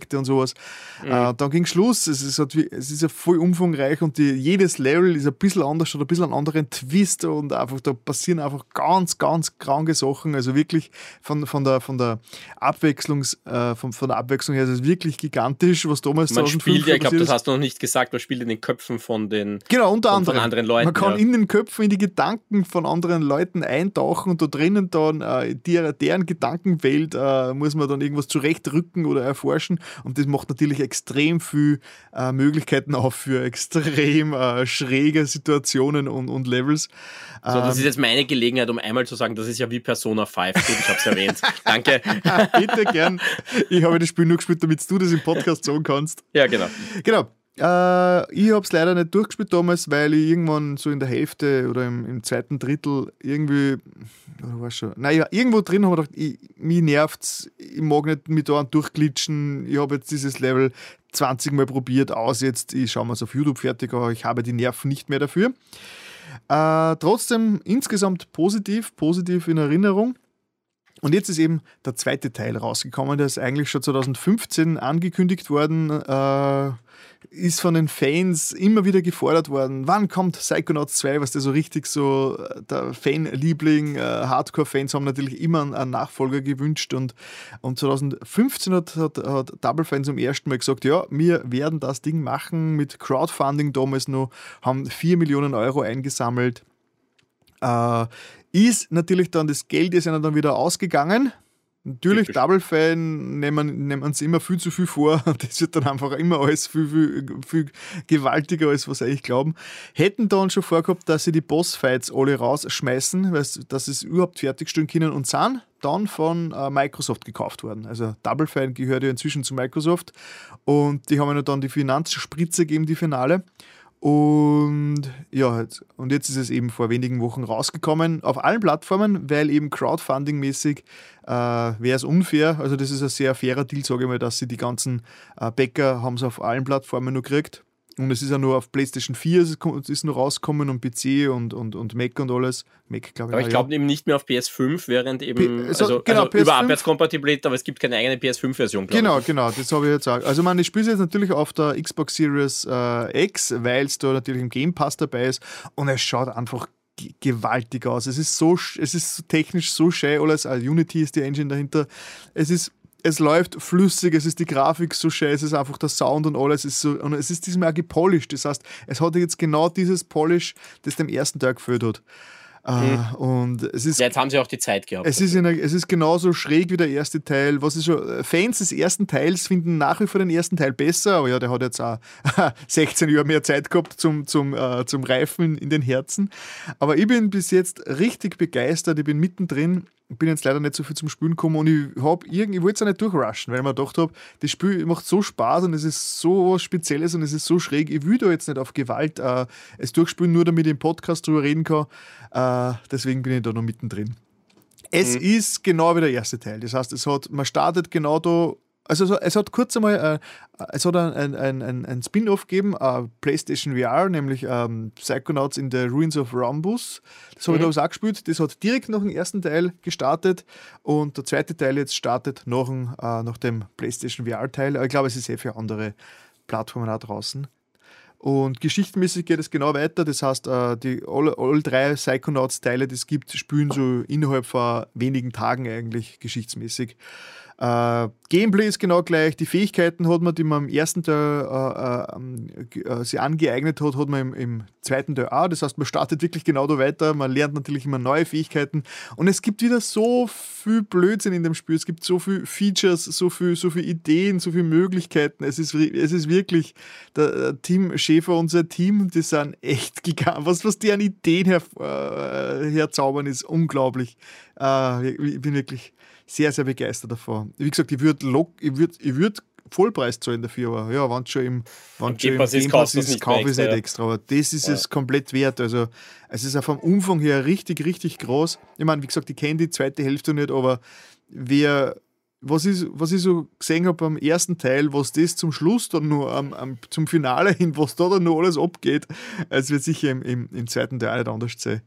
sowas. Dann ging Schluss, es ist ja voll umfangreich und jedes Level ist ein bisschen anders oder ein bisschen einen anderen Twist und einfach, da passieren einfach ganz, ganz kranke Sachen. Also wirklich von der Abwechslung her ist es wirklich gigantisch, was damals Man spielt ja, ich glaube, das ist. hast du noch nicht gesagt, man spielt in den Köpfen von anderen Leuten. Man kann in den Köpfen, in die Gedanken von anderen Leuten eintauchen und da drinnen dann deren Gedankenwelt muss man dann irgendwas zurechtrücken oder erforschen und das macht natürlich extrem viel Möglichkeiten auf für extrem schräge Situationen und Levels. So, das ist jetzt meine Gelegenheit, um einmal zu sagen, das ist ja wie Persona 5. Gut, ich habe es erwähnt. Danke. Bitte gern. Ich habe das Spiel nur gespielt, damit du das im Podcast sagen kannst. Ja, genau. Genau. Ich habe es leider nicht durchgespielt damals, weil ich irgendwann so in der Hälfte oder im zweiten Drittel irgendwie, irgendwo drin habe ich gedacht, mich nervt's, ich mag nicht mit da durchglitschen, ich habe jetzt dieses Level 20 Mal probiert, ich schaue mir es auf YouTube fertig, aber ich habe die Nerven nicht mehr dafür. Trotzdem insgesamt positiv in Erinnerung. Und jetzt ist eben der zweite Teil rausgekommen, der ist eigentlich schon 2015 angekündigt worden, ist von den Fans immer wieder gefordert worden, wann kommt Psychonauts 2, was der so richtig so, der Fanliebling, Hardcore-Fans haben natürlich immer einen Nachfolger gewünscht und 2015 hat Double Fine zum ersten Mal gesagt, ja, wir werden das Ding machen, mit Crowdfunding damals noch, haben 4 Millionen Euro eingesammelt. Ist natürlich dann, das Geld ist ihnen dann wieder ausgegangen. Natürlich, typisch. Double Fan nehmen sie immer viel zu viel vor. Das wird dann einfach immer alles viel gewaltiger, als was sie eigentlich glauben. Hätten dann schon vorgehabt, dass sie die Bossfights alle rausschmeißen, dass sie es überhaupt fertigstellen können und sind dann von Microsoft gekauft worden. Also Double Fine gehört ja inzwischen zu Microsoft und die haben ihnen dann die Finanzspritze gegeben, die Finale. Und ja, und jetzt ist es eben vor wenigen Wochen rausgekommen auf allen Plattformen, weil eben Crowdfunding-mäßig wäre es unfair. Also das ist ein sehr fairer Deal, sage ich mal, dass sie die ganzen Bäcker haben es auf allen Plattformen noch gekriegt. Und es ist ja nur auf PlayStation 4 es ist noch rausgekommen und PC und Mac und alles. Mac, glaube ich. Aber ich glaube eben nicht mehr auf PS5, während eben genau, PS5, über Abwärtskompatibilität, aber es gibt keine eigene PS5-Version, glaube ich. Genau, das habe ich jetzt auch. Also ich spiele es jetzt natürlich auf der Xbox Series X, weil es da natürlich im Game Pass dabei ist und es schaut einfach gewaltig aus. Es ist technisch so schön alles. Unity ist die Engine dahinter. Es läuft flüssig, es ist die Grafik so schön, es ist einfach der Sound und alles ist so, und es ist diesmal auch gepolished. Das heißt, es hat jetzt genau dieses Polish, das dem ersten Tag gefällt hat. Und es ist, ja, jetzt haben sie auch die Zeit gehabt. Es ist genauso schräg wie der erste Teil. Was ist schon, Fans des ersten Teils finden nach wie vor den ersten Teil besser, aber ja, der hat jetzt auch 16 Jahre mehr Zeit gehabt zum Reifen in den Herzen. Aber ich bin bis jetzt richtig begeistert, ich bin mittendrin. Ich bin jetzt leider nicht so viel zum Spielen gekommen und ich wollte es auch nicht durchrushen, weil ich mir gedacht habe, das Spiel macht so Spaß und es ist so was Spezielles und es ist so schräg. Ich will da jetzt nicht auf Gewalt es durchspielen, nur damit ich im Podcast drüber reden kann. Deswegen bin ich da noch mittendrin. Es ist genau wie der erste Teil. Das heißt, man startet genau da. Also es hat kurz einmal ein Spin-off gegeben, PlayStation VR, nämlich Psychonauts in the Ruins of Rhombus. Das habe ich damals auch gespielt. Das hat direkt nach dem ersten Teil gestartet und der zweite Teil jetzt startet nach dem PlayStation VR-Teil. Ich glaube, es ist für andere Plattformen auch draußen. Und geschichtenmäßig geht es genau weiter. Das heißt, alle 3 Psychonauts-Teile, die es gibt, spielen so innerhalb von wenigen Tagen eigentlich geschichtsmäßig. Gameplay ist genau gleich. Die Fähigkeiten hat man, die man im ersten Teil sich angeeignet hat man im zweiten Teil auch. Das heißt, man startet wirklich genau da weiter. Man lernt natürlich immer neue Fähigkeiten. Und es gibt wieder so viel Blödsinn in dem Spiel. Es gibt so viele Features, so viel Ideen, so viele Möglichkeiten. Es ist wirklich, der Team Schäfer, unser Team, die sind echt gigantisch. Was die an Ideen herzaubern, ist unglaublich. Ich bin wirklich sehr, sehr begeistert davon. Wie gesagt, ich würd Vollpreis zahlen dafür, aber ja, wenn es schon im Game Pass ist, kaufe ich es nicht extra. Aber das ist es komplett wert. Also es ist auch vom Umfang her richtig, richtig groß. Ich meine, wie gesagt, ich kenne die zweite Hälfte nicht, aber was ich so gesehen habe am ersten Teil, was das zum Schluss dann nur zum Finale hin, was da dann noch alles abgeht, es wird sicher im zweiten Teil nicht anders sein.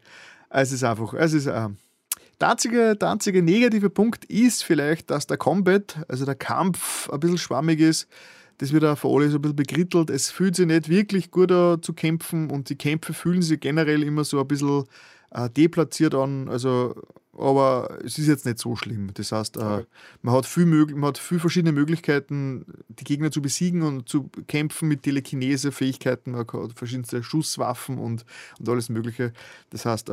Der einzige negative Punkt ist vielleicht, dass der Combat, also der Kampf, ein bisschen schwammig ist. das wird auch für alle so ein bisschen bekrittelt. Es fühlt sich nicht wirklich gut an zu kämpfen und die Kämpfe fühlen sich generell immer so ein bisschen deplatziert an. Also, aber es ist jetzt nicht so schlimm. Das heißt, man hat viel verschiedene Möglichkeiten, die Gegner zu besiegen und zu kämpfen mit Telekinese-Fähigkeiten. Man hat verschiedenste Schusswaffen und alles Mögliche. Das heißt,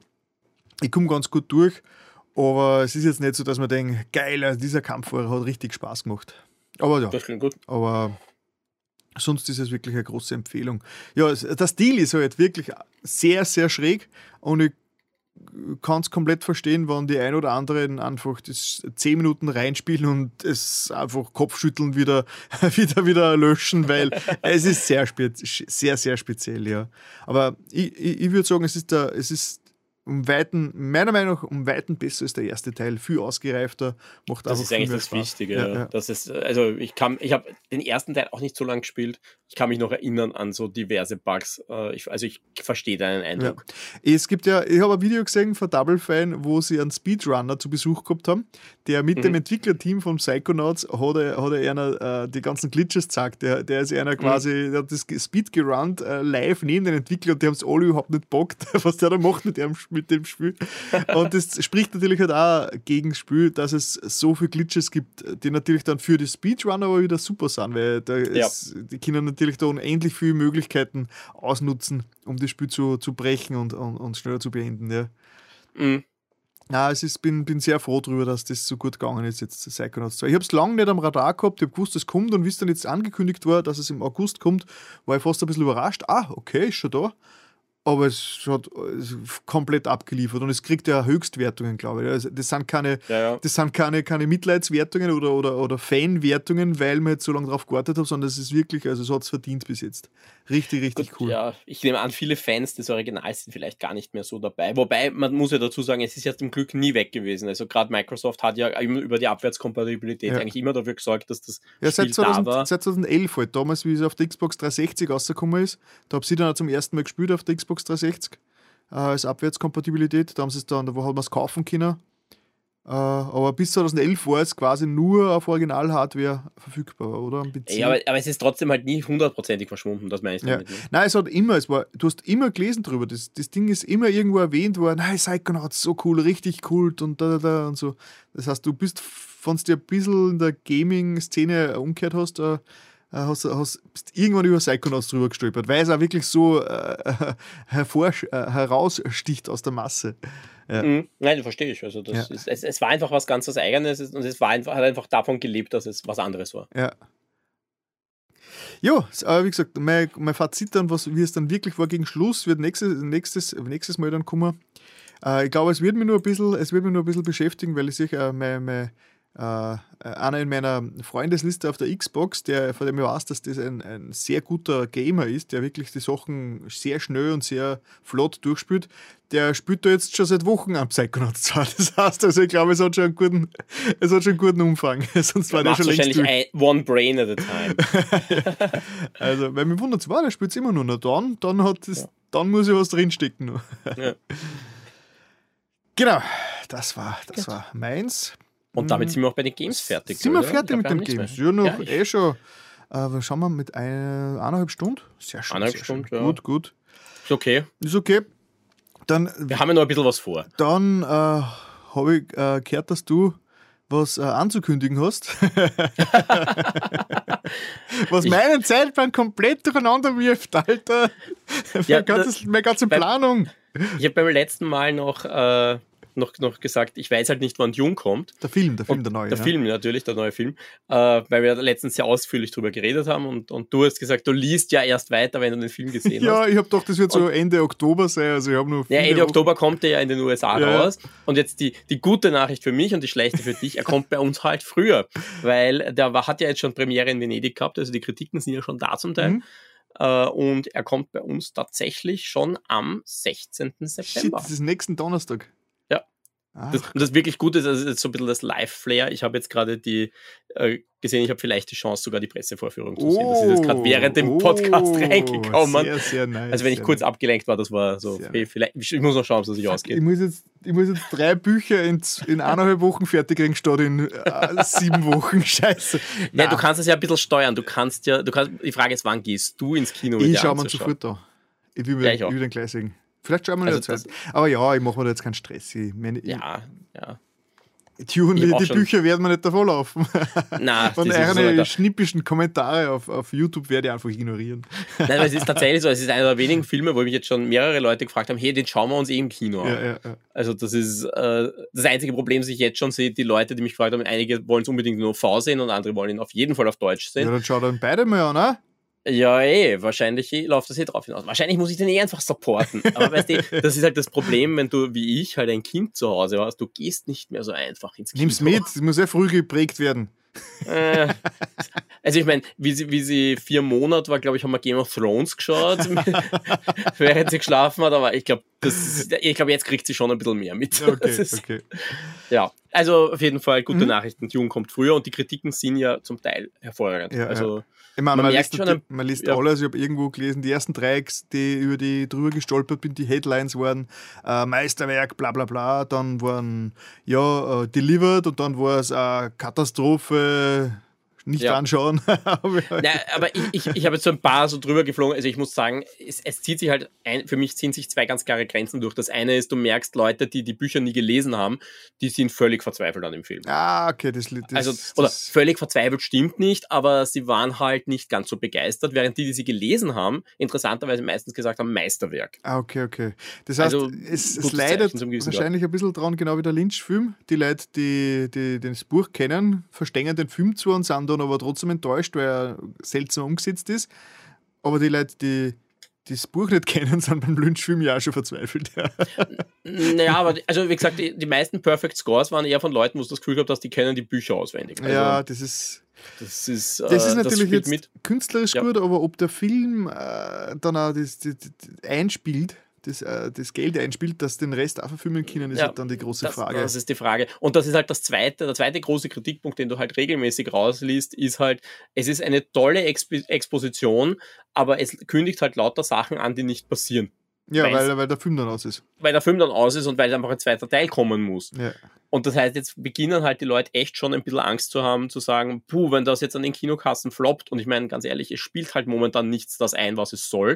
ich komme ganz gut durch. Aber es ist jetzt nicht so, dass man denkt, geil, also dieser Kampfhörer hat richtig Spaß gemacht. Aber ja, Das klingt gut. aber sonst ist es wirklich eine große Empfehlung. Ja, der Stil ist halt wirklich sehr, sehr schräg und ich kann es komplett verstehen, wenn die ein oder anderen einfach das 10 Minuten reinspielen und es einfach Kopfschütteln wieder löschen, weil es ist sehr, sehr speziell, ja. Aber ich würde sagen, es ist meiner Meinung nach um Weiten besser ist der erste Teil, viel ausgereifter, macht Das einfach ist eigentlich viel mehr das Spaß. Wichtige. Ja, Ja. ja. Das ist, also ich habe den ersten Teil auch nicht so lange gespielt. Ich kann mich noch erinnern an so diverse Bugs. Ich verstehe deinen Ja. Eindruck. Es gibt ja, ich habe ein Video gesehen von Double Fine, wo sie einen Speedrunner zu Besuch gehabt haben, der mit dem Entwicklerteam vom Psychonauts hat er einer die ganzen Glitches gezeigt. Der ist einer quasi, der hat das Speed gerunnt live neben den Entwicklern und die haben es alle überhaupt nicht bockt, was der da macht mit dem Spiel. Und das spricht natürlich halt auch gegen das Spiel, dass es so viele Glitches gibt, die natürlich dann für die Speedrunner aber wieder super sind, weil die können natürlich da unendlich viele Möglichkeiten ausnutzen, um das Spiel zu brechen und schneller zu beenden. Ja. Mhm. Bin sehr froh darüber, dass das so gut gegangen ist jetzt, Psychonauts 2. Ich habe es lange nicht am Radar gehabt, ich habe gewusst, es kommt und wie es dann jetzt angekündigt war, dass es im August kommt, war ich fast ein bisschen überrascht. Okay, ist schon da. Aber es hat komplett abgeliefert und es kriegt ja Höchstwertungen, glaube ich. Also das sind keine Mitleidswertungen oder Fanwertungen, weil man jetzt so lange drauf gewartet hat, sondern es ist wirklich, also es hat es verdient bis jetzt. Richtig Gut, cool. ja, ich nehme an, viele Fans des Originals sind vielleicht gar nicht mehr so dabei. Wobei, man muss ja dazu sagen, es ist ja zum Glück nie weg gewesen. Also gerade Microsoft hat ja immer über die Abwärtskompatibilität eigentlich immer dafür gesorgt, dass das Spiel da war. Seit 2011 halt, damals, wie es auf der Xbox 360 rausgekommen ist, da habe ich dann auch zum ersten Mal gespielt auf der Xbox 360 als Abwärtskompatibilität. Da haben sie es dann, da hat man es kaufen können. Aber bis 2011 war es quasi nur auf Original-Hardware verfügbar, oder? Am PC. Ja, aber es ist trotzdem halt nie 100%ig verschwunden, das meine ich damit. Ne? Nein, du hast immer gelesen drüber. Das Ding ist immer irgendwo erwähnt worden, nein, Psychonauts, so cool, richtig Kult und da und so. Das heißt, du bist, wenn du dir ein bisschen in der Gaming-Szene umgekehrt hast, bist irgendwann über Psychonauts drüber gestolpert, weil es auch wirklich so heraussticht aus der Masse. Ja. Nein, verstehe ich. Also es war einfach was ganz was Eigenes und es hat einfach davon gelebt, dass es was anderes war. Ja. Ja, wie gesagt, mein Fazit dann, wie es dann wirklich war gegen Schluss, wird nächstes Mal dann kommen. Ich glaube, es wird mich nur ein bisschen beschäftigen, weil ich sicher einer in meiner Freundesliste auf der Xbox, von dem ich weiß, dass das ein sehr guter Gamer ist, der wirklich die Sachen sehr schnell und sehr flott durchspielt, der spielt da jetzt schon seit Wochen am Psychonauts 2. Das heißt, also ich glaube, es hat schon einen guten Umfang. Sonst war der schon längst durch. One brain at a time. Also, weil mich wundert es war, der spielt es immer nur noch dann muss ja was drinstecken noch. Ja. Genau, das war meins. Und damit sind wir auch bei den Games fertig. Sind wir fertig mit den Games? Ja, noch schon. Schauen wir mit 1,5 Stunden. Sehr schön. 1,5 Stunden, ja. Gut. Ist okay. Dann, wir haben ja noch ein bisschen was vor. Dann habe ich gehört, dass du was anzukündigen hast. Was meinen Zeitplan komplett durcheinander wirft, Alter. Meine ganze Planung. Ich habe beim letzten Mal noch gesagt, ich weiß halt nicht, wann Dune kommt. Der neue. Film natürlich, der neue Film. Weil wir letztens sehr ausführlich drüber geredet haben und du hast gesagt, du liest ja erst weiter, wenn du den Film gesehen hast. Ja, ich habe gedacht, das wird so Ende Oktober sein. Also ich habe nur Ende Oktober kommt er ja in den USA raus. Und jetzt die gute Nachricht für mich und die schlechte für dich, er kommt bei uns halt früher. Weil hat ja jetzt schon Premiere in Venedig gehabt, also die Kritiken sind ja schon da zum Teil. Und er kommt bei uns tatsächlich schon am 16. September. Shit, das ist nächsten Donnerstag. Ja. Und das wirklich Gute ist, also so ein bisschen das Live-Flair. Ich habe jetzt gerade gesehen, ich habe vielleicht die Chance, sogar die Pressevorführung zu sehen. Das ist jetzt gerade während dem Podcast reingekommen. Sehr, sehr nice. Also wenn ich kurz abgelenkt war, das war so, vielleicht, ich muss noch schauen, ob es sich ausgeht. Ich muss jetzt 3 Bücher in 1,5 Wochen fertig kriegen, statt in 7 Wochen. Scheiße. Ja, du kannst es ja ein bisschen steuern. Die Frage ist, wann gehst du ins Kino? Ich schaue mir sofort da. Ich will den gleich sehen. Vielleicht schauen wir noch Zeit. Aber ja, ich mache mir da jetzt keinen Stress. Ja. Die Bücher werden mir nicht davonlaufen. Nein, und eure schnippischen Kommentare auf YouTube werde ich einfach ignorieren. Nein, aber es ist tatsächlich so, es ist einer der wenigen Filme, wo mich jetzt schon mehrere Leute gefragt haben, hey, den schauen wir uns im Kino an. Ja. Also das ist das einzige Problem, das ich jetzt schon sehe, die Leute, die mich gefragt haben, einige wollen es unbedingt nur V sehen und andere wollen ihn auf jeden Fall auf Deutsch sehen. Ja, dann schau dann beide mal an, ne? Ja, wahrscheinlich läuft das drauf hinaus. Wahrscheinlich muss ich den einfach supporten. Aber weißt du, das ist halt das Problem, wenn du, wie ich, halt ein Kind zu Hause hast, du gehst nicht mehr so einfach ins Kino. Nimm's mit, das muss sehr früh geprägt werden. Also ich meine, wie sie 4 Monate war, glaube ich, haben wir Game of Thrones geschaut, während sie geschlafen hat, aber ich glaube, jetzt kriegt sie schon ein bisschen mehr mit. Okay. Ja, also auf jeden Fall gute Nachrichten. Dune kommt früher und die Kritiken sind ja zum Teil hervorragend. Ja, also ich meine, man liest ja. alles. Ich habe irgendwo gelesen, die ersten 3, über die drüber gestolpert bin, die Headlines waren Meisterwerk, bla bla bla, dann waren Delivered und dann war es Katastrophe, nicht anschauen. Nein, aber ich habe jetzt so ein paar so drüber geflogen, also ich muss sagen, es zieht sich halt für mich ziehen sich 2 ganz klare Grenzen durch. Das eine ist, du merkst Leute, die Bücher nie gelesen haben, die sind völlig verzweifelt an dem Film. Okay, oder völlig verzweifelt stimmt nicht, aber sie waren halt nicht ganz so begeistert, während die sie gelesen haben, interessanterweise meistens gesagt haben, Meisterwerk. Okay. Das heißt, also, es leidet wahrscheinlich ein bisschen dran, genau wie der Lynch-Film. Die Leute, die das Buch kennen, verstehen den Film zwar und sind dann aber trotzdem enttäuscht, weil er seltsam umgesetzt ist. Aber die Leute, die das Buch nicht kennen, sind beim Lynch-Film ja auch schon verzweifelt. Naja, aber also wie gesagt, die meisten Perfect Scores waren eher von Leuten, wo du das Gefühl gehabt hast, die kennen die Bücher auswendig. Also, ja, das ist natürlich jetzt künstlerisch gut, aber ob der Film dann auch das einspielt, das Geld einspielt, das den Rest auch verfilmen können, ist halt dann die große Frage. Das ist die Frage. Und das ist halt der zweite große Kritikpunkt, den du halt regelmäßig rausliest, ist halt, es ist eine tolle Exposition, aber es kündigt halt lauter Sachen an, die nicht passieren. Ja, weil der Film dann aus ist. Weil der Film dann aus ist und weil einfach ein zweiter Teil kommen muss. Ja. Und das heißt, jetzt beginnen halt die Leute echt schon ein bisschen Angst zu haben, zu sagen, wenn das jetzt an den Kinokassen floppt, und ich meine, ganz ehrlich, es spielt halt momentan nichts das ein, was es soll,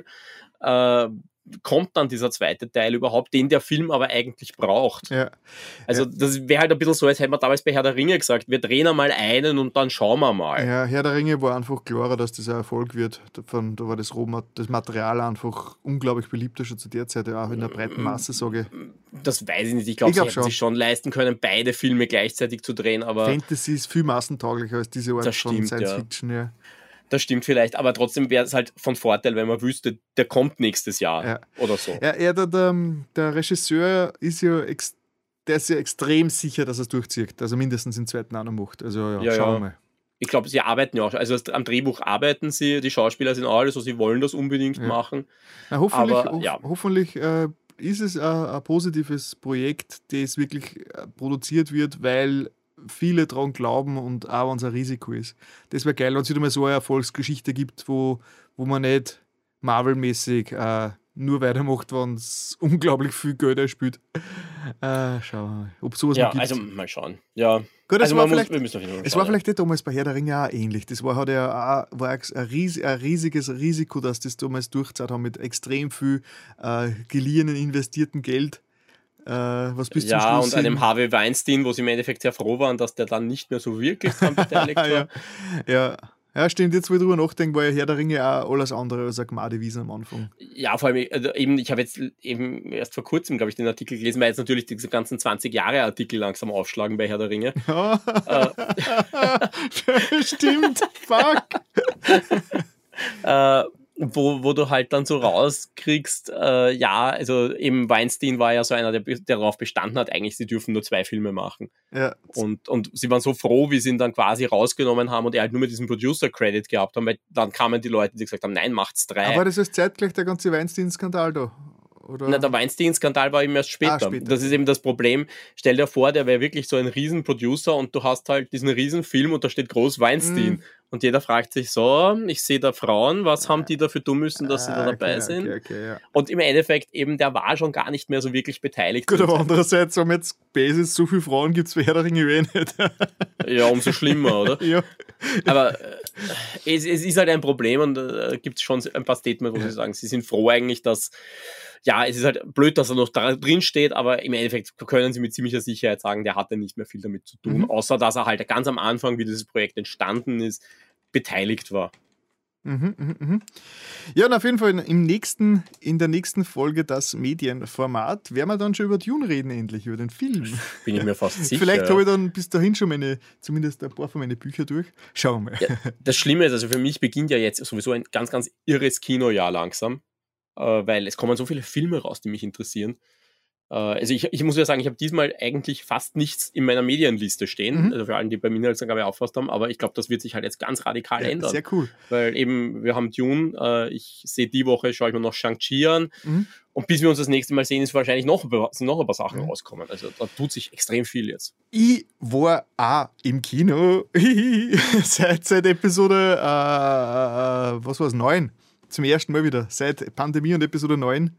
kommt dann dieser zweite Teil überhaupt, den der Film aber eigentlich braucht. Ja. Also das wäre halt ein bisschen so, als hätten wir damals bei Herr der Ringe gesagt, wir drehen einmal einen und dann schauen wir mal. Ja, Herr der Ringe war einfach klarer, dass das ein Erfolg wird. Da war das Material einfach unglaublich beliebter schon zu der Zeit, auch in der breiten Masse, sage ich. Das weiß ich nicht. Ich glaube, sie hätten sich schon leisten können, beide Filme gleichzeitig zu drehen, aber Fantasy ist viel massentauglicher als diese Art von Science-Fiction, ja. Das stimmt vielleicht, aber trotzdem wäre es halt von Vorteil, wenn man wüsste, der kommt nächstes Jahr oder so. Der Regisseur ist ja extrem sicher, dass er es durchzieht. Also mindestens im zweiten auch noch macht. Also schauen wir mal. Ich glaube, sie arbeiten ja auch. Also am Drehbuch arbeiten sie, die Schauspieler sind auch alle so, sie wollen das unbedingt machen. Na, hoffentlich ist es ein positives Projekt, das wirklich produziert wird, weil viele daran glauben und auch wenn es ein Risiko ist. Das wäre geil, wenn es wieder mal so eine Erfolgsgeschichte gibt, wo man nicht Marvel-mäßig nur weitermacht, wenn es unglaublich viel Geld einspielt. Schauen wir mal, ob sowas noch gibt. Also mal schauen. Ja. Gut, es war vielleicht damals bei Herr der Ringe auch ähnlich. Das war ein riesiges Risiko, dass das damals durchgezahlt haben mit extrem viel geliehenen, investierten Geld. Was bist du zum Schluss und einem Harvey Weinstein, wo sie im Endeffekt sehr froh waren, dass der dann nicht mehr so wirklich dran beteiligt war. Ja, stimmt, jetzt wo ich drüber nachdenke, war ja Herr der Ringe auch alles andere als eine Gmade-Wiese am Anfang. Ja, vor allem, ich habe jetzt eben erst vor kurzem, glaube ich, den Artikel gelesen, weil jetzt natürlich diese ganzen 20-Jahre-Artikel langsam aufschlagen bei Herr der Ringe. Stimmt, fuck. Wo du halt dann so rauskriegst, also eben Weinstein war ja so einer, der darauf bestanden hat, eigentlich sie dürfen nur 2 Filme machen. Ja. Und sie waren so froh, wie sie ihn dann quasi rausgenommen haben und er halt nur mit diesem Producer-Credit gehabt haben, weil dann kamen die Leute, die gesagt haben, nein, macht's 3. Aber das ist zeitgleich der ganze Weinstein-Skandal da. Oder? Na, der Weinstein-Skandal war eben erst später. Das ist eben das Problem. Stell dir vor, der wäre wirklich so ein Riesenproducer und du hast halt diesen Riesenfilm und da steht groß Weinstein. Und jeder fragt sich so, ich sehe da Frauen, was haben die dafür tun müssen, dass sie da dabei sind? Ja. Und im Endeffekt eben, der war schon gar nicht mehr so wirklich beteiligt. Gut, aber andererseits, wenn jetzt Basis so viele Frauen gibt es für Herr der Ringe nicht. Ja, umso schlimmer, oder? Ja. Aber es ist halt ein Problem und gibt es schon ein paar Statements, wo sie sagen, sie sind froh eigentlich, dass, ja, es ist halt blöd, dass er noch da drin steht, aber im Endeffekt können sie mit ziemlicher Sicherheit sagen, der hatte nicht mehr viel damit zu tun, außer dass er halt ganz am Anfang, wie dieses Projekt entstanden ist, beteiligt war. Ja, und auf jeden Fall in der nächsten Folge das Medienformat werden wir dann schon über Dune reden, endlich, über den Film. Bin ich mir fast sicher. Vielleicht habe ich dann bis dahin schon zumindest ein paar von meinen Büchern durch. Schauen wir mal. Ja, das Schlimme ist, also für mich beginnt ja jetzt sowieso ein ganz, ganz irres Kinojahr langsam, weil es kommen so viele Filme raus, die mich interessieren. Also ich muss ja sagen, ich habe diesmal eigentlich fast nichts in meiner Medienliste stehen, also für alle, die bei mir als Angabe aufpasst haben, aber ich glaube, das wird sich halt jetzt ganz radikal ändern. Sehr cool. Weil eben, wir haben Dune, ich sehe die Woche, schaue ich mir noch Shang-Chi an und bis wir uns das nächste Mal sehen, ist wahrscheinlich noch ein paar Sachen rauskommen. Also da tut sich extrem viel jetzt. Ich war auch im Kino seit Episode, was war es, 9, zum ersten Mal wieder, seit Pandemie und Episode 9.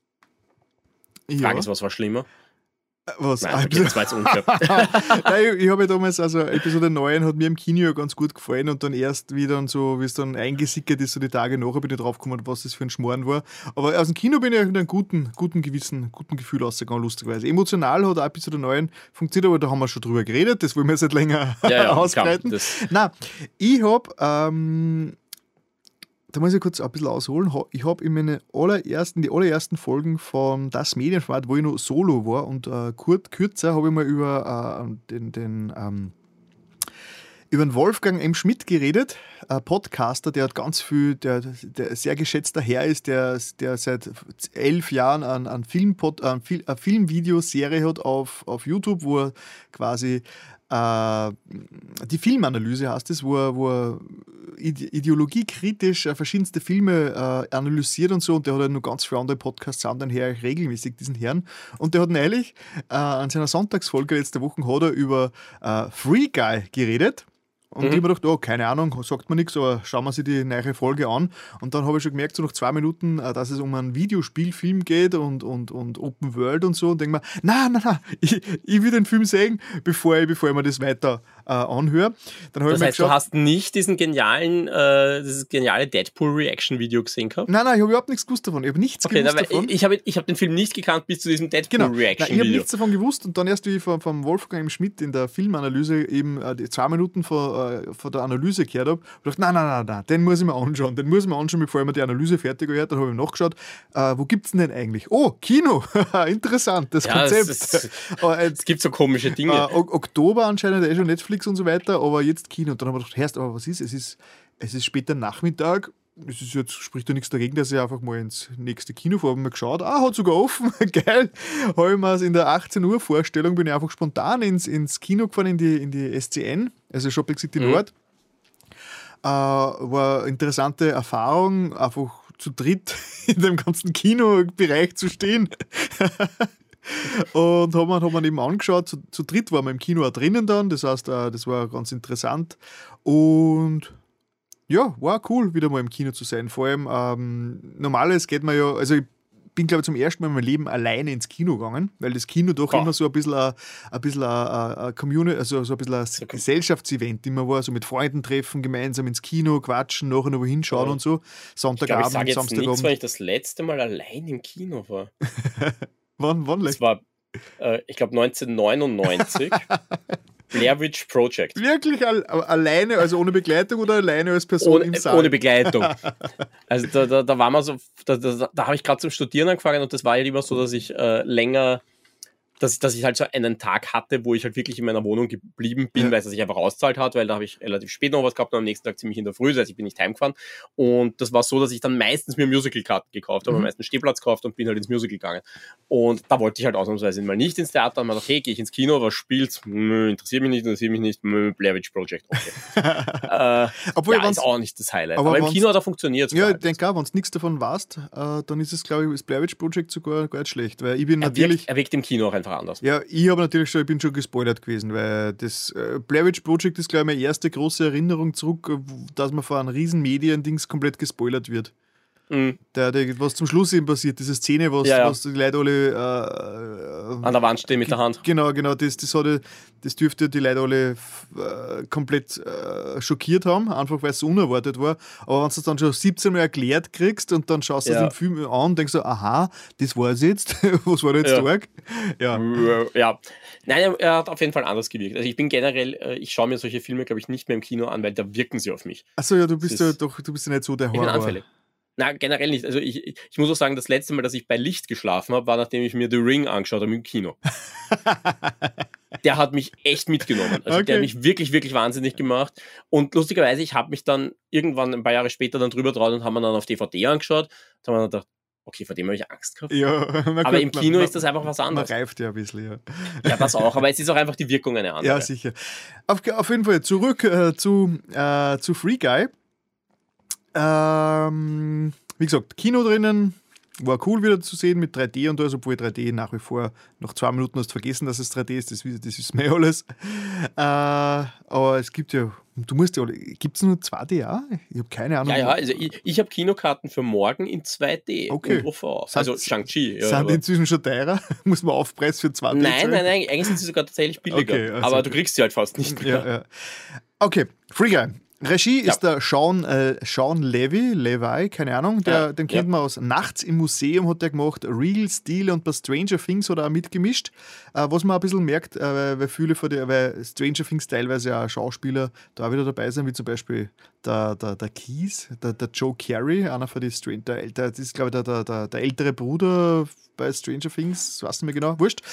Die Frage ist, was war schlimmer? Was? Nein, okay, das war jetzt unfair. Nein, ich habe ja damals, also Episode 9 hat mir im Kino ja ganz gut gefallen und dann erst wie es dann eingesickert ist, so die Tage nachher bin ich drauf gekommen, was das für ein Schmoren war. Aber aus dem Kino bin ich mit einem guten Gefühl rausgegangen, lustigerweise. Emotional hat auch Episode 9 funktioniert, aber da haben wir schon drüber geredet, das wollen wir jetzt nicht länger ausbreiten. Nein, ich habe da muss ich kurz ein bisschen ausholen. Ich habe in die allerersten Folgen von Das Medienformat, wo ich noch solo war und kürzer, habe ich mal über den Wolfgang M. Schmidt geredet, ein Podcaster, der hat ganz viel, der sehr geschätzter Herr ist, der seit 11 Jahren eine Filmvideoserie hat auf YouTube, wo er quasi die Filmanalyse heißt es, wo er ideologiekritisch verschiedenste Filme analysiert und so, und der hat noch ganz viele andere Podcasts an, dann höre ich regelmäßig diesen Herrn, und der hat neulich an seiner Sonntagsfolge letzte Woche hat er über Free Guy geredet. Und ich habe mir gedacht, keine Ahnung, sagt mir nichts, aber schauen wir sich die neue Folge an. Und dann habe ich schon gemerkt, so nach 2 Minuten, dass es um einen Videospielfilm geht und Open World und so. Und denke mir, nein, ich will den Film sehen, bevor ich mir das weiter anhöre. Dann das heißt, du hast nicht dieses geniale Deadpool-Reaction-Video gesehen gehabt? Nein, ich habe überhaupt nichts gewusst davon. Ich habe nichts gewusst davon. Ich hab den Film nicht gekannt bis zu diesem Deadpool-Reaction-Video. Ich habe nichts davon gewusst, und dann erst wie vom Wolfgang M. Schmidt in der Filmanalyse eben die 2 Minuten von der Analyse gehört habe, und dachte, nein, den muss ich mir anschauen, bevor ich mir die Analyse fertig gehört. Dann habe ich nachgeschaut, wo gibt es denn eigentlich? Oh, Kino! Interessant, das Konzept. Es gibt so komische Dinge. Oktober anscheinend schon Netflix und so weiter, aber jetzt Kino. Und dann habe ich gedacht, aber was ist? Es ist später Nachmittag. Es ist jetzt, spricht ja nichts dagegen, dass ich einfach mal ins nächste Kino fahre. Habe mir geschaut, hat sogar offen, geil. Habe ich mir in der 18 Uhr Vorstellung, bin ich einfach spontan ins Kino gefahren, in die SCN, also Shopping City Nord. War eine interessante Erfahrung, einfach zu dritt in dem ganzen Kinobereich zu stehen. Und haben wir eben angeschaut, zu dritt waren wir im Kino auch drinnen dann, das heißt, das war ganz interessant. Und ja, war cool, wieder mal im Kino zu sein. Vor allem, normales geht man ja, also ich bin, glaube ich, zum ersten Mal in meinem Leben alleine ins Kino gegangen, weil das Kino doch immer so ein bisschen ein Community, also so ein bisschen ein Gesellschaftsevent immer war, so mit Freunden treffen, gemeinsam ins Kino, quatschen, nachher noch wohin schauen und so. Sonntagabend, ich sage jetzt Samstagabend. nichts, weil ich das letzte Mal allein im Kino war. Wann das war, ich glaube, 1999. Blair Witch Project. Wirklich alleine, also ohne Begleitung, oder alleine als Person im Saal? Ohne Begleitung. Also da war man so, da habe ich gerade zum Studieren angefangen, und das war ja immer so, dass ich länger dass ich halt so einen Tag hatte, wo ich halt wirklich in meiner Wohnung geblieben bin, weil es sich einfach auszahlt hat, weil da habe ich relativ spät noch was gehabt und am nächsten Tag ziemlich in der Früh, das heißt, ich bin nicht heimgefahren. Und das war so, dass ich dann meistens mir Musical-Karten gekauft habe, meistens Stehplatz gekauft und bin halt ins Musical gegangen. Und da wollte ich halt ausnahmsweise mal nicht ins Theater, und mal okay, gehe ich ins Kino, was spielt? Interessiert mich nicht, Blair Witch Project, okay. Obwohl, ist auch nicht das Highlight. Aber im Kino, da funktioniert es. Ja, ich denke auch, wenn du nichts davon weißt, dann ist es, glaube ich, das Blair Witch Project sogar gar nicht schlecht, weil ich bin natürlich... Er wirkt im Kino auch einfach anders. Ja, ich bin schon gespoilert gewesen, weil das Blair Witch Project ist, glaube ich, meine erste große Erinnerung zurück, dass man vor einem riesen Medien-Dings komplett gespoilert wird. Was zum Schluss eben passiert, diese Szene, was die Leute alle an der Wand stehen mit der Hand. Genau, das dürfte die Leute alle komplett schockiert haben, einfach weil es so unerwartet war. Aber wenn du es dann schon 17 Mal erklärt kriegst und dann schaust du den Film an und denkst so, aha, das war es jetzt, was war da jetzt stark? Ja. Nein, er hat auf jeden Fall anders gewirkt. Also ich bin generell, ich schaue mir solche Filme, glaube ich, nicht mehr im Kino an, weil da wirken sie auf mich. Achso, ja, du bist ja nicht so der Horror. Ich bin anfällig. Na, generell nicht. Also ich muss auch sagen, das letzte Mal, dass ich bei Licht geschlafen habe, war, nachdem ich mir The Ring angeschaut habe im Kino. Der hat mich echt mitgenommen. Also der hat mich wirklich, wirklich wahnsinnig gemacht. Und lustigerweise, ich habe mich dann irgendwann ein paar Jahre später dann drüber traut und haben wir dann auf DVD angeschaut. Da haben wir dann gedacht, okay, vor dem habe ich Angst gehabt. Ja, aber im Kino ist das einfach was anderes. Man reift ja ein bisschen, ja. Ja, das auch, aber es ist auch einfach die Wirkung eine andere. Ja, sicher. Auf jeden Fall zurück zu Free Guy. Wie gesagt, Kino drinnen, war cool wieder zu sehen mit 3D und alles, obwohl 3D nach wie vor nach 2 Minuten hast du vergessen, dass es 3D ist, das ist mir alles. Aber es gibt ja, gibt es nur 2D auch? Ich habe keine Ahnung. Ja, also ich habe Kinokarten für morgen in 2D und OV. Also Shang-Chi. Ja, sind die inzwischen schon teurer? Muss man Aufpreis für 2D Nein, eigentlich sind sie sogar tatsächlich billiger. Okay, also aber du kriegst sie halt fast nicht mehr. Ja. Okay, Free Guy. Regie ist der Sean Levy, keine Ahnung, den kennt man aus Nachts im Museum, hat er gemacht, Real Steel und bei Stranger Things hat er auch mitgemischt, was man ein bisschen merkt, weil Stranger Things teilweise auch Schauspieler da wieder dabei sind, wie zum Beispiel der Keys, der Joe Carey, einer von den das ist glaube ich der ältere Bruder bei Stranger Things, weiß nicht mehr genau, wurscht.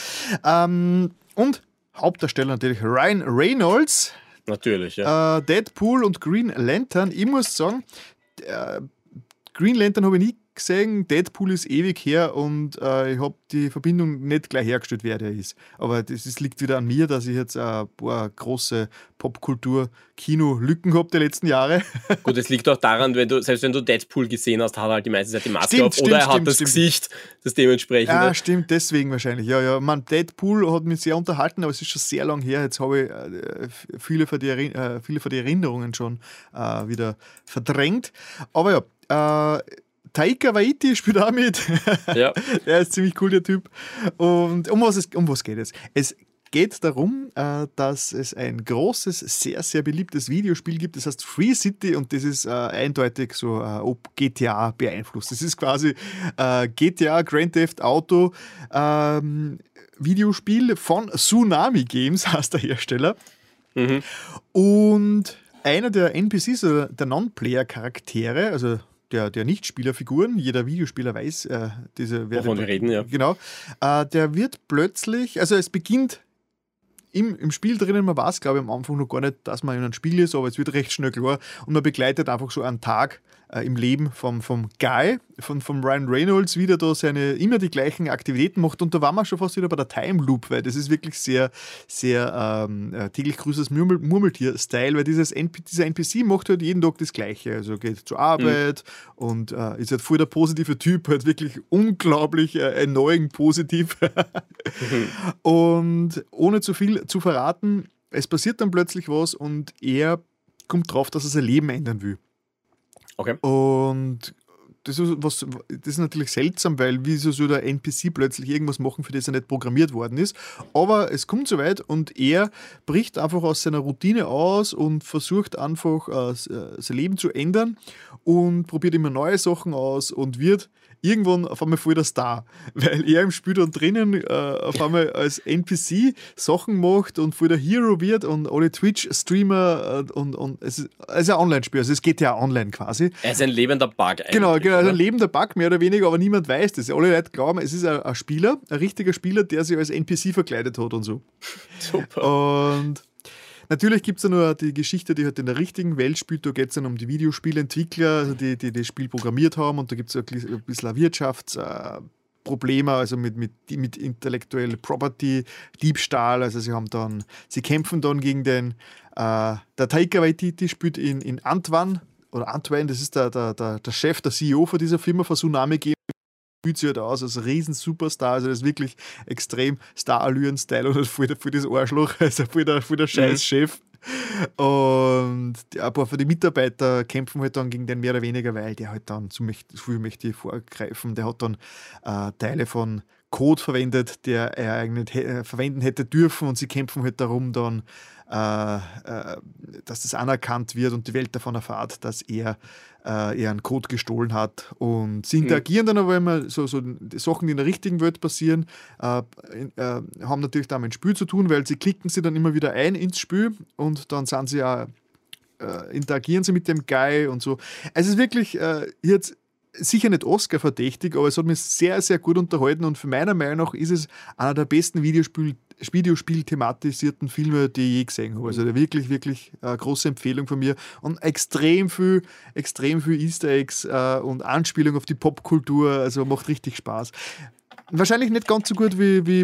Und Hauptdarsteller natürlich Ryan Reynolds. Natürlich, ja. Deadpool und Green Lantern. Ich muss sagen, Green Lantern habe ich nie gesehen, Deadpool ist ewig her und ich habe die Verbindung nicht gleich hergestellt, wer der ist. Aber das liegt wieder an mir, dass ich jetzt ein paar große Popkultur-Kino-Lücken habe der letzten Jahre. Gut, es liegt auch daran, selbst wenn du Deadpool gesehen hast, hat er halt die meiste Zeit die Maske auf oder er hat das Gesicht, das dementsprechend. Ja, stimmt, deswegen wahrscheinlich. Ja. Deadpool hat mich sehr unterhalten, aber es ist schon sehr lang her. Jetzt habe ich viele von den Erinnerungen schon wieder verdrängt. Aber ja, Taika Waititi spielt auch mit. Ja. Der ist ziemlich cool, der Typ. Und um was geht es? Es geht darum, dass es ein großes, sehr, sehr beliebtes Videospiel gibt, das heißt Free City und das ist eindeutig so ob GTA beeinflusst. Das ist quasi GTA Grand Theft Auto Videospiel von Tsunami Games, heißt der Hersteller. Mhm. Und einer der NPCs, also der Non-Player-Charaktere, also der Nicht-Spielerfiguren, jeder Videospieler weiß, wovon wir reden, ja. Genau. Der wird plötzlich, also es beginnt im Spiel drinnen, man weiß, glaube ich, am Anfang noch gar nicht, dass man in einem Spiel ist, aber es wird recht schnell klar und man begleitet einfach so einen Tag im Leben vom Guy, vom Ryan Reynolds, wieder da immer die gleichen Aktivitäten macht und da waren wir schon fast wieder bei der Time Loop, weil das ist wirklich sehr, sehr täglich grüßes Murmeltier-Style, weil dieser NPC macht halt jeden Tag das Gleiche, also geht zur Arbeit und ist halt voll der positive Typ, halt wirklich unglaublich erneuend positiv und ohne zu viel zu verraten, es passiert dann plötzlich was und er kommt drauf, dass er sein Leben ändern will. Okay. Und das ist natürlich seltsam, weil wieso soll der NPC plötzlich irgendwas machen, für das er nicht programmiert worden ist. Aber es kommt soweit und er bricht einfach aus seiner Routine aus und versucht einfach sein Leben zu ändern und probiert immer neue Sachen aus und wird irgendwann auf einmal voll der Star, weil er im Spiel dann drinnen auf einmal als NPC Sachen macht und voll der Hero wird und alle Twitch-Streamer und es ist ein Online-Spiel, also es geht ja online quasi. Er ist ein lebender Bug eigentlich. Genau, also oder? ein lebender Bug, mehr oder weniger, aber niemand weiß das. Alle Leute glauben, es ist ein Spieler, ein richtiger Spieler, der sich als NPC verkleidet hat und so. Super. Und natürlich gibt es ja nur die Geschichte, die halt in der richtigen Welt spielt. Da geht es dann um die Videospielentwickler, also die das Spiel programmiert haben. Und da gibt es ein bisschen Wirtschaftsprobleme, also mit intellektueller Property, Diebstahl. Also sie kämpfen dann gegen der Taika Waititi spielt in Antwan, das ist der Chef, der CEO von dieser Firma, von Tsunami Game. Fühlt sich halt aus als riesen Superstar, also das ist wirklich extrem Star-Allüren-Style und voll das Arschloch, also voll der Scheiß-Chef. Und ein paar von den Mitarbeitern kämpfen halt dann gegen den mehr oder weniger, weil der halt dann zu viel möchte vorgreifen. Der hat dann Teile von Code verwendet, der er eigentlich verwenden hätte dürfen und sie kämpfen halt darum dann, dass das anerkannt wird und die Welt davon erfahrt, dass er einen Code gestohlen hat. Und sie interagieren dann aber immer so Sachen, die in der richtigen Welt passieren, haben natürlich da mit dem Spiel zu tun, weil sie klicken sie dann immer wieder ein ins Spiel und dann sind sie auch, interagieren sie mit dem Guy und so. Es ist wirklich jetzt sicher nicht Oscar-verdächtig, aber es hat mich sehr, sehr gut unterhalten und für meiner Meinung nach ist es einer der besten Videospiel-thematisierten Filme, die ich je gesehen habe. Also wirklich, wirklich eine große Empfehlung von mir und extrem viel Easter Eggs und Anspielung auf die Popkultur, also macht richtig Spaß. Wahrscheinlich nicht ganz so gut wie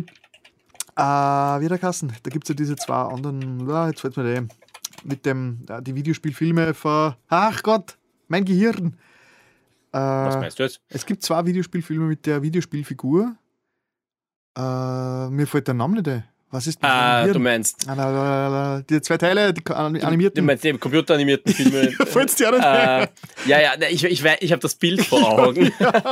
der Kassen. Da gibt es ja diese zwei anderen, jetzt fällt mir der mit dem, die Videospielfilme von, ach Gott, mein Gehirn. Was meinst du jetzt? Es gibt zwei Videospielfilme mit der Videospielfigur. Mir fällt der Name nicht ein. Was ist das? Du meinst. Die zwei Teile, die animierten. Du meinst die computeranimierten Filme. Fällt's dir auch nicht ein? Ja, ich habe das Bild vor Augen.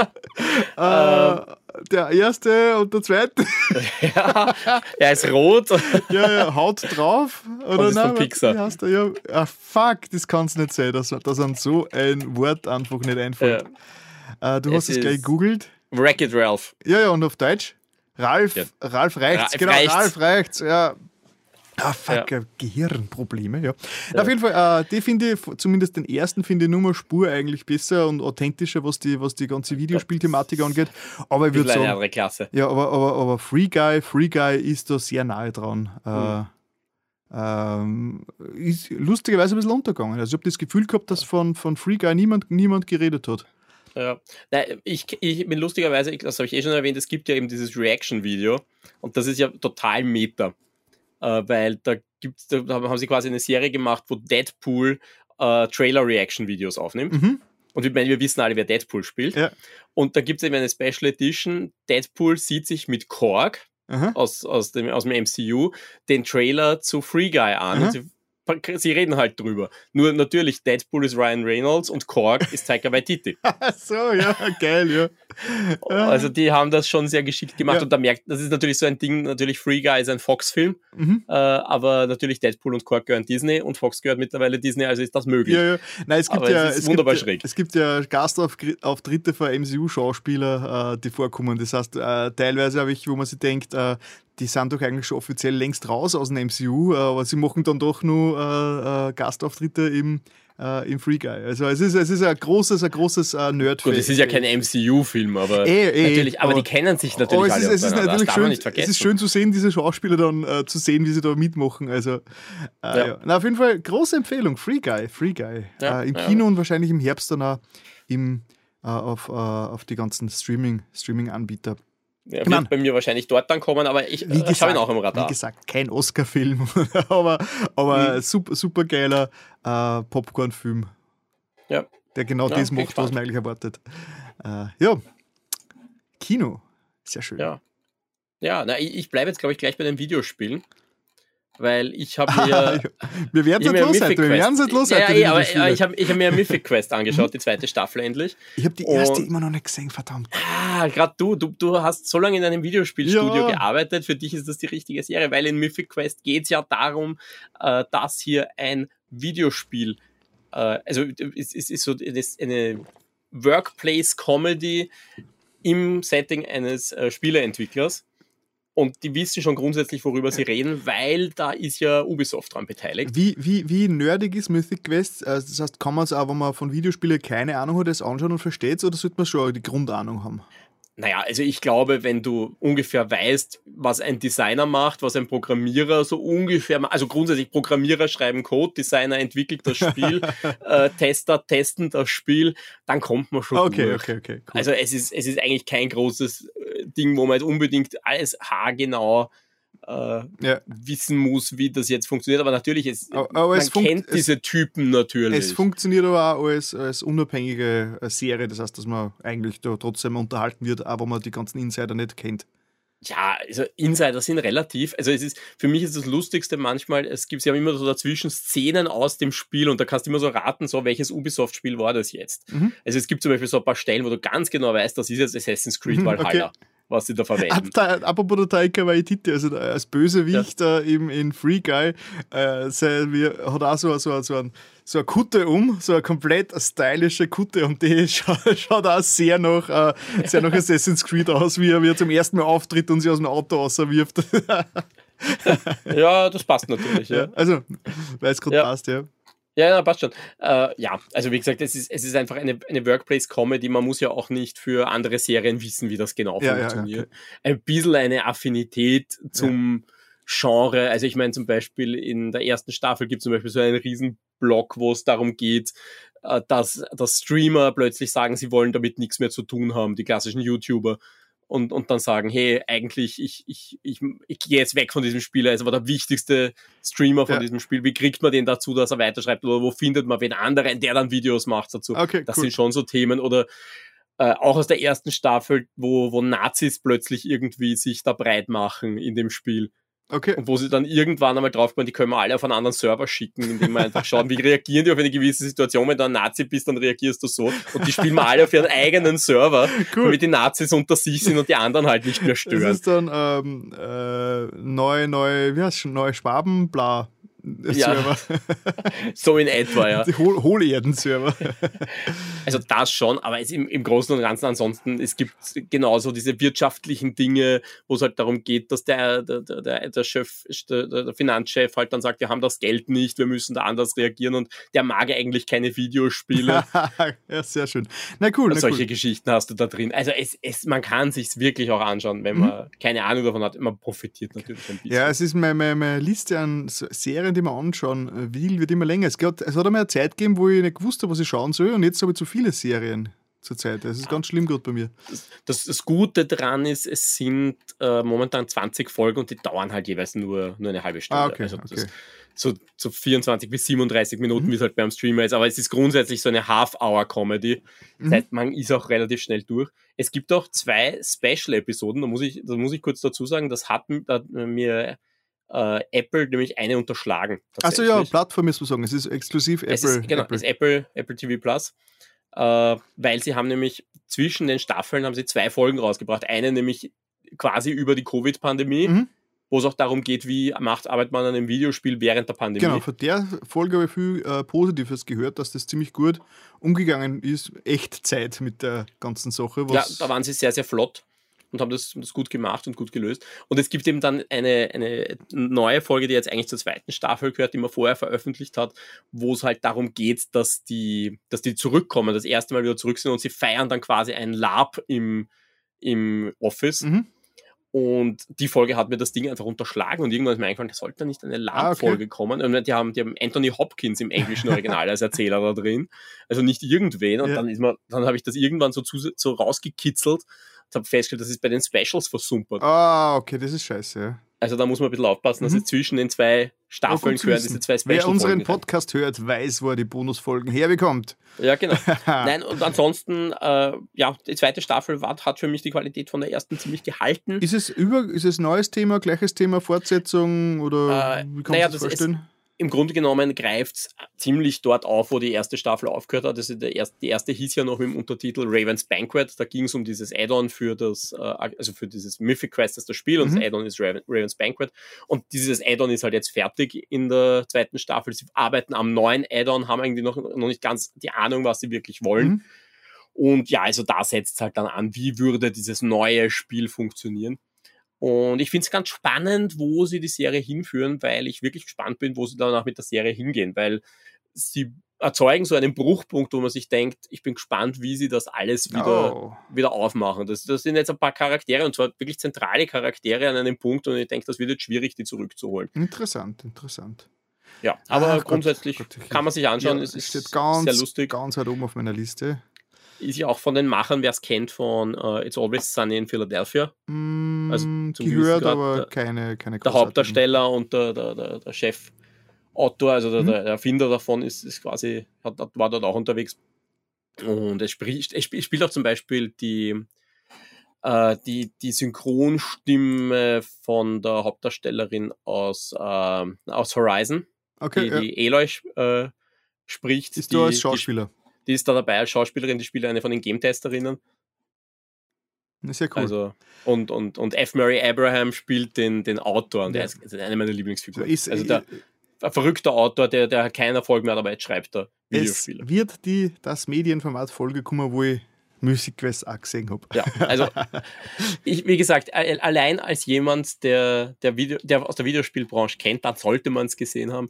Der erste und der zweite. Ja, er ist rot. Ja, Haut drauf. Oder ist von Pixar. Wie heißt der? Ja, fuck, das kann es nicht sein, dass an so ein Wort einfach nicht einfällt. Ja. Du hast es gleich gegoogelt. Wreck-It Ralph. Ja, und auf Deutsch? Ralf Reichts. Ralf Reichts, ja. Fuck, ja. Gehirnprobleme, ja. Ja. Auf jeden Fall, die finde ich, zumindest den ersten finde ich nur mal Spur eigentlich besser und authentischer, was die ganze Videospielthematik angeht. Aber ich würde sagen, eine andere Klasse. Ja, aber Free Guy ist da sehr nahe dran. Ist lustigerweise ein bisschen untergegangen. Also ich habe das Gefühl gehabt, dass von Free Guy niemand geredet hat. Ja, nein, ich bin lustigerweise, das habe ich schon erwähnt, es gibt ja eben dieses Reaction-Video und das ist ja total Meta, weil da haben sie quasi eine Serie gemacht, wo Deadpool Trailer-Reaction-Videos aufnimmt. Mhm. Und ich meine, wir wissen alle, wer Deadpool spielt. Ja. Und da gibt es eben eine Special Edition, Deadpool sieht sich mit Korg aus dem MCU den Trailer zu Free Guy an. Und sie reden halt drüber. Nur natürlich, Deadpool ist Ryan Reynolds und Korg ist Taika Waititi. So, ja, geil, ja. Also die haben das schon sehr geschickt gemacht und da merkt, das ist natürlich so ein Ding, natürlich Free Guy ist ein Fox-Film, aber natürlich Deadpool und Korg gehören Disney und Fox gehört mittlerweile Disney, also ist das möglich. Ja. Nein, es ist wunderbar schräg. Es gibt ja Gastauftritte von MCU-Schauspieler, die vorkommen. Das heißt, teilweise habe ich, wo man sich denkt, die sind doch eigentlich schon offiziell längst raus aus dem MCU, aber sie machen dann doch nur Gastauftritte im Free Guy. Also es ist ein großes Nerd-Fan. Gut, es ist ja kein MCU-Film, aber natürlich, aber die kennen sich natürlich alle. Es ist natürlich schön, es ist schön zu sehen, diese Schauspieler dann zu sehen, wie sie da mitmachen. Also ja. Na, auf jeden Fall große Empfehlung, Free Guy. Ja, im Kino und wahrscheinlich im Herbst dann auch auf die ganzen Streaming-Anbieter. Ja, wird bei mir wahrscheinlich dort dann kommen, aber ich schaue ihn auch im Radar. Wie gesagt, kein Oscar-Film, aber super geiler Popcorn-Film, der genau das macht, was man eigentlich erwartet. Kino, sehr schön. Ja, ich bleibe jetzt, glaube ich, gleich bei den Videospielen, weil ich habe mir... wir werden es nicht los sein. Ich habe mir Mythic Quest angeschaut, die zweite Staffel endlich. Ich habe die erste immer noch nicht gesehen, verdammt. Gerade du hast so lange in einem Videospielstudio gearbeitet, für dich ist das die richtige Serie, weil in Mythic Quest geht es ja darum, dass hier ein Videospiel, es ist so eine Workplace-Comedy, im Setting eines Spieleentwicklers. Und die wissen schon grundsätzlich, worüber sie reden, weil da ist ja Ubisoft dran beteiligt. Wie nerdig ist Mythic Quest? Das heißt, kann man es auch, wenn man von Videospielen keine Ahnung hat, das anschauen und versteht es, oder sollte man schon die Grundahnung haben? Naja, also ich glaube, wenn du ungefähr weißt, was ein Designer macht, was ein Programmierer so ungefähr macht, also grundsätzlich Programmierer schreiben Code, Designer entwickelt das Spiel, Tester testen das Spiel, dann kommt man schon durch. Okay, cool. Also es ist eigentlich kein großes Ding, wo man jetzt unbedingt alles haargenau wissen muss, wie das jetzt funktioniert, aber natürlich, man kennt diese Typen natürlich. Es funktioniert aber auch als unabhängige Serie, das heißt, dass man eigentlich da trotzdem unterhalten wird, auch wenn man die ganzen Insider nicht kennt. Ja, also Insider sind relativ, also für mich ist das Lustigste manchmal, sie haben immer so dazwischen Szenen aus dem Spiel und da kannst du immer so raten, so welches Ubisoft-Spiel war das jetzt. Also es gibt zum Beispiel so ein paar Stellen, wo du ganz genau weißt, das ist jetzt Assassin's Creed Valhalla. Okay. Was sie da verwenden. Apropos der Taika Waititi, also als Bösewicht in Free Guy, hat auch so eine Kutte so eine komplett stylische Kutte und die schaut auch sehr nach Assassin's Creed aus, wie er zum ersten Mal auftritt und sich aus dem Auto rauswirft. Ja, das passt natürlich. Ja. Also, weil es gerade passt, ja. Ja, passt schon. Also wie gesagt, es ist einfach eine Workplace-Comedy. Man muss ja auch nicht für andere Serien wissen, wie das genau funktioniert. Okay. Ein bisschen eine Affinität zum Genre. Also ich meine zum Beispiel in der ersten Staffel gibt es zum Beispiel so einen riesen Blog, wo es darum geht, dass Streamer plötzlich sagen, sie wollen damit nichts mehr zu tun haben, die klassischen YouTuber. Und dann sagen, hey, eigentlich, ich gehe jetzt weg von diesem Spiel, also war der wichtigste Streamer von diesem Spiel. Wie kriegt man den dazu, dass er weiterschreibt? Oder wo findet man wen anderen, der dann Videos macht dazu? Okay, das sind schon so Themen. Oder auch aus der ersten Staffel, wo Nazis plötzlich irgendwie sich da breit machen in dem Spiel. Okay. Und wo sie dann irgendwann einmal draufkommen, die können wir alle auf einen anderen Server schicken, indem wir einfach schauen, wie reagieren die auf eine gewisse Situation. Wenn du ein Nazi bist, dann reagierst du so. Und die spielen wir alle auf ihren eigenen Server, damit die Nazis unter sich sind und die anderen halt nicht mehr stören. Das ist dann neue Schwaben, bla. Server. So in etwa, ja. Hohlerden-Server. Also das schon, aber im Großen und Ganzen ansonsten, es gibt genauso diese wirtschaftlichen Dinge, wo es halt darum geht, dass der Chef, der Finanzchef halt dann sagt, wir haben das Geld nicht, wir müssen da anders reagieren und der mag eigentlich keine Videospiele. Ja, sehr schön. Na cool. Solche Geschichten hast du da drin. Also man kann sich's wirklich auch anschauen, wenn man keine Ahnung davon hat. Man profitiert natürlich ein bisschen. Ja, es ist meine Liste an Serien, die man anschauen will, wird immer länger. Es hat einmal eine Zeit gegeben, wo ich nicht gewusst habe, was ich schauen soll, und jetzt habe ich zu viele Serien zur Zeit. Das ist ganz schlimm gerade bei mir. Das Gute daran ist, es sind momentan 20 Folgen und die dauern halt jeweils nur eine halbe Stunde. Okay, also so 24 bis 37 Minuten, wie es halt beim Streamer ist. Aber es ist grundsätzlich so eine Half-Hour-Comedy. Das heißt, man ist auch relativ schnell durch. Es gibt auch 2 Special-Episoden, da muss ich kurz dazu sagen, das hat mir Apple nämlich eine unterschlagen. Achso, ja, Plattform ist zu sagen, es ist exklusiv Apple. Es ist Apple TV Plus, weil sie haben nämlich zwischen den Staffeln haben sie 2 Folgen rausgebracht. Eine nämlich quasi über die Covid-Pandemie, wo es auch darum geht, wie arbeitet man an einem Videospiel während der Pandemie. Genau, von der Folge habe ich viel Positives gehört, dass das ziemlich gut umgegangen ist. Echtzeit mit der ganzen Sache. Ja, da waren sie sehr, sehr flott und haben das gut gemacht und gut gelöst. Und es gibt eben dann eine neue Folge, die jetzt eigentlich zur 2. Staffel gehört, die man vorher veröffentlicht hat, wo es halt darum geht, dass die zurückkommen, das erste Mal wieder zurück sind und sie feiern dann quasi ein Lab im Office. Und die Folge hat mir das Ding einfach unterschlagen und irgendwann ist mir eingefallen, da sollte da nicht eine Lab-Folge kommen. Und die haben Anthony Hopkins im englischen Original als Erzähler da drin. Also nicht irgendwen. Und dann habe ich das irgendwann so rausgekitzelt und habe festgestellt, das ist bei den Specials versumpert. Ah, okay, das ist scheiße, ja. Also da muss man ein bisschen aufpassen, dass zwischen den 2 Staffeln gehören diese 2 Special-Folgen. Wer unseren Podcast hört, weiß, wo er die Bonusfolgen herbekommt. Ja, genau. Nein, und ansonsten, die 2. Staffel hat für mich die Qualität von der ersten ziemlich gehalten. Ist es neues Thema, gleiches Thema, Fortsetzung oder wie kann man das vorstellen? Im Grunde genommen greift es ziemlich dort auf, wo die erste Staffel aufgehört hat. Also die erste hieß ja noch mit dem Untertitel Raven's Banquet. Da ging es um dieses Add-on für dieses Mythic Quest, das Spiel, und das Add-on ist Raven's Banquet. Und dieses Add-on ist halt jetzt fertig in der 2. Staffel. Sie arbeiten am neuen Add-on, haben eigentlich noch nicht ganz die Ahnung, was sie wirklich wollen. Und ja, also da setzt es halt dann an, wie würde dieses neue Spiel funktionieren. Und ich finde es ganz spannend, wo sie die Serie hinführen, weil ich wirklich gespannt bin, wo sie dann auch mit der Serie hingehen, weil sie erzeugen so einen Bruchpunkt, wo man sich denkt, ich bin gespannt, wie sie das alles wieder aufmachen. Das sind jetzt ein paar Charaktere, und zwar wirklich zentrale Charaktere an einem Punkt, und ich denke, das wird jetzt schwierig, die zurückzuholen. Interessant. Ja, aber grundsätzlich kann man sich anschauen, ja, es ist steht ganz, sehr lustig. Ganz weit oben auf meiner Liste. Ist ja auch von den Machern, wer es kennt, von It's Always Sunny in Philadelphia. Also gehört, aber keine der Hauptdarsteller und der Chefautor, also der Erfinder davon ist quasi, war dort auch unterwegs. Und er spielt auch zum Beispiel die Synchronstimme von der Hauptdarstellerin aus Horizon, okay, die Aloy spricht. Ist du als Schauspieler? Die ist da dabei als Schauspielerin, die spielt eine von den Game-Testerinnen. Sehr cool. Also, und F. Murray Abraham spielt den Autor, und der ist eine meiner Lieblingsfiguren. Ein verrückter Autor, der keinen Erfolg mehr, aber jetzt schreibt er Videospiele. Es wird das Medienformat Folge kommen, wo ich Music Quest auch gesehen habe. Ja, also wie gesagt, allein als jemand, der aus der Videospielbranche kennt, da sollte man es gesehen haben.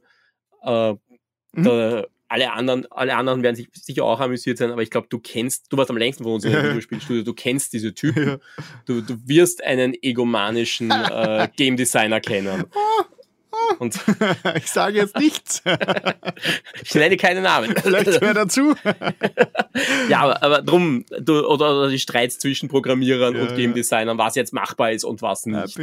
Alle anderen werden sich sicher auch amüsiert sein, aber ich glaube, du warst am längsten von uns in der Videospielstudio, du kennst diese Typen. Ja. Du wirst einen egomanischen Game Designer kennen. Und ich sage jetzt nichts. Ich nenne keine Namen. Vielleicht mehr dazu. Ja, aber drum, oder die Streits zwischen Programmierern und Game Designern, was jetzt machbar ist und was nicht.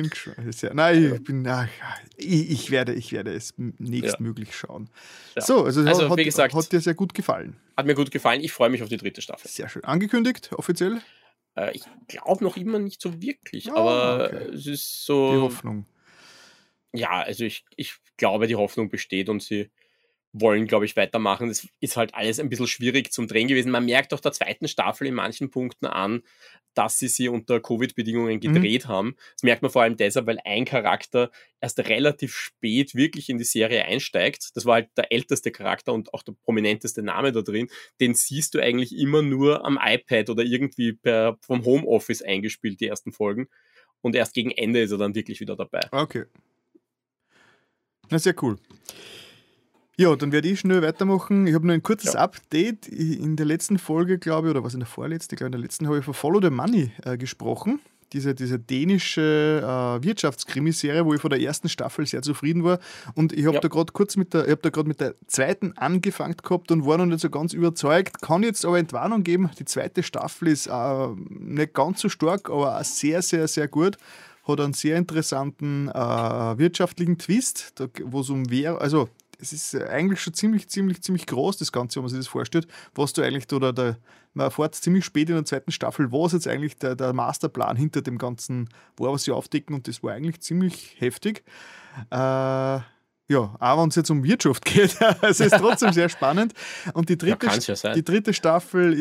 Ich werde es nächstmöglich schauen. Ja. So, also wie gesagt, hat dir sehr gut gefallen. Hat mir gut gefallen. Ich freue mich auf die 3. Staffel. Sehr schön. Angekündigt, offiziell? Ich glaube noch immer nicht so wirklich, aber es ist so... Die Hoffnung. Ja, also ich glaube, die Hoffnung besteht, und sie wollen, glaube ich, weitermachen. Das ist halt alles ein bisschen schwierig zum Drehen gewesen. Man merkt auch der 2. Staffel in manchen Punkten an, dass sie unter Covid-Bedingungen gedreht haben. Das merkt man vor allem deshalb, weil ein Charakter erst relativ spät wirklich in die Serie einsteigt. Das war halt der älteste Charakter und auch der prominenteste Name da drin. Den siehst du eigentlich immer nur am iPad oder irgendwie vom Homeoffice eingespielt, die ersten Folgen. Und erst gegen Ende ist er dann wirklich wieder dabei. Okay. Na, sehr cool. Ja, dann werde ich schnell weitermachen. Ich habe nur ein kurzes Update. In der letzten Folge, glaube ich, oder was in der vorletzten, glaube ich, in der letzten habe ich von Follow the Money gesprochen. Diese dänische Wirtschaftskrimiserie, wo ich von der ersten Staffel sehr zufrieden war. Und ich habe da gerade mit der zweiten angefangen gehabt und war noch nicht so ganz überzeugt. Kann jetzt aber Entwarnung geben. Die 2. Staffel ist nicht ganz so stark, aber auch sehr, sehr, sehr gut. Hat einen sehr interessanten wirtschaftlichen Twist, wo es also es ist eigentlich schon ziemlich groß, das Ganze, wenn man sich das vorstellt, was du eigentlich, man erfährt ziemlich spät in der 2. Staffel, was jetzt eigentlich der Masterplan hinter dem Ganzen war, was sie aufdecken, und das war eigentlich ziemlich heftig. Auch wenn es jetzt um Wirtschaft geht, es ist trotzdem sehr spannend. Und die 3. Staffel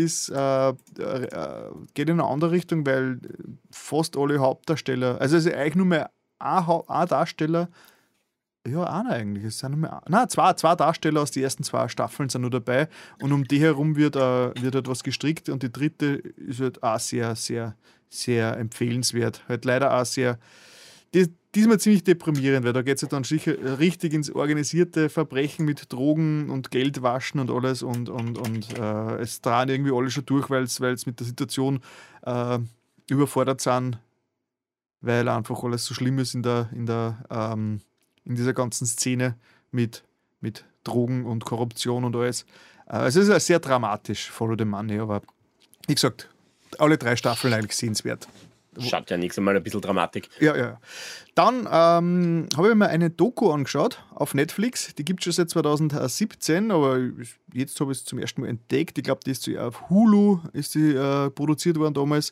geht in eine andere Richtung, weil fast alle Hauptdarsteller, also es ist eigentlich nur mehr ein Darsteller, einer eigentlich. Es sind nur mehr, zwei Darsteller aus den ersten 2 Staffeln sind nur dabei, und um die herum wird halt was gestrickt, und die 3. ist halt auch sehr, sehr, sehr empfehlenswert. Halt leider auch sehr... Diesmal ziemlich deprimierend, weil da geht es ja dann sicher richtig ins organisierte Verbrechen mit Drogen und Geldwaschen und alles, und es drehen irgendwie alle schon durch, weil es mit der Situation überfordert sind, weil einfach alles so schlimm ist in dieser ganzen Szene mit Drogen und Korruption und alles. Es ist ja sehr dramatisch, Follow the Money, aber wie gesagt, alle 3 Staffeln eigentlich sehenswert. Schaut ja nichts, einmal ein bisschen Dramatik. Ja. Dann habe ich mir eine Doku angeschaut auf Netflix. Die gibt es schon seit 2017, aber jetzt habe ich es zum ersten Mal entdeckt. Ich glaube, die ist auf Hulu produziert worden damals.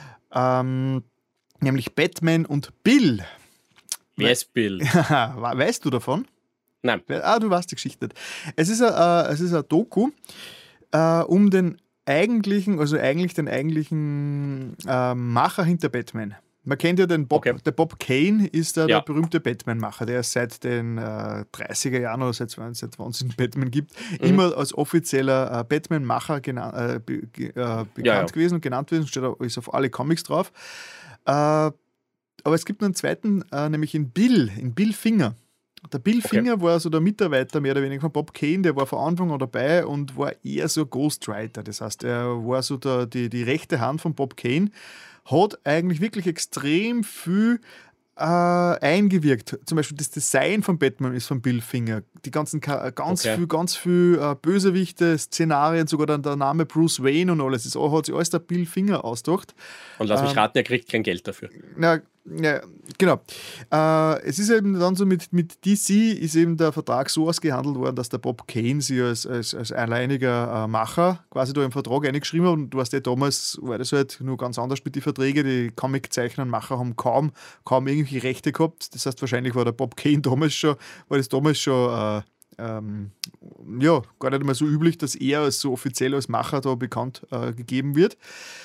Nämlich Batman und Bill. Wer ist Bill? Weißt du davon? Nein. Du weißt die Geschichte nicht. Es ist eine Doku um den eigentlichen Macher hinter Batman. Man kennt ja den Bob, der Bob Kane ist der berühmte Batman-Macher, der es seit den 30er Jahren oder seit wann es den Batman gibt, immer als offizieller Batman-Macher bekannt gewesen und genannt gewesen, ist auf alle Comics drauf. Aber es gibt noch einen zweiten, nämlich in Bill Finger. Der Bill Finger war so der Mitarbeiter mehr oder weniger von Bob Kane, der war von Anfang an dabei und war eher so Ghostwriter. Das heißt, er war so die rechte Hand von Bob Kane, hat eigentlich wirklich extrem viel eingewirkt. Zum Beispiel das Design von Batman ist von Bill Finger. Die ganz viel Bösewichte, Szenarien, sogar dann der Name Bruce Wayne und alles. Das hat sich alles der Bill Finger ausgedacht. Und lass mich raten, er kriegt kein Geld dafür. Ja, genau. Es ist eben dann so, mit DC ist eben der Vertrag so ausgehandelt worden, dass der Bob Kane sich als alleiniger Macher quasi da im Vertrag eingeschrieben hat. Und du weißt ja, damals war das halt nur ganz anders mit den Verträgen. Die Comiczeichner und Macher haben kaum irgendwelche Rechte gehabt. Das heißt, wahrscheinlich war der Bob Kane damals schon gar nicht mal so üblich, dass er als so offiziell als Macher da bekannt gegeben wird.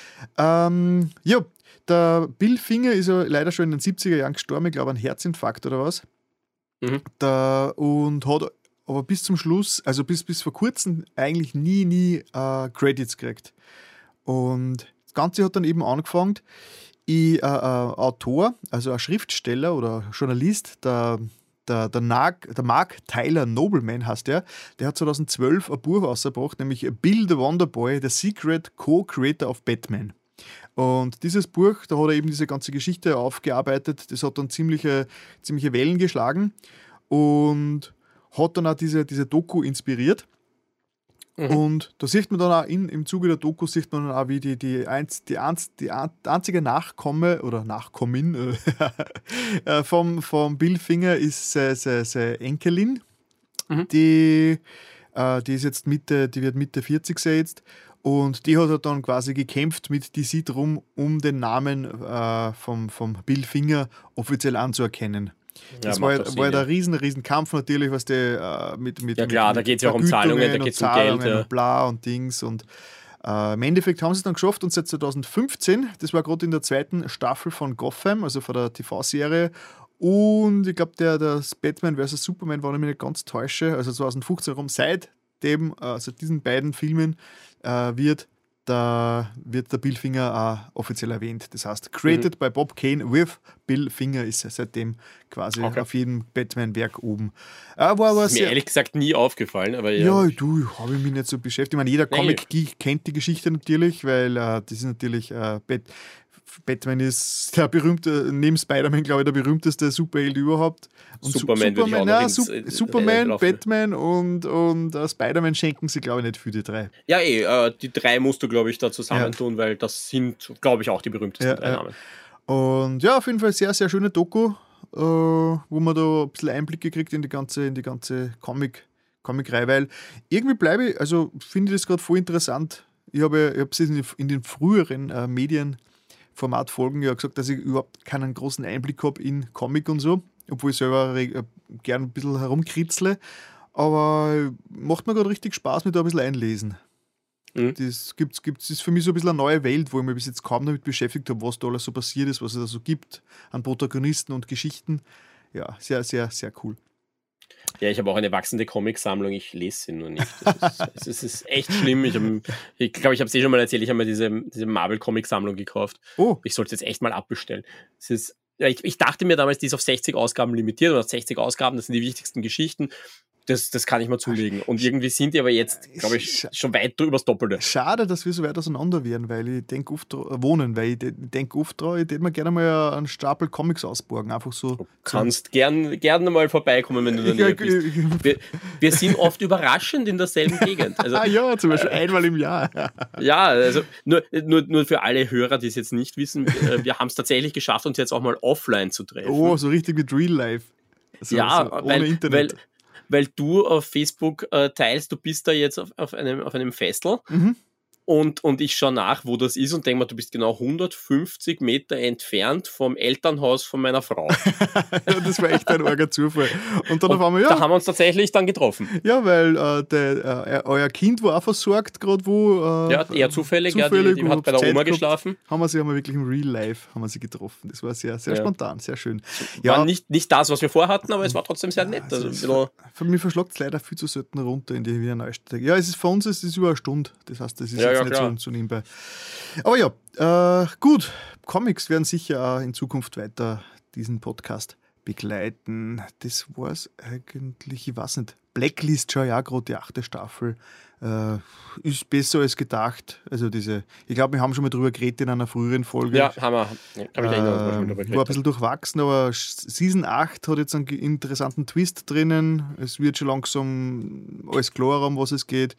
Der Bill Finger ist ja leider schon in den 70er Jahren gestorben, ich glaube an Herzinfarkt oder was. Und hat aber bis zum Schluss, also bis vor kurzem eigentlich nie Credits gekriegt. Und das Ganze hat dann eben angefangen, ein Autor, also ein Schriftsteller oder Journalist, der Mark Tyler Nobleman heißt der hat 2012 ein Buch rausgebracht, nämlich Bill the Wonder Boy, The Secret Co-Creator of Batman. Und dieses Buch, da hat er eben diese ganze Geschichte aufgearbeitet, das hat dann ziemliche Wellen geschlagen und hat dann auch diese Doku inspiriert. Und da sieht man dann auch im Zuge der Doku, sieht man dann auch, wie die einzige Nachkomme oder Nachkommin vom Bill Finger ist seine Enkelin. Die ist jetzt die wird Mitte 40 jetzt. Und die hat halt dann quasi gekämpft mit DC drum, um den Namen vom Bill Finger offiziell anzuerkennen. Das war ein riesen Kampf natürlich, was der mit ja klar, da geht es ja auch um Zahlungen, da geht es um Geld. Und bla und Dings. Und im Endeffekt haben sie es dann geschafft und seit 2015, das war gerade in der zweiten Staffel von Gotham, also von der TV-Serie. Und ich glaube, das Batman vs. Superman war, wenn ich mich nicht ganz täusche, also 2015 rum, seit diesen beiden Filmen wird der Bill Finger auch offiziell erwähnt. Das heißt, created by Bob Kane with Bill Finger ist seitdem quasi auf jedem Batman-Werk oben. Ist mir ehrlich gesagt nie aufgefallen. Aber habe ich mich nicht so beschäftigt. Ich meine, jeder Comic-Geek kennt die Geschichte natürlich, weil das ist natürlich Batman ist der berühmte, neben Spider-Man, glaube ich, der berühmteste Superheld überhaupt. Und Superman, Batman und Spider-Man schenken sie, glaube ich, nicht für die drei. Ja, die drei musst du, glaube ich, da zusammentun, weil das sind, glaube ich, auch die berühmtesten drei Namen. Und ja, auf jeden Fall sehr, sehr schöne Doku, wo man da ein bisschen Einblicke kriegt in die ganze Comic-Reihe, weil irgendwie finde ich das gerade voll interessant. Ich habe es in den früheren Medienformatfolgen ja gesagt, dass ich überhaupt keinen großen Einblick habe in Comic und so, obwohl ich selber gern ein bisschen herumkritzle, aber macht mir gerade richtig Spaß, mit da ein bisschen einlesen. Das ist für mich so ein bisschen eine neue Welt, wo ich mich bis jetzt kaum damit beschäftigt habe, was da alles so passiert ist, was es da so gibt an Protagonisten und Geschichten. Ja, sehr, sehr, sehr cool. Ja, ich habe auch eine wachsende Comicsammlung, ich lese sie nur nicht. Es ist echt schlimm. Ich glaube, ich habe es schon mal erzählt, ich habe mir diese Marvel-Comic-Sammlung gekauft. Oh. Ich sollte es jetzt echt mal abbestellen. Ich dachte mir damals, die ist auf 60 Ausgaben limitiert, oder 60 Ausgaben, das sind die wichtigsten Geschichten. Das kann ich mal zulegen. Und irgendwie sind die aber jetzt, glaube ich, schon weit drüber das Doppelte. Schade, dass wir so weit auseinander werden, weil ich denke oft ich hätte mir gerne mal einen Stapel Comics ausborgen. Einfach so. Du kannst gerne mal vorbeikommen, wenn du da näher bist. Wir sind oft überraschend in derselben Gegend. Also, ja, zum Beispiel einmal im Jahr. Ja, also nur für alle Hörer, die es jetzt nicht wissen, wir haben es tatsächlich geschafft, uns jetzt auch mal offline zu treffen. Oh, so richtig mit Real Life. So ohne Internet. Weil du auf Facebook teilst, du bist da jetzt auf einem Festival. Und ich schaue nach, wo das ist und denke mir, du bist genau 150 Meter entfernt vom Elternhaus von meiner Frau. Ja, das war echt ein arger Zufall. Und dann Und auf einmal, da haben wir uns tatsächlich dann getroffen. Ja, weil euer Kind war auch versorgt, gerade wo. Ja, eher zufällig ja, die hat bei der Oma geschlafen. Haben wir wirklich im Real Life getroffen. Das war sehr, sehr spontan, sehr schön. War nicht das, was wir vorhatten, aber es war trotzdem sehr nett. Also für mich verschlagt es leider viel zu selten runter in die Wiener Neustadt. Ja, für uns ist es über eine Stunde. Das heißt, das ist jetzt nicht so nebenbei. Aber ja, gut. Comics werden sicher auch in Zukunft weiter diesen Podcast begleiten. Das war es eigentlich, ich weiß nicht. Blacklist schon ja gerade die 8. Staffel. Ist besser als gedacht. Also ich glaube, wir haben schon mal drüber geredet in einer früheren Folge. Ja, haben wir. Hab ich erinnert, war ein bisschen durchwachsen, aber Season 8 hat jetzt einen interessanten Twist drinnen. Es wird schon langsam alles klarer, um was es geht.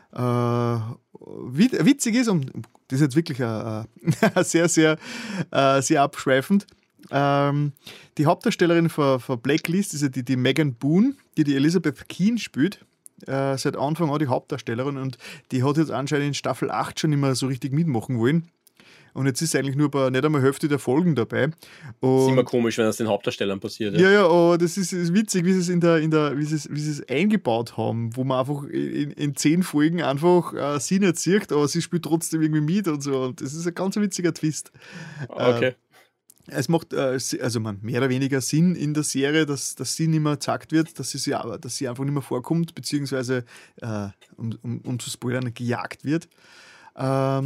Witzig ist, und das ist jetzt wirklich sehr, sehr, sehr abschweifend. Die Hauptdarstellerin von Blacklist ist ja die Megan Boone, die Elizabeth Keen spielt. Seit Anfang an die Hauptdarstellerin, und die hat jetzt anscheinend in Staffel 8 schon nicht mehr so richtig mitmachen wollen. Und jetzt ist eigentlich nur bei nicht einmal Hälfte der Folgen dabei. Und ist immer komisch, wenn das den Hauptdarstellern passiert. Ja, aber das ist witzig, wie sie es eingebaut haben, wo man einfach in 10 Folgen einfach sie nicht sieht, aber sie spielt trotzdem irgendwie mit und so. Und das ist ein ganz witziger Twist. Okay. Es macht mehr oder weniger Sinn in der Serie, dass sie nicht mehr gezeigt wird, dass sie einfach nicht mehr vorkommt, beziehungsweise, um zu spoilern, gejagt wird. Hat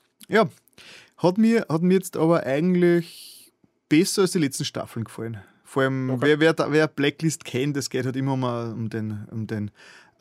mir jetzt aber eigentlich besser als die letzten Staffeln gefallen. Vor allem, wer Blacklist kennt, es geht halt immer um den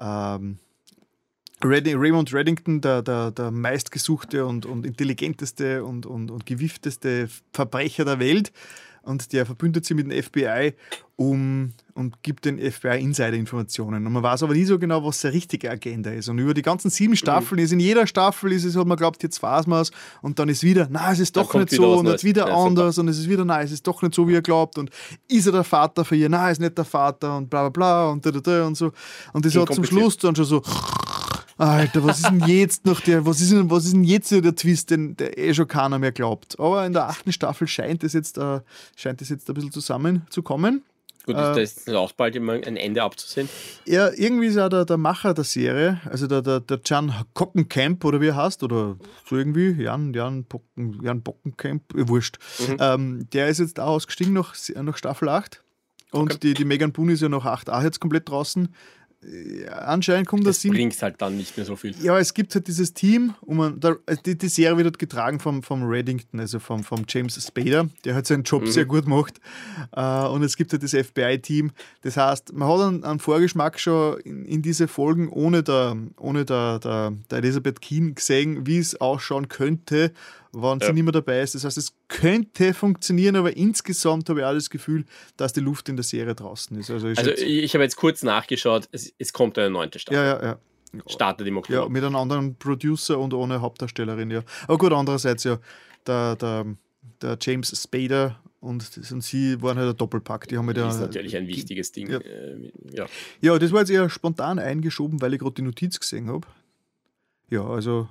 Raymond Reddington, der meistgesuchte und intelligenteste und gewiffteste Verbrecher der Welt. Und der verbündet sich mit dem FBI und gibt den FBI Insider-Informationen. Und man weiß aber nie so genau, was seine richtige Agenda ist. Und über die ganzen 7 Staffeln in jeder Staffel hat man geglaubt, jetzt weiß man es. Und dann ist wieder, es ist doch nicht so. Und jetzt wieder anders. Super. Und es ist wieder, es ist doch nicht so, wie er glaubt. Und ist er der Vater für ihr? Ist nicht der Vater. Und bla bla bla und und so. Und das hat zum Schluss dann schon so... Alter, was ist denn jetzt noch was ist denn jetzt der Twist, den der schon keiner mehr glaubt? Aber in der 8. Staffel scheint es jetzt ein bisschen zusammenzukommen. Gut, da ist auch bald immer ein Ende abzusehen. Ja, irgendwie ist auch der Macher der Serie, also der Jan Bockenkamp, oder wie er heißt, oder so irgendwie, Jan Bockenkamp, wurscht. Der ist jetzt auch ausgestiegen nach Staffel 8. Und die Megan Boone ist ja nach 8 auch jetzt komplett draußen. Anscheinend kommt das bringt halt dann nicht mehr so viel. Ja, es gibt halt dieses Team, die Serie wird halt getragen vom Reddington, also vom James Spader, der halt seinen Job sehr gut macht. Und es gibt halt das FBI-Team. Das heißt, man hat einen Vorgeschmack schon in diese Folgen ohne der Elizabeth Keen gesehen, wie es ausschauen könnte, wenn sie nicht mehr dabei ist. Das heißt, es könnte funktionieren, aber insgesamt habe ich auch das Gefühl, dass die Luft in der Serie draußen ist. Also ich habe jetzt kurz nachgeschaut, es kommt eine 9. Staffel. Ja. Startet im Oktober. Ja, mit einem anderen Producer und ohne Hauptdarstellerin, ja. Aber gut, andererseits ja, der James Spader und sie waren halt ein Doppelpack. Die haben das ist natürlich ein wichtiges Ding. Ja, das war jetzt eher spontan eingeschoben, weil ich gerade die Notiz gesehen habe. Ja, also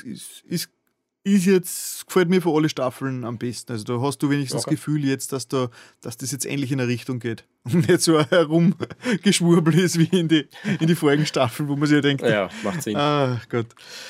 ist jetzt, gefällt mir für alle Staffeln am besten. Also da hast du wenigstens das Gefühl jetzt, dass das jetzt endlich in eine Richtung geht. Und nicht so herumgeschwurbel ist wie in die vorigen Staffeln, wo man sich ja denkt. Ja, macht Sinn. Gut.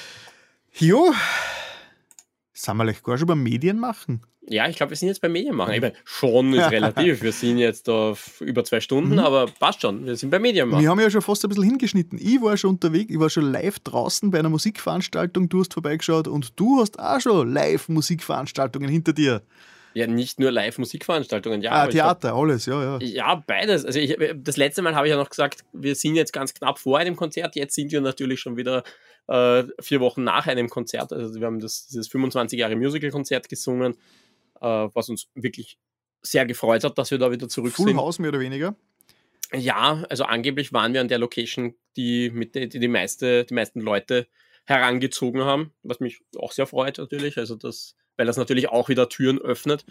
Jo, sind wir gleich gar schon beim Medien machen? Ja, ich glaube, wir sind jetzt beim Medienmachen. Ich meine, schon ist relativ. Wir sind jetzt auf über 2 Stunden, aber passt schon. Wir sind beim Medienmachen. Wir haben ja schon fast ein bisschen hingeschnitten. Ich war schon unterwegs, ich war schon live draußen bei einer Musikveranstaltung. Du hast vorbeigeschaut und du hast auch schon live Musikveranstaltungen hinter dir. Ja, nicht nur Live-Musikveranstaltungen. Ja, Theater, alles, ja. Ja, beides. Also das letzte Mal habe ich ja noch gesagt, wir sind jetzt ganz knapp vor einem Konzert. Jetzt sind wir natürlich schon wieder 4 Wochen nach einem Konzert. Also wir haben dieses 25 Jahre Musical-Konzert gesungen, was uns wirklich sehr gefreut hat, dass wir da wieder zurück sind. Full House mehr oder weniger? Ja, also angeblich waren wir an der Location, die meisten Leute herangezogen haben, was mich auch sehr freut natürlich, also weil das natürlich auch wieder Türen öffnet.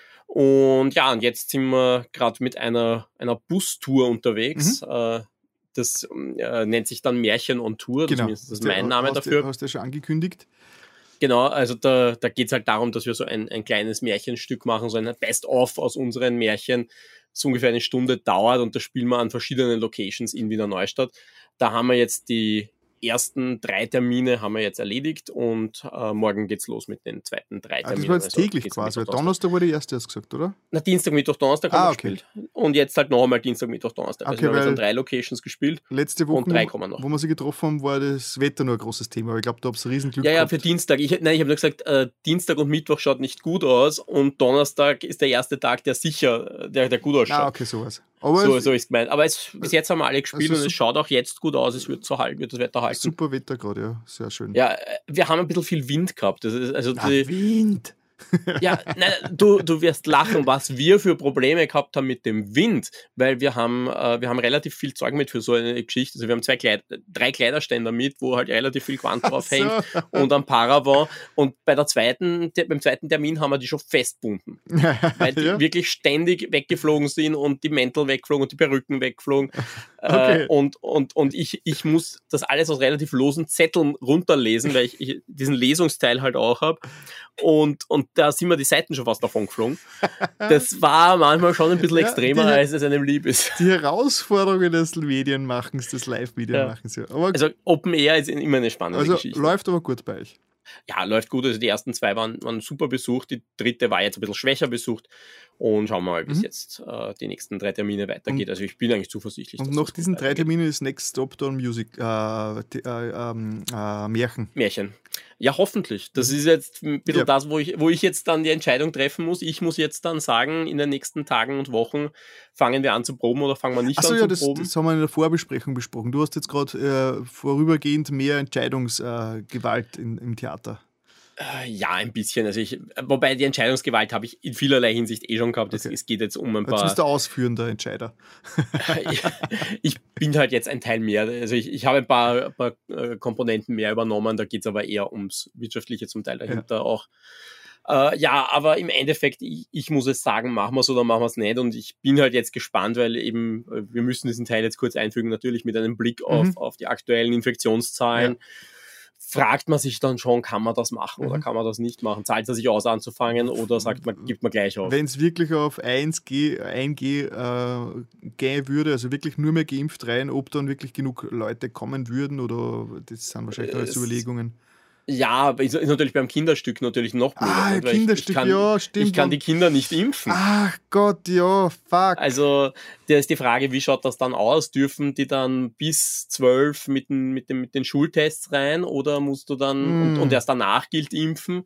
Und ja, und jetzt sind wir gerade mit einer Bustour unterwegs, das nennt sich dann Märchen on Tour, Genau. zumindest das ist mein Name dafür. Hast du ja schon angekündigt. Genau, also da geht es halt darum, dass wir so ein kleines Märchenstück machen, so ein Best-of aus unseren Märchen, das ungefähr eine Stunde dauert und das spielen wir an verschiedenen Locations in Wiener Neustadt. Da haben wir jetzt die ersten 3 Termine haben wir jetzt erledigt und morgen geht's los mit den zweiten 3 Terminen. Das war jetzt täglich quasi. Donnerstag wurde der erste, hast du gesagt, oder? Na, Dienstag, Mittwoch, Donnerstag haben wir gespielt. Und jetzt halt noch einmal Dienstag, Mittwoch, Donnerstag. Also wir haben jetzt an 3 Locations gespielt. Letzte Woche, und 3 kommen noch. Wo wir sie getroffen haben, war das Wetter nur ein großes Thema. Aber ich glaube, da habt ihr Riesenglück gehabt. Für Dienstag. Ich habe nur gesagt, Dienstag und Mittwoch schaut nicht gut aus und Donnerstag ist der erste Tag, der sicher, der gut ausschaut. Okay, sowas. Aber so ist gemeint. Aber bis jetzt haben wir alle gespielt und es schaut auch jetzt gut aus. Es wird das Wetter halten. Super Wetter gerade, ja. Sehr schön. Ja, wir haben ein bisschen viel Wind gehabt. Das ist also Wind! Ja, nein, du wirst lachen, was wir für Probleme gehabt haben mit dem Wind, weil wir haben relativ viel Zeug mit für so eine Geschichte. Also wir haben 3 Kleiderständer mit, wo halt relativ viel Quant drauf hängt und ein Paravan. Und beim zweiten Termin haben wir die schon festbunden, weil die wirklich ständig weggeflogen sind und die Mäntel weggeflogen und die Perücken weggeflogen. Okay. Und ich muss das alles aus relativ losen Zetteln runterlesen, weil ich diesen Lesungsteil halt auch habe. Und da sind mir die Seiten schon fast davon geflogen. Das war manchmal schon ein bisschen extremer, als es einem lieb ist. Die Herausforderungen des Medienmachens, des Live-Medienmachens. Ja. Also Open Air ist immer eine spannende Geschichte. Läuft aber gut bei euch. Ja, läuft gut. Also die ersten 2 waren super besucht. Die 3. war jetzt ein bisschen schwächer besucht. Und schauen wir mal, bis jetzt die nächsten 3 Termine weitergeht. Also ich bin eigentlich zuversichtlich. Und nach diesen 3 Terminen ist Next Stop Down Music Märchen. Ja, hoffentlich. Das ist jetzt ein bisschen das, wo ich jetzt dann die Entscheidung treffen muss. Ich muss jetzt dann sagen, in den nächsten Tagen und Wochen fangen wir an zu proben oder fangen wir nicht an zu proben. Das haben wir in der Vorbesprechung besprochen. Du hast jetzt gerade vorübergehend mehr Entscheidungsgewalt im Theater. Ja, ein bisschen. Also wobei die Entscheidungsgewalt habe ich in vielerlei Hinsicht schon gehabt. Okay. Es geht jetzt um ein paar... Jetzt bist du ausführender Entscheider. Ich bin halt jetzt ein Teil mehr. Also ich habe ein paar Komponenten mehr übernommen. Da geht es aber eher ums Wirtschaftliche zum Teil dahinter auch. Aber im Endeffekt, ich muss es sagen, machen wir es oder machen wir es nicht. Und ich bin halt jetzt gespannt, weil eben, wir müssen diesen Teil jetzt kurz einfügen, natürlich mit einem Blick auf die aktuellen Infektionszahlen. Ja. Fragt man sich dann schon, kann man das machen oder kann man das nicht machen? Zahlt er sich aus anzufangen oder sagt man, gibt man gleich auf? Wenn es wirklich auf 1G gehen würde, also wirklich nur mehr geimpft rein, ob dann wirklich genug Leute kommen würden oder das sind wahrscheinlich alles Überlegungen. Ja, aber ist natürlich beim Kinderstück natürlich noch blöder. Kinderstück, stimmt. Ich kann die Kinder nicht impfen. Ach Gott, ja, fuck. Also, da ist die Frage, wie schaut das dann aus? Dürfen die dann bis 12 mit den Schultests rein oder musst du dann, und erst danach gilt impfen?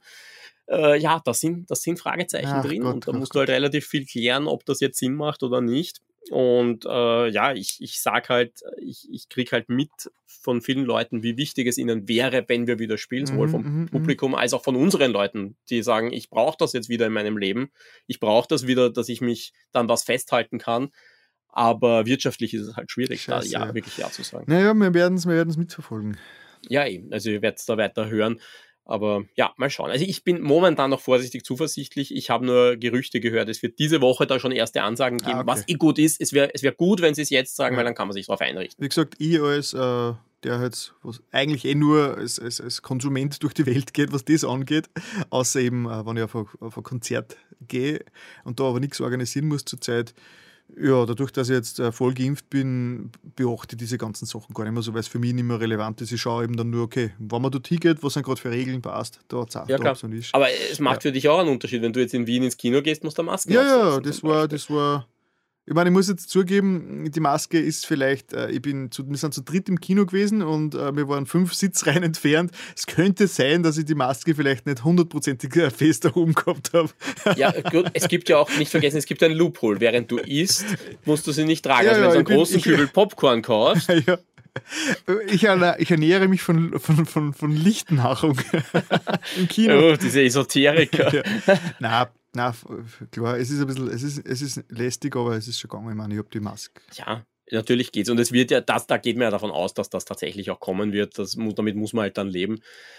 Das sind Fragezeichen drin und da musst du halt relativ viel klären, ob das jetzt Sinn macht oder nicht. Und ich sag halt, ich krieg halt mit von vielen Leuten, wie wichtig es ihnen wäre, wenn wir wieder spielen, sowohl vom Publikum als auch von unseren Leuten, die sagen, ich brauche das jetzt wieder in meinem Leben. Ich brauche das wieder, dass ich mich dann was festhalten kann. Aber wirtschaftlich ist es halt schwierig, wirklich Ja zu sagen. Naja, wir werden es mitverfolgen. Ja, eben. Also ihr werdet es da weiter hören. Aber ja, mal schauen. Also ich bin momentan noch vorsichtig zuversichtlich. Ich habe nur Gerüchte gehört, es wird diese Woche da schon erste Ansagen geben, was gut ist. Es wär gut, wenn sie es jetzt sagen, weil dann kann man sich darauf einrichten. Wie gesagt, ich als der halt eigentlich nur als Konsument durch die Welt geht, was das angeht, außer eben, wenn ich auf ein Konzert gehe und da aber nichts organisieren muss zurzeit. Ja, dadurch, dass ich jetzt voll geimpft bin, beachte ich diese ganzen Sachen gar nicht mehr so, weil es für mich nicht mehr relevant ist. Ich schaue eben dann nur, okay, wenn man dort hingeht, was sind gerade für Regeln passt, da zahlt ja, klar. Aber es macht für dich auch einen Unterschied, wenn du jetzt in Wien ins Kino gehst, musst du eine Maske aufsetzen. Ja, das war... Ich meine, ich muss jetzt zugeben, die Maske ist vielleicht, wir sind zu dritt im Kino gewesen und wir waren 5 Sitzreihen entfernt. Es könnte sein, dass ich die Maske vielleicht nicht 100%ig fest da oben gehabt habe. Ja, gut, es gibt ja auch, nicht vergessen, es gibt ein Loophole. Während du isst, musst du sie nicht tragen. Also wenn du einen großen Kübel Popcorn kaufst... Ja. Ich ernähre mich von Lichtnachung im Kino. Oh, diese Esoteriker. Ja. Nein, klar, es ist ein bisschen, es ist lästig, aber es ist schon gegangen. Ich meine, ich habe die Maske. Ja, natürlich geht's. Und es wird ja, da geht man ja davon aus, dass das tatsächlich auch kommen wird. Damit muss man halt dann leben.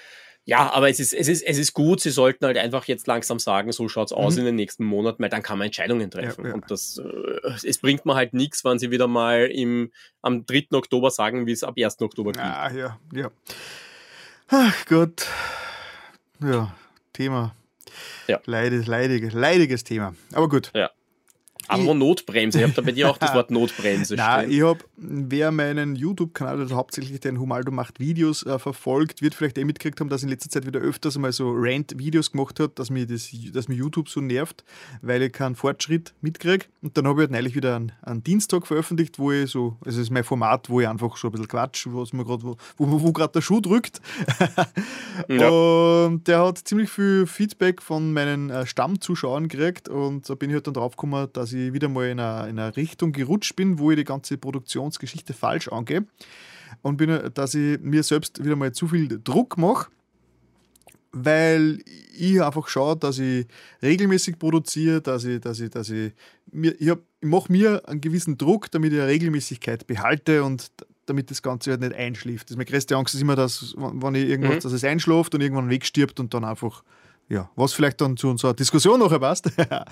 Ja, aber es ist gut, sie sollten halt einfach jetzt langsam sagen, so schaut's aus in den nächsten Monaten, weil dann kann man Entscheidungen treffen. Ja. Und es bringt mir halt nichts, wenn sie wieder mal am 3. Oktober sagen, wie es ab 1. Oktober klingt. Ja. Ach Gott. Ja, Thema. Ja. Leidiges Thema. Aber gut. Ja. Aber Notbremse, ich habe da bei dir auch das Wort Notbremse stehen. Ich habe, wer meinen YouTube-Kanal, also hauptsächlich den Humaldo macht Videos verfolgt, wird vielleicht mitgekriegt haben, dass in letzter Zeit wieder öfters mal so Rant-Videos gemacht hat, dass mir YouTube so nervt, weil ich keinen Fortschritt mitkriege. Und dann habe ich halt neulich wieder einen Dienstag veröffentlicht, wo ich so, also das ist mein Format, wo ich einfach so ein bisschen quatsch, wo gerade der Schuh drückt. Ja. Und der hat ziemlich viel Feedback von meinen Stammzuschauern gekriegt und da bin ich halt dann drauf gekommen, dass ich wieder mal in einer Richtung gerutscht bin, wo ich die ganze Produktionsgeschichte falsch angehe und dass ich mir selbst wieder mal zu viel Druck mache, weil ich einfach schaue, dass ich regelmäßig produziere, ich mache mir einen gewissen Druck, damit ich eine Regelmäßigkeit behalte und damit das Ganze halt nicht einschläft. Meine größte Angst ist immer, dass, wenn ich irgendwas, dass es einschläft und irgendwann wegstirbt und dann einfach, ja, was vielleicht dann zu unserer Diskussion nachher passt.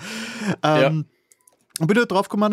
Und bin halt drauf gekommen,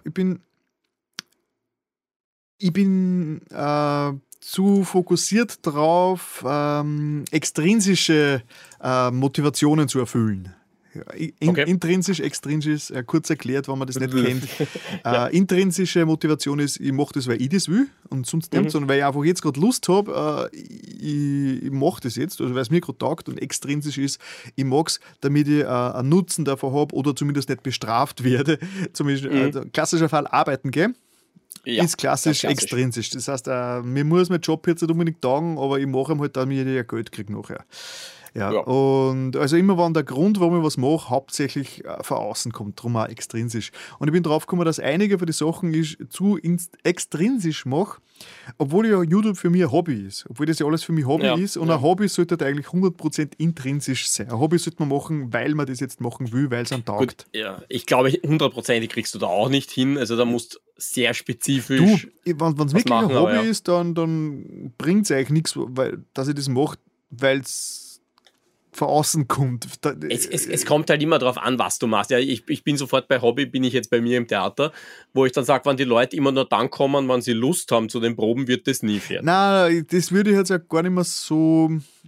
ich bin zu fokussiert drauf, extrinsische Motivationen zu erfüllen. Intrinsisch, extrinsisch, kurz erklärt, wenn man das nicht kennt. Intrinsische Motivation ist, ich mache das, weil ich das will und sonst nicht, sondern weil ich einfach jetzt gerade Lust habe, ich mache das jetzt, also weil es mir gerade taugt, und extrinsisch ist, ich mag es, damit ich einen Nutzen davon habe oder zumindest nicht bestraft werde. Zumindest klassischer Fall, arbeiten gehen. Ja, ist klassisch extrinsisch. Das heißt, mir muss mein Job jetzt nicht unbedingt taugen, aber ich mache ihm halt, damit ich ja Geld kriege nachher. Ja. Und also immer wenn der Grund, warum ich was mache, hauptsächlich von außen kommt, darum auch extrinsisch. Und ich bin drauf gekommen, dass einige von den Sachen ich zu extrinsisch mache, obwohl ja YouTube für mich ein Hobby ist. Obwohl das ja alles für mich Hobby ist. Und ein Hobby sollte halt eigentlich 100% intrinsisch sein. Ein Hobby sollte man machen, weil man das jetzt machen will, weil es einem taugt. Gut, ja. Ich glaube, 100% kriegst du da auch nicht hin. Also da musst sehr spezifisch. Wenn es wirklich ein Hobby ist, dann bringt es eigentlich nichts, dass ich das mache, weil es von außen kommt. Es kommt halt immer darauf an, was du machst. Ja, ich bin sofort bei Hobby, bin ich jetzt bei mir im Theater, wo ich dann sage, wenn die Leute immer nur dann kommen, wenn sie Lust haben zu den Proben, wird das nie fertig. Nein, das würde ich jetzt ja gar nicht mehr so...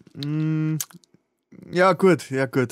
Ja gut.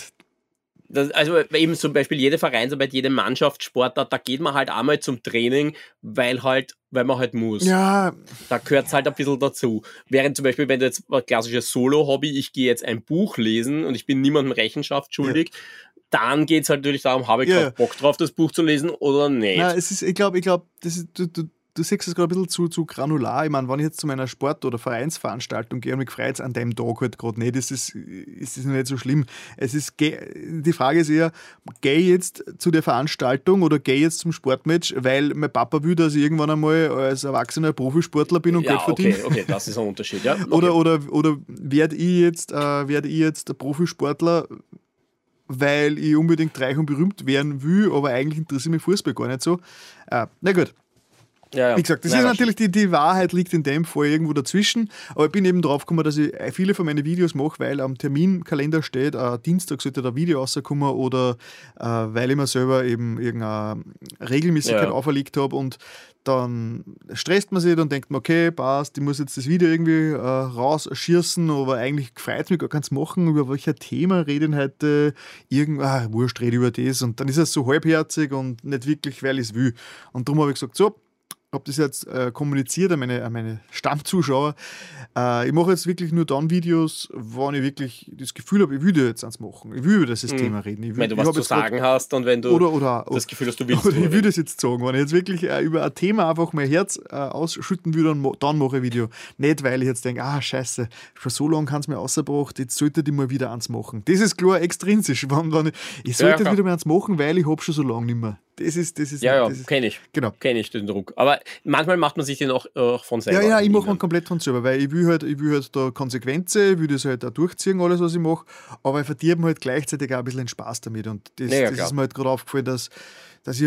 Also eben zum Beispiel jede Vereinsarbeit, jede Mannschaftssportart, da geht man halt einmal zum Training, weil man halt muss. Ja. Da gehört es halt ein bisschen dazu. Während zum Beispiel, wenn du jetzt ein klassisches Solo-Hobby, ich gehe jetzt ein Buch lesen und ich bin niemandem Rechenschaft schuldig, dann geht es halt natürlich darum, habe ich gerade Bock drauf, das Buch zu lesen oder nicht. Nein, ich glaube, das ist... Du siehst es gerade ein bisschen zu granular. Ich meine, wenn ich jetzt zu meiner Sport- oder Vereinsveranstaltung gehe und mich freut an dem Tag halt gerade nicht, ist das nicht so schlimm. Die Frage ist eher, gehe ich jetzt zu der Veranstaltung oder gehe ich jetzt zum Sportmatch, weil mein Papa will, dass ich irgendwann einmal als erwachsener Profisportler bin und Geld verdiene. Okay, das ist ein Unterschied. Ja? Okay. Oder werde ich jetzt der Profisportler, weil ich unbedingt reich und berühmt werden will, aber eigentlich interessiert mich Fußball gar nicht so. Na gut. Ja. Wie gesagt, das ist natürlich, die Wahrheit liegt in dem Fall irgendwo dazwischen, aber ich bin eben drauf gekommen, dass ich viele von meinen Videos mache, weil am Terminkalender steht, Dienstag sollte da Video rauskommen oder weil ich mir selber eben irgendeine Regelmäßigkeit auferlegt habe und dann stresst man sich und denkt man, okay, passt, ich muss jetzt das Video irgendwie rausschießen, aber eigentlich freut es mich gar keins machen, über welches Thema reden heute, wurscht, rede über das und dann ist es so halbherzig und nicht wirklich, weil ich es will. Und darum habe ich gesagt, so, habe das jetzt kommuniziert an meine Stammzuschauer. Ich mache jetzt wirklich nur dann Videos, wenn ich wirklich das Gefühl habe, ich will jetzt eins machen. Ich will über das Thema reden. Wenn du was zu sagen hast und wenn du das Gefühl hast, du willst. Oder ich will das jetzt sagen. Wenn ich jetzt wirklich über ein Thema einfach mein Herz ausschütten will, dann mache ich ein Video. Nicht, weil ich jetzt denke, scheiße, schon so lange kann es mir rausgebracht, jetzt sollte ich mal wieder eins machen. Das ist klar extrinsisch. Ich sollte jetzt wieder mal eins machen, weil ich habe schon so lange nicht mehr. Das ist kenne ich. Genau. Kenne ich den Druck. Aber manchmal macht man sich den auch von selber. Ja, ich mache ihn komplett von selber, weil ich will halt da Konsequenzen, ich will das halt auch durchziehen, alles, was ich mache, aber ich verdirbe halt gleichzeitig auch ein bisschen den Spaß damit. Und das ist mir halt gerade aufgefallen, dass ich halt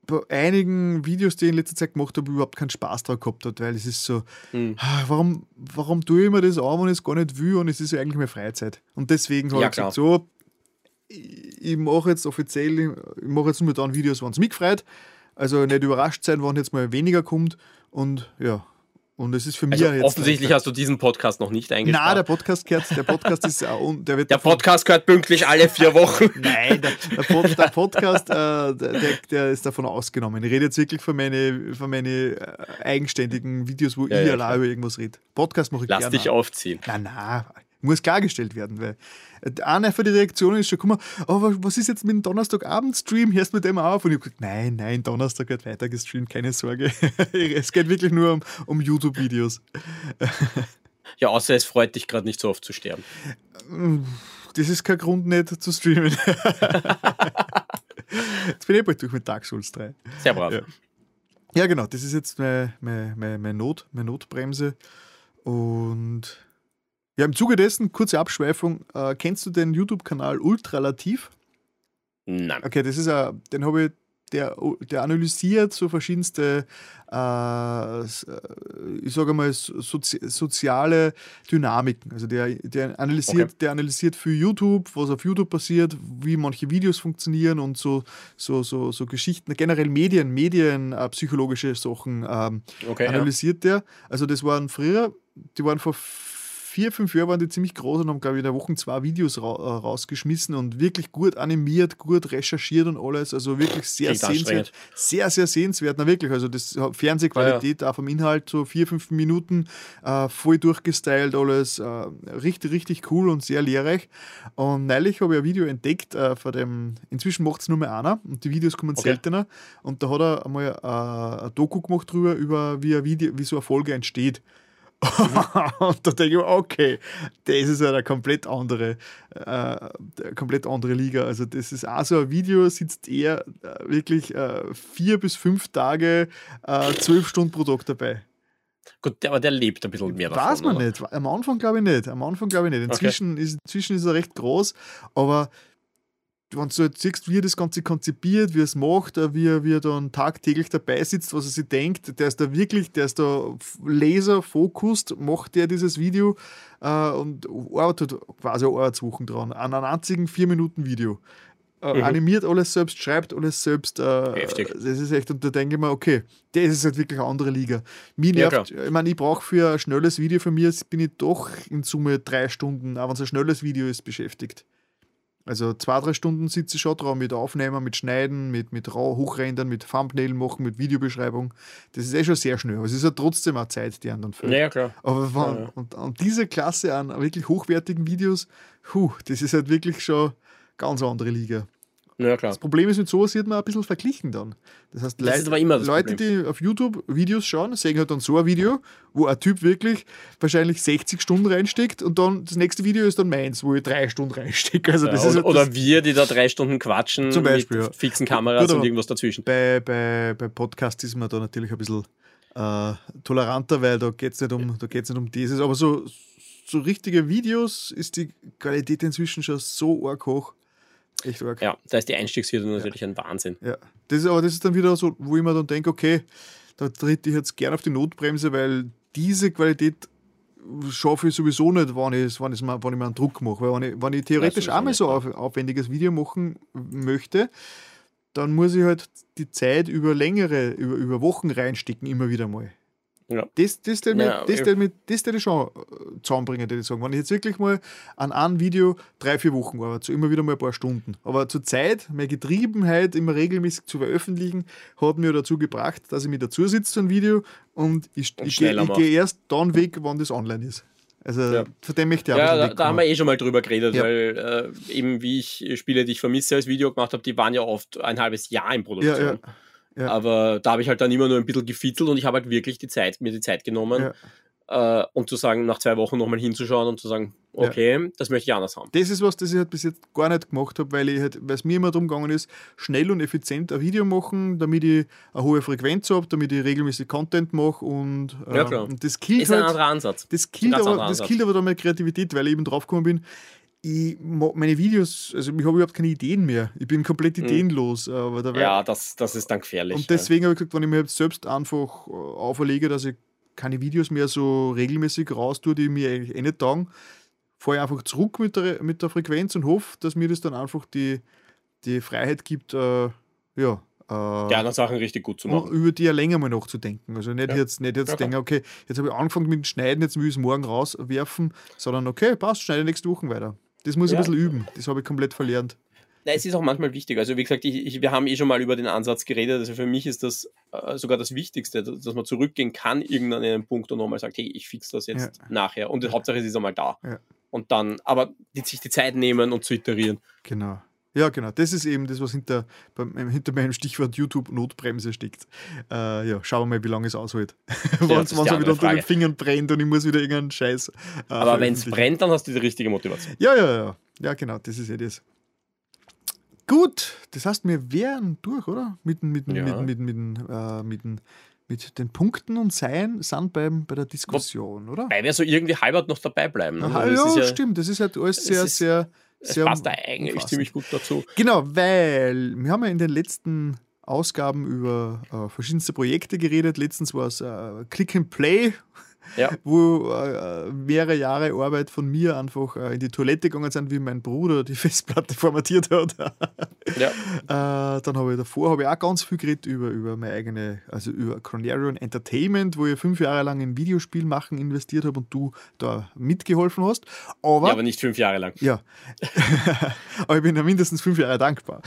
bei einigen Videos, die ich in letzter Zeit gemacht habe, überhaupt keinen Spaß drauf gehabt habe, weil es ist so, warum tue ich mir das an, wenn ich es gar nicht will und es ist ja eigentlich meine Freizeit. Und deswegen habe ich gesagt, so, ich mache jetzt offiziell, ich mache jetzt nur dann Videos, wenn es mich freut, also nicht überrascht sein, wenn jetzt mal weniger kommt und ja. Und es ist für mich jetzt. Offensichtlich hast du diesen Podcast noch nicht eingespart. Nein, der Podcast ist der Podcast gehört pünktlich alle 4 Wochen. Nein, der Podcast, der ist davon ausgenommen. Ich rede jetzt wirklich von meine eigenständigen Videos, wo ich allein über irgendwas rede. Podcast mache ich gerne. Lass dich aufziehen. Nein, muss klargestellt werden, weil eine von den Reaktionen ist schon, guck mal, was ist jetzt mit dem Donnerstagabend-Stream? Hörst du mit dem auf? Und ich habe gesagt, nein, Donnerstag wird weiter gestreamt, keine Sorge. Es geht wirklich nur um YouTube-Videos. Ja, außer es freut dich gerade nicht so oft zu sterben. Das ist kein Grund, nicht zu streamen. Jetzt bin ich bald durch mit Dark Souls 3. Sehr brav. Ja, genau, das ist jetzt meine Notbremse. Und ja, im Zuge dessen, kurze Abschweifung, kennst du den YouTube-Kanal Ultralativ? Nein. Okay, das ist den habe ich, der analysiert so verschiedenste, ich sage mal, soziale Dynamiken. Also der analysiert für YouTube, was auf YouTube passiert, wie manche Videos funktionieren und so Geschichten, generell medienpsychologische Sachen analysiert der. Also das waren früher, die waren vor 4-5 Jahren waren die ziemlich groß und haben, glaube ich, in der Woche 2 Videos rausgeschmissen und wirklich gut animiert, gut recherchiert und alles. Also wirklich sehr sehenswert. Sehr, sehr sehenswert. Na wirklich, also das Fernsehqualität auch vom Inhalt, so 4-5 Minuten, voll durchgestylt, alles. Richtig, richtig cool und sehr lehrreich. Und neulich habe ich ein Video entdeckt von dem, inzwischen macht es nur mehr einer und die Videos kommen seltener. Und da hat er einmal ein Doku gemacht drüber, über wie so eine Folge entsteht. Und da denke ich mir, okay, das ist ja eine komplett andere Liga. Also das ist auch so ein Video, sitzt er wirklich 4 bis 5 Tage, 12 Stunden pro Tag dabei. Gut, aber der lebt ein bisschen mehr davon. Weiß man nicht. Am Anfang glaube ich nicht. Inzwischen ist er recht groß, aber wenn du jetzt siehst, wie er das Ganze konzipiert, wie er es macht, wie er dann tagtäglich dabei sitzt, was er sich denkt, der ist da laserfokussiert, macht der dieses Video und arbeitet quasi Arbeitswochen dran, an einem einzigen 4-Minuten-Video. Animiert alles selbst, schreibt alles selbst. Heftig. Das ist echt, und da denke ich mir, okay, das ist halt wirklich eine andere Liga. Mich nervt, ich meine, ich brauche für ein schnelles Video von mir, bin ich doch in Summe 3 Stunden, auch wenn es ein schnelles Video ist, beschäftigt. Also 2-3 Stunden sitze ich schon dran mit Aufnehmen, mit Schneiden, mit Hochrendern, mit Thumbnail machen, mit Videobeschreibung. Das ist schon sehr schnell. Aber es ist ja trotzdem auch Zeit, die anderen fehlt. Ja, klar. Aber und diese Klasse an wirklich hochwertigen Videos, das ist halt wirklich schon ganz eine andere Liga. Ja, klar. Das Problem ist, mit sowas wird man ein bisschen verglichen dann. Das heißt, ist aber immer das Leute, Problem. die auf YouTube Videos schauen, sehen halt dann so ein Video, wo ein Typ wirklich wahrscheinlich 60 Stunden reinsteckt und dann das nächste Video ist dann meins, wo ich 3 Stunden reinstecke. Also das ist halt oder wir, die da 3 Stunden quatschen zum Beispiel, mit fixen Kameras und irgendwas dazwischen. Bei Podcasts ist man da natürlich ein bisschen toleranter, weil da geht es nicht um dieses. Aber so richtige Videos ist die Qualität inzwischen schon so arg hoch. Echt arg. Ja, da ist die Einstiegshürde natürlich ein Wahnsinn. Ja, das ist dann wieder so, wo ich mir dann denke, okay, da tritt ich jetzt gerne auf die Notbremse, weil diese Qualität schaffe ich sowieso nicht, wenn ich mir einen Druck mache. Weil wenn ich theoretisch einmal so aufwendiges Video machen möchte, dann muss ich halt die Zeit über über Wochen reinstecken, immer wieder mal. Ja. Das ich schon zusammenbringen, würde ich sagen. Wenn ich jetzt wirklich mal an einem Video 3-4 Wochen arbeite, so immer wieder mal ein paar Stunden. Aber zur Zeit, meine Getriebenheit immer regelmäßig zu veröffentlichen, hat mir dazu gebracht, dass ich mich dazu sitze zu einem Video und ich gehe erst dann weg, wenn das online ist. Also von dem möchte ich auch da haben wir schon mal drüber geredet, weil eben wie ich Spiele, die ich vermisse als Video gemacht habe, die waren ja oft ein halbes Jahr in Produktion. Ja. Aber da habe ich halt dann immer nur ein bisschen gefitzelt und ich habe halt wirklich mir die Zeit genommen, um zu sagen, nach 2 Wochen nochmal hinzuschauen und zu sagen, okay, das möchte ich anders haben. Das ist was, das ich halt bis jetzt gar nicht gemacht habe, weil es mir immer darum gegangen ist, schnell und effizient ein Video machen, damit ich eine hohe Frequenz habe, damit ich regelmäßig Content mache und klar. Und das killt ist ein anderer Ansatz. Das killt aber dann meine Kreativität, weil ich eben draufgekommen bin, Meine Videos, also ich habe überhaupt keine Ideen mehr. Ich bin komplett ideenlos. Aber ja, das ist dann gefährlich. Und deswegen habe ich gesagt, wenn ich mir selbst einfach auferlege, dass ich keine Videos mehr so regelmäßig raus tue, die mir eigentlich nicht taugen, fahre ich einfach zurück mit der Frequenz und hoffe, dass mir das dann einfach die Freiheit gibt, dann Sachen richtig gut zu machen. über die ja länger mal nachzudenken. Also nicht jetzt denken, okay, jetzt habe ich angefangen mit dem Schneiden, jetzt will ich es morgen rauswerfen, sondern okay, passt, schneide nächste Woche weiter. Das muss ich ein bisschen üben. Das habe ich komplett verlernt. Na, es ist auch manchmal wichtig. Also wie gesagt, wir haben schon mal über den Ansatz geredet. Also für mich ist das sogar das Wichtigste, dass man zurückgehen kann irgendwann an einen Punkt und nochmal sagt, hey, ich fix das jetzt nachher. Und die Hauptsache, es ist einmal da. Ja. Und dann, aber sich die Zeit nehmen und zu iterieren. Genau. Ja, genau. Das ist eben das, was hinter meinem Stichwort YouTube-Notbremse steckt. Schauen wir mal, wie lange es aushält. Wenn es wieder unter den Fingern brennt und ich muss wieder irgendeinen Scheiß. Aber wenn es brennt, dann hast du die richtige Motivation. Ja, genau, das ist das. Gut, das heißt, wir wären durch, oder? Mit den Punkten und sind bei der Diskussion, oder? Weil wir so irgendwie halbert noch dabei bleiben. Ne? Stimmt. Das ist halt alles sehr es passt da eigentlich umfassend. Ziemlich gut dazu. Genau, weil wir haben ja in den letzten Ausgaben über verschiedenste Projekte geredet. Letztens war es Click and Play, wo mehrere Jahre Arbeit von mir einfach in die Toilette gegangen sind, wie mein Bruder die Festplatte formatiert hat. Dann habe ich auch ganz viel geredet über meine eigene, also über Chronarion Entertainment, wo ich 5 Jahre lang in Videospiel machen investiert habe und du da mitgeholfen hast. Aber nicht 5 Jahre lang. Ja. Aber ich bin ja mindestens 5 Jahre dankbar.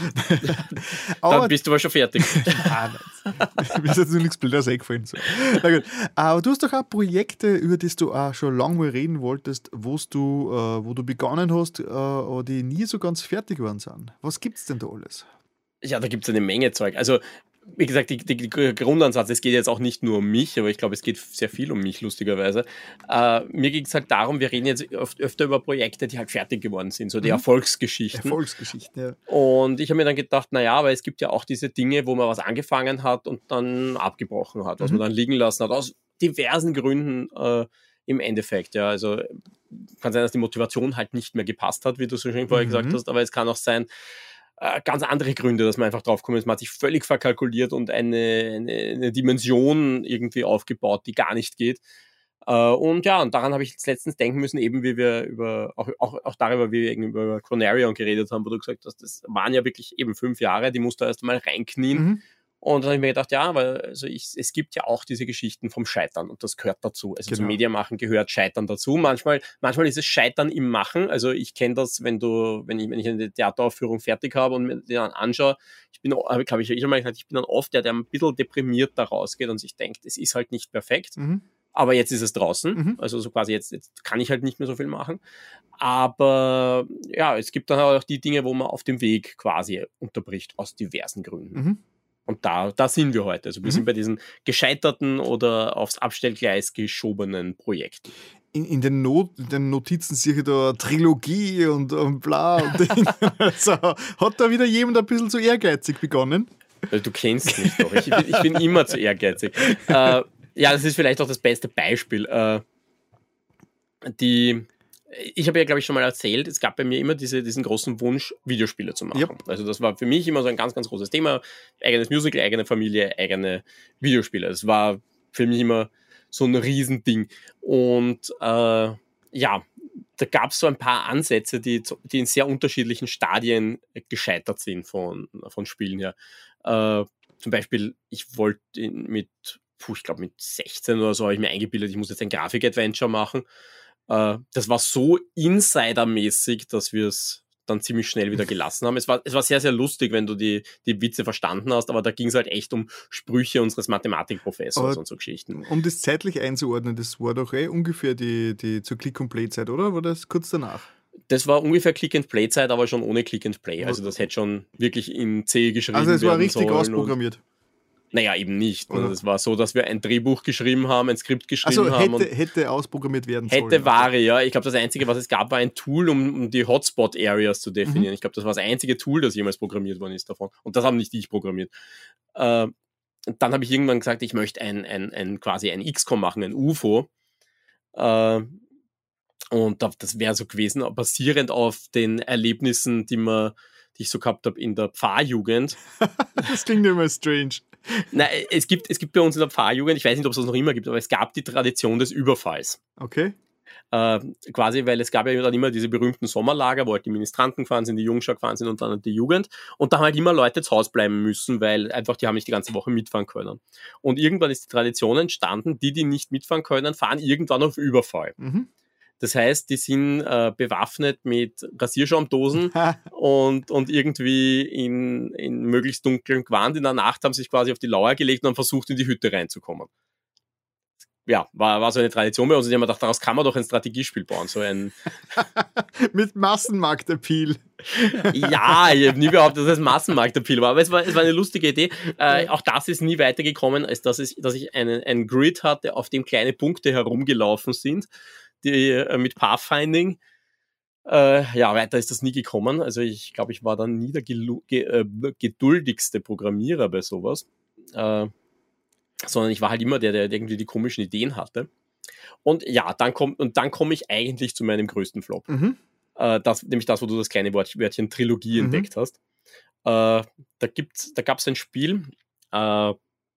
Dann bist du aber schon fertig. Mir ist jetzt nur nichts Blödes eingefallen. So. Na gut. Aber du hast doch auch Projekte, über die du auch schon lange mal reden wolltest, wo du begonnen hast, die nie so ganz fertig geworden sind. Was gibt es denn da alles? Ja, da gibt es eine Menge Zeug. Also, wie gesagt, der Grundansatz, es geht jetzt auch nicht nur um mich, aber ich glaube, es geht sehr viel um mich, lustigerweise. Mir ging es halt darum, wir reden jetzt öfter über Projekte, die halt fertig geworden sind, so die Erfolgsgeschichten. Ja. Und ich habe mir dann gedacht, naja, aber es gibt ja auch diese Dinge, wo man was angefangen hat und dann abgebrochen hat, was man dann liegen lassen hat, aus diversen Gründen im Endeffekt. Ja, also kann sein, dass die Motivation halt nicht mehr gepasst hat, wie du so schön vorher gesagt hast, aber es kann auch sein, ganz andere Gründe, dass man einfach draufkommt ist, man hat sich völlig verkalkuliert und eine Dimension irgendwie aufgebaut, die gar nicht geht. Und daran habe ich jetzt letztens denken müssen, eben wie wir auch darüber, wie wir über Chronarion geredet haben, wo du gesagt hast, das waren ja wirklich eben 5 Jahre, die musst du erst mal reinknien. Und dann habe ich mir gedacht, es gibt ja auch diese Geschichten vom Scheitern und das gehört dazu. Also zum Mediamachen gehört Scheitern dazu. Manchmal ist es Scheitern im Machen. Also ich kenne das, wenn ich eine Theateraufführung fertig habe und mir die dann anschaue, ich bin dann oft der ein bisschen deprimiert da rausgeht und sich denkt, es ist halt nicht perfekt. Aber jetzt ist es draußen. Also so quasi jetzt kann ich halt nicht mehr so viel machen. Aber ja, es gibt dann auch die Dinge, wo man auf dem Weg quasi unterbricht, aus diversen Gründen. Und da sind wir heute. Also wir sind bei diesen gescheiterten oder aufs Abstellgleis geschobenen Projekten. In den Notizen sehe ich da Trilogie und bla und Ding. Also, hat da wieder jemand ein bisschen zu ehrgeizig begonnen? Du kennst mich doch. Ich bin immer zu ehrgeizig. Das ist vielleicht auch das beste Beispiel. Ich habe ja, glaube ich, schon mal erzählt, es gab bei mir immer diesen großen Wunsch, Videospiele zu machen. Also das war für mich immer so ein ganz, ganz großes Thema. Eigenes Musical, eigene Familie, eigene Videospiele. Das war für mich immer so ein Riesending. Und da gab es so ein paar Ansätze, die in sehr unterschiedlichen Stadien gescheitert sind von Spielen her. Zum Beispiel, ich wollte mit 16 oder so habe ich mir eingebildet, ich muss jetzt ein Grafik-Adventure machen. Das war so insidermäßig, dass wir es dann ziemlich schnell wieder gelassen haben. Es war sehr, sehr lustig, wenn du die Witze verstanden hast, aber da ging es halt echt um Sprüche unseres Mathematikprofessors und so Geschichten. Um das zeitlich einzuordnen, das war doch ungefähr die zur Click-and-Play-Zeit, oder? War das kurz danach? Das war ungefähr Click-and-Play-Zeit, aber schon ohne Click-and-Play. Also das hätte schon wirklich in C geschrieben werden sollen. Also es war richtig ausprogrammiert. Naja, eben nicht. Es war so, dass wir ein Drehbuch geschrieben haben, ein Skript geschrieben haben. Also hätte ausprogrammiert werden sollen. Hätte, ja. Ich glaube, das Einzige, was es gab, war ein Tool, um die Hotspot-Areas zu definieren. Ich glaube, das war das einzige Tool, das jemals programmiert worden ist davon. Und das haben nicht ich programmiert. Dann habe ich irgendwann gesagt, ich möchte quasi ein XCOM machen, ein UFO. Und das wäre so gewesen, basierend auf den Erlebnissen, die ich so gehabt habe in der Pfarrjugend. Das klingt immer strange. Nein, es gibt bei uns in der Pfarrjugend, ich weiß nicht, ob es das noch immer gibt, aber es gab die Tradition des Überfalls. Okay. Quasi, weil es gab ja dann immer diese berühmten Sommerlager, wo halt die Ministranten gefahren sind, die Jungschar gefahren sind und dann halt die Jugend. Und da haben halt immer Leute zu Hause bleiben müssen, weil einfach die haben nicht die ganze Woche mitfahren können. Und irgendwann ist die Tradition entstanden, die nicht mitfahren können, fahren irgendwann auf Überfall. Mhm. Das heißt, die sind bewaffnet mit Rasierschaumdosen und irgendwie in möglichst dunklen Gewand in der Nacht haben sich quasi auf die Lauer gelegt und haben versucht, in die Hütte reinzukommen. Ja, war so eine Tradition bei uns. Und ich habe mir gedacht, daraus kann man doch ein Strategiespiel bauen. So ein mit Massenmarkt-Appeal. Ja, ich habe nie behauptet, dass es Massenmarkt-Appeal war, aber es war eine lustige Idee. Auch das ist nie weitergekommen, als dass ich einen Grid hatte, auf dem kleine Punkte herumgelaufen sind, die mit Pathfinding. Weiter ist das nie gekommen. Also ich glaube, ich war dann nie der geduldigste Programmierer bei sowas. Sondern ich war halt immer der irgendwie die komischen Ideen hatte. Und ja, dann komme ich eigentlich zu meinem größten Flop. Mhm. Nämlich das, wo du das kleine Wörtchen Trilogie entdeckt hast. Da gab es ein Spiel, der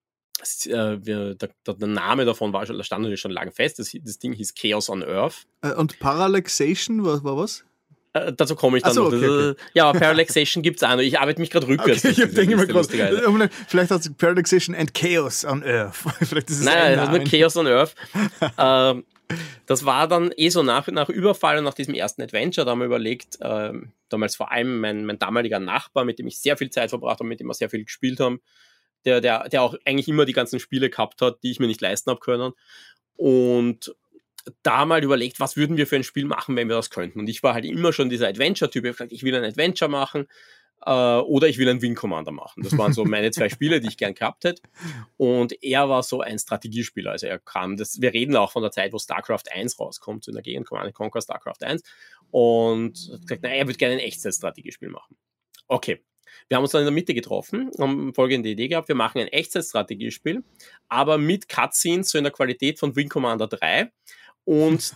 Name davon da stand natürlich schon lange fest. Das Ding hieß Chaos on Earth. Und Parallaxation war was? Dazu komme ich dann noch. Okay. Ja, aber Parallaxation gibt es auch noch. Ich arbeite mich gerade rückwärts. Okay, ich denke mal gerade. Vielleicht hat es Parallaxation and Chaos on Earth. Vielleicht ist es Nein, das ist nur Chaos on Earth. Das war dann so nach Überfall und nach diesem ersten Adventure, da haben wir überlegt, damals vor allem mein damaliger Nachbar, mit dem ich sehr viel Zeit verbracht habe, mit dem wir sehr viel gespielt haben, der auch eigentlich immer die ganzen Spiele gehabt hat, die ich mir nicht leisten habe können. Und da mal überlegt, was würden wir für ein Spiel machen, wenn wir das könnten. Und ich war halt immer schon dieser Adventure-Typ. Ich habe gesagt, ich will ein Adventure machen oder ich will einen Wing Commander machen. Das waren so meine zwei Spiele, die ich gern gehabt hätte. Und er war so ein Strategiespieler. Also wir reden auch von der Zeit, wo StarCraft 1 rauskommt, so in der Gegend Command & Conquer StarCraft 1. Und hat gesagt, er würde gerne ein Echtzeit-Strategiespiel machen. Okay. Wir haben uns dann in der Mitte getroffen, haben folgende Idee gehabt, wir machen ein Echtzeit-Strategiespiel, aber mit Cutscenes so in der Qualität von Wing Commander 3 und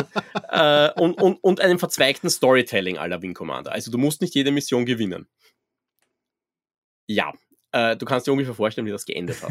und einem verzweigten Storytelling à la Wing Commander. Also du musst nicht jede Mission gewinnen. Ja, du kannst dir ungefähr vorstellen, wie das geendet hat.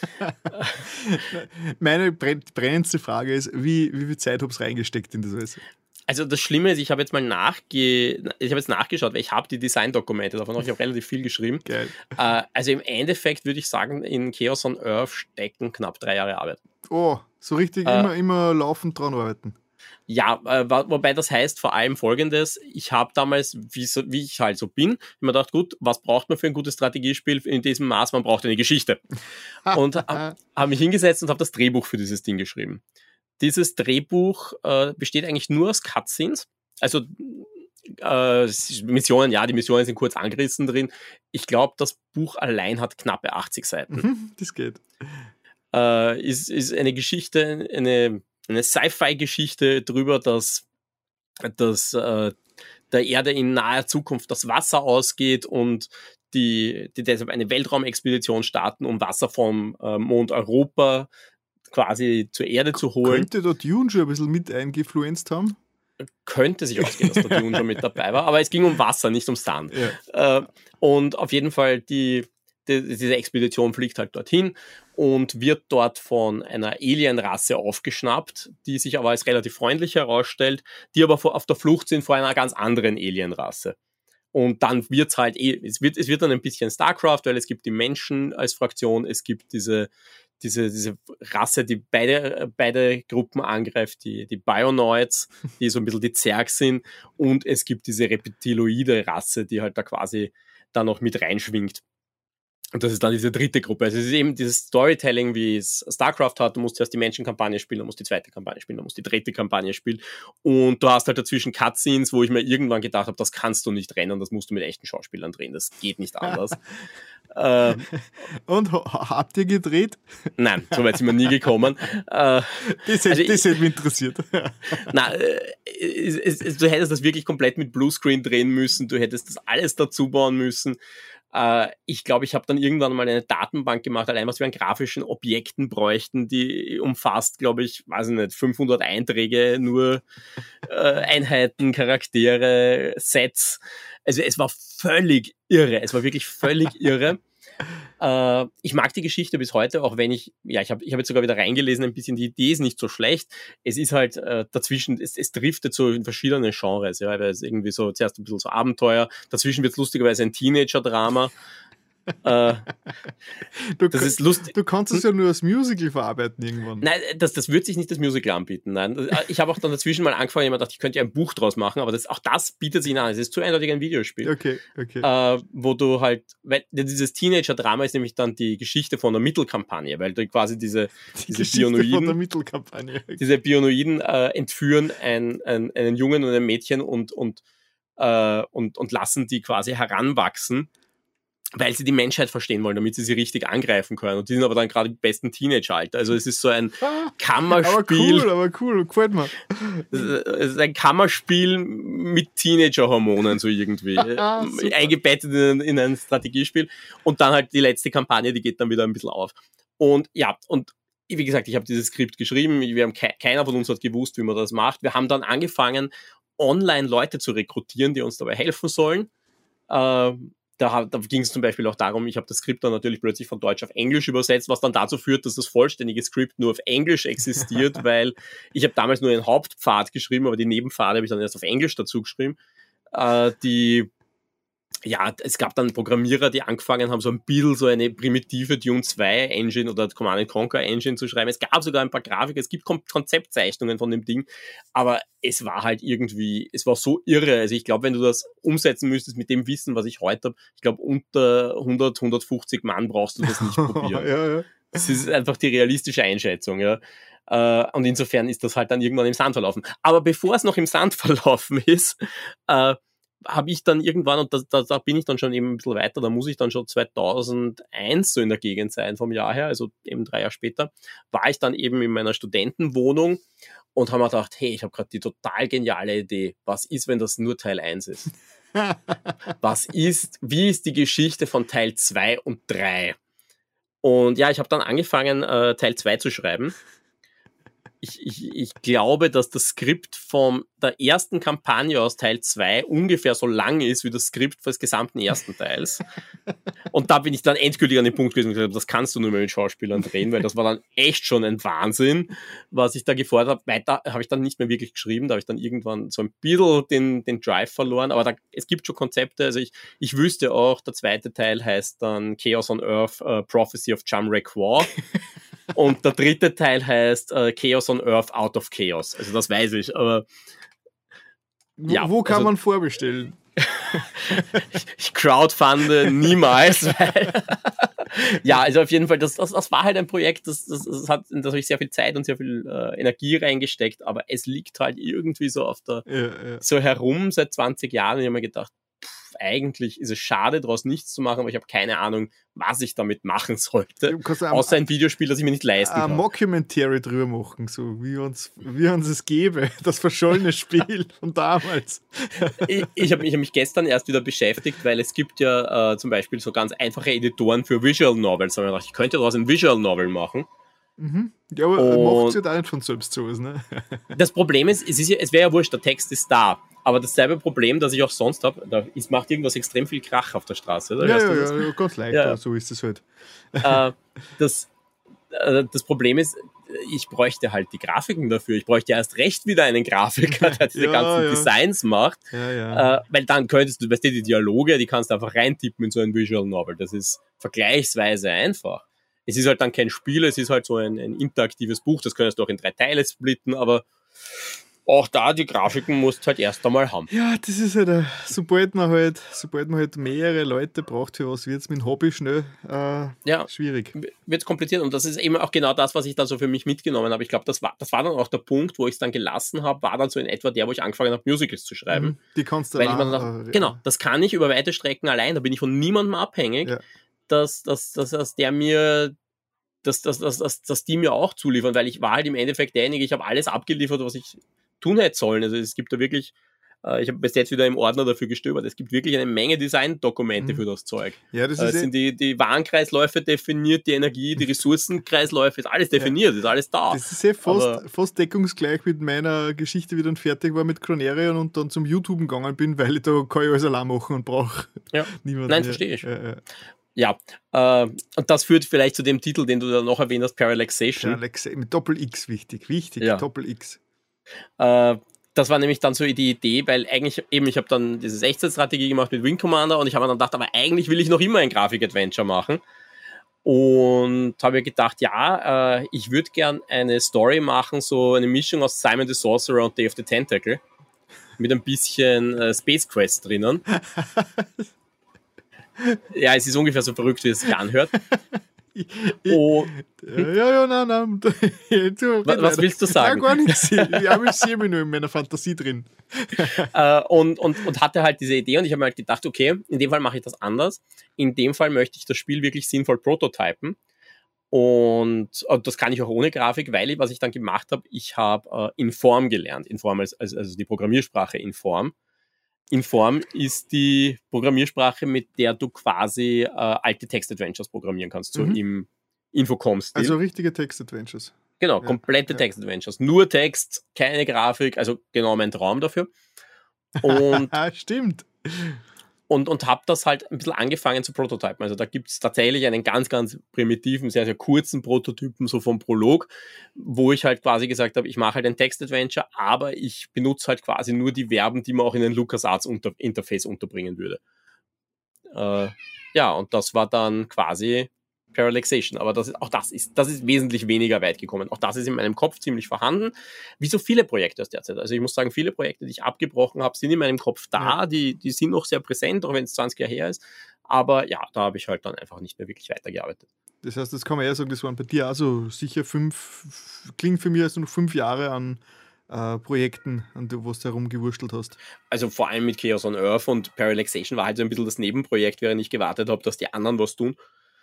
Meine brennendste Frage ist, wie viel Zeit habt ihr reingesteckt in das alles? Also das Schlimme ist, ich habe jetzt nachgeschaut, weil ich habe die Design-Dokumente davon, ich habe relativ viel geschrieben. Geil. Also im Endeffekt würde ich sagen, in Chaos on Earth stecken knapp 3 Jahre Arbeit. Oh, so richtig immer laufend dran arbeiten. Ja, wobei das heißt vor allem Folgendes, ich habe damals, wie ich halt so bin, immer gedacht, gut, was braucht man für ein gutes Strategiespiel in diesem Maß? Man braucht eine Geschichte. Und habe mich hingesetzt und habe das Drehbuch für dieses Ding geschrieben. Dieses Drehbuch besteht eigentlich nur aus Cutscenes, also Missionen, ja, die Missionen sind kurz angerissen drin. Ich glaube, das Buch allein hat knappe 80 Seiten. Das geht. Ist eine Geschichte, eine Sci-Fi-Geschichte darüber, dass der Erde in naher Zukunft das Wasser ausgeht und die deshalb eine Weltraumexpedition starten, um Wasser vom Mond Europa quasi zur Erde zu holen. Könnte der Dune schon ein bisschen mit eingefluenzt haben? Könnte sich ausgehen, dass der Dune schon mit dabei war, aber es ging um Wasser, nicht um Sand. Ja. Und auf jeden Fall, diese Expedition fliegt halt dorthin und wird dort von einer Alien-Rasse aufgeschnappt, die sich aber als relativ freundlich herausstellt, die aber auf der Flucht sind vor einer ganz anderen Alien-Rasse. Und dann wird's halt es wird dann ein bisschen StarCraft, weil es gibt die Menschen als Fraktion, es gibt diese Rasse, die beide Gruppen angreift, die Bionoids, die so ein bisschen die Zerg sind, und es gibt diese reptiloide Rasse, die halt da quasi da noch mit reinschwingt. Und das ist dann diese dritte Gruppe. Also es ist eben dieses Storytelling, wie es StarCraft hat. Du musst erst die Menschenkampagne spielen, dann musst die zweite Kampagne spielen, dann musst die dritte Kampagne spielen. Und du hast halt dazwischen Cutscenes, wo ich mir irgendwann gedacht habe, das kannst du nicht rennen, das musst du mit echten Schauspielern drehen. Das geht nicht anders. Und habt ihr gedreht? Nein, so weit sind wir nie gekommen. Das hätte mich interessiert. Nein, du hättest das wirklich komplett mit Bluescreen drehen müssen, du hättest das alles dazu bauen müssen. Ich glaube, ich habe dann irgendwann mal eine Datenbank gemacht, allein was wir an grafischen Objekten bräuchten, die umfasst, glaube ich, weiß ich nicht, 500 Einträge, nur Einheiten, Charaktere, Sets. Also es war völlig irre. Es war wirklich völlig irre. Ich mag die Geschichte bis heute, auch wenn ich habe jetzt sogar wieder reingelesen, ein bisschen, die Idee ist nicht so schlecht. Es ist halt dazwischen, es driftet so in verschiedene Genres, ja, weil es irgendwie so zuerst ein bisschen so Abenteuer, dazwischen wird es lustigerweise ein Teenager-Drama. Das ist lustig. Du kannst es ja nur als Musical verarbeiten irgendwann. Nein, das wird sich nicht das Musical anbieten. Nein, ich habe auch dann dazwischen mal angefangen, ich habe gedacht, ich könnte ja ein Buch draus machen, aber auch das bietet sich an. Es ist zu eindeutig ein Videospiel. Okay. Wo du halt, weil dieses Teenager-Drama ist nämlich dann die Geschichte von der Mittelkampagne, weil du quasi diese Bionoiden, von der Mittelkampagne. Diese Bionoiden entführen einen Jungen und ein Mädchen und lassen die quasi heranwachsen, weil sie die Menschheit verstehen wollen, damit sie sie richtig angreifen können. Und die sind aber dann gerade im besten Teenager-Alter. Also es ist so ein Kammerspiel. Aber cool, gefällt mir. Es ist ein Kammerspiel mit Teenager-Hormonen, so irgendwie. Eingebettet in ein Strategiespiel. Und dann halt die letzte Kampagne, die geht dann wieder ein bisschen auf. Und ja, und wie gesagt, ich habe dieses Skript geschrieben. Keiner von uns hat gewusst, wie man das macht. Wir haben dann angefangen, online Leute zu rekrutieren, die uns dabei helfen sollen. Da ging es zum Beispiel auch darum, ich habe das Skript dann natürlich plötzlich von Deutsch auf Englisch übersetzt, was dann dazu führt, dass das vollständige Skript nur auf Englisch existiert, weil ich habe damals nur einen Hauptpfad geschrieben, aber die Nebenpfade habe ich dann erst auf Englisch dazu geschrieben. Es gab dann Programmierer, die angefangen haben, so ein bisschen so eine primitive Dune 2 Engine oder Command & Conquer Engine zu schreiben. Es gab sogar ein paar Grafiken, es gibt Konzeptzeichnungen von dem Ding, aber es war halt irgendwie, es war so irre. Also ich glaube, wenn du das umsetzen müsstest mit dem Wissen, was ich heute habe, ich glaube, unter 100, 150 Mann brauchst du das nicht probieren. Ja. Das ist einfach die realistische Einschätzung, ja. Und insofern ist das halt dann irgendwann im Sand verlaufen. Aber bevor es noch im Sand verlaufen ist, habe ich dann irgendwann, und da bin ich dann schon eben ein bisschen weiter, da muss ich dann schon 2001 so in der Gegend sein vom Jahr her, also eben 3 Jahre später, war ich dann eben in meiner Studentenwohnung und habe mir gedacht, hey, ich habe gerade die total geniale Idee. Was ist, wenn das nur Teil 1 ist? Wie ist die Geschichte von Teil 2 und 3? Und ja, ich habe dann angefangen, Teil 2 zu schreiben. Ich glaube, dass das Skript von der ersten Kampagne aus Teil 2 ungefähr so lang ist wie das Skript des gesamten ersten Teils. Und da bin ich dann endgültig an den Punkt gewesen und gesagt, das kannst du nur mehr mit Schauspielern drehen, weil das war dann echt schon ein Wahnsinn, was ich da gefordert habe. Weiter habe ich dann nicht mehr wirklich geschrieben, da habe ich dann irgendwann so ein bisschen den Drive verloren, aber es gibt schon Konzepte, also ich wüsste auch, der zweite Teil heißt dann Chaos on Earth, Prophecy of Jam-Requor. Und der dritte Teil heißt Chaos on Earth, Out of Chaos. Also das weiß ich, aber ja, wo kann man vorbestellen? Ich crowdfunde niemals, weil ja, also auf jeden Fall, das war halt ein Projekt, das habe ich sehr viel Zeit und sehr viel Energie reingesteckt, aber es liegt halt irgendwie so so herum seit 20 Jahren und ich habe mir gedacht, eigentlich ist es schade, daraus nichts zu machen, aber ich habe keine Ahnung, was ich damit machen sollte. Außer ein Videospiel, das ich mir nicht leisten kann. Ein Mockumentary drüber machen, so wie uns es gäbe. Das verschollene Spiel von damals. Ich hab mich gestern erst wieder beschäftigt, weil es gibt ja zum Beispiel so ganz einfache Editoren für Visual Novels. Da habe ich gedacht, ich könnte daraus ein Visual Novel machen. Mhm. Ja, aber macht es ja da nicht von selbst so, ne? Das Problem ist, es wäre ja wurscht, der Text ist da. Aber dasselbe Problem, das ich auch sonst habe, es macht irgendwas extrem viel Krach auf der Straße. Oder? Ja, ganz leicht, ja. So ist es halt. Das Problem ist, ich bräuchte halt die Grafiken dafür. Ich bräuchte erst recht wieder einen Grafiker, der diese ganzen Designs macht. Weil dann könntest du, weißt du, die Dialoge, die kannst du einfach reintippen in so ein Visual Novel. Das ist vergleichsweise einfach. Es ist halt dann kein Spiel, es ist halt so ein interaktives Buch, das könntest du auch in 3 Teile splitten, aber auch da, die Grafiken musst du halt erst einmal haben. Ja, das ist halt, sobald man halt mehrere Leute braucht für was, wird es mit dem Hobby schnell schwierig. Wird es kompliziert und das ist eben auch genau das, was ich dann so für mich mitgenommen habe. Ich glaube, das war dann auch der Punkt, wo ich es dann gelassen habe, war dann so in etwa der, wo ich angefangen habe, Musicals zu schreiben. Die kannst du genau, das kann ich über weite Strecken allein, da bin ich von niemandem abhängig. Ja. Dass die mir auch zuliefern, weil ich war halt im Endeffekt derjenige, ich habe alles abgeliefert, was ich tun hätte sollen. Also es gibt da wirklich Ich habe bis jetzt wieder im Ordner dafür gestöbert. Es gibt wirklich eine Menge Design-Dokumente für das Zeug. Ja, das Es sind die Warenkreisläufe definiert, die Energie, die Ressourcenkreisläufe, ist alles definiert, ist alles da. Das ist fast deckungsgleich mit meiner Geschichte, wie ich dann fertig war mit Chronarion und dann zum YouTube gegangen bin, weil da kann ich alles allein machen und brauche niemanden. Nein, verstehe ich. Ja, und das führt vielleicht zu dem Titel, den du da noch erwähnt hast, Parallaxation. Mit Doppel-X wichtig, ja. Doppel-X. Das war nämlich dann so die Idee, weil eigentlich eben, ich habe dann diese Echtzeitstrategie gemacht mit Wing Commander und ich habe dann gedacht, aber eigentlich will ich noch immer ein Grafik-Adventure machen. Und habe mir gedacht, ich würde gern eine Story machen, so eine Mischung aus Simon the Sorcerer und Day of the Tentacle. Mit ein bisschen Space Quest drinnen. Ja, es ist ungefähr so verrückt, wie es sich anhört. Nein. Was willst du sagen? Nein, gar nichts. Ich amüsiere mich nur in meiner Fantasie drin. Und hatte halt diese Idee und ich habe mir halt gedacht, okay, in dem Fall mache ich das anders. In dem Fall möchte ich das Spiel wirklich sinnvoll prototypen. Und das kann ich auch ohne Grafik, weil was ich dann gemacht habe, ich habe Inform gelernt. Inform also die Programmiersprache Inform. Inform ist die Programmiersprache, mit der du quasi alte Text-Adventures programmieren kannst, so im Infocom-Stil. Also richtige Text-Adventures. Genau, komplette Text-Adventures. Nur Text, keine Grafik, also genau mein Traum dafür. Und stimmt. Und habe das halt ein bisschen angefangen zu prototypen. Also da gibt es tatsächlich einen ganz, ganz primitiven, sehr, sehr kurzen Prototypen, so vom Prolog, wo ich halt quasi gesagt habe, ich mache halt ein Text-Adventure, aber ich benutze halt quasi nur die Verben, die man auch in ein LucasArts-Interface unterbringen würde. Und das war dann quasi Parallaxation. Aber das ist wesentlich weniger weit gekommen. Auch das ist in meinem Kopf ziemlich vorhanden. Wie so viele Projekte aus der Zeit. Also ich muss sagen, viele Projekte, die ich abgebrochen habe, sind in meinem Kopf da. Die sind noch sehr präsent, auch wenn es 20 Jahre her ist. Aber ja, da habe ich halt dann einfach nicht mehr wirklich weitergearbeitet. Das heißt, das kann man eher sagen, das waren bei dir also sicher klingt für mich als noch 5 Jahre an Projekten, an wo du herumgewurstelt hast. Also vor allem mit Chaos on Earth und Parallaxation war halt so ein bisschen das Nebenprojekt, während ich gewartet habe, dass die anderen was tun.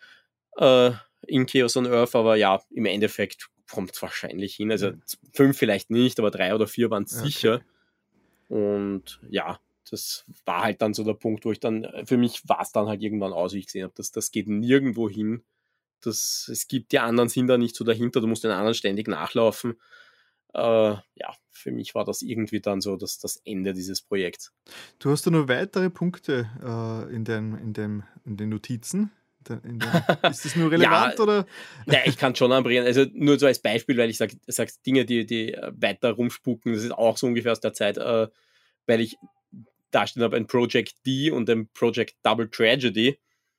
In Chaos on Earth, aber ja, im Endeffekt kommt es wahrscheinlich hin. Also 5 vielleicht nicht, aber 3 oder 4 waren es sicher. Und ja, das war halt dann so der Punkt, wo ich dann, für mich war es dann halt irgendwann aus, wie ich gesehen habe, das geht nirgendwo hin. Es gibt die anderen, sind da nicht so dahinter, du musst den anderen ständig nachlaufen. Für mich war das irgendwie dann so das Ende dieses Projekts. Du hast da noch weitere Punkte in den Notizen? Ist das nur relevant oder? Ja, ich kann schon anbringen. Also nur so als Beispiel, weil ich sag Dinge, die weiter rumspucken, das ist auch so ungefähr aus der Zeit, weil ich da stehen habe, ein Project D und ein Project Double Tragedy.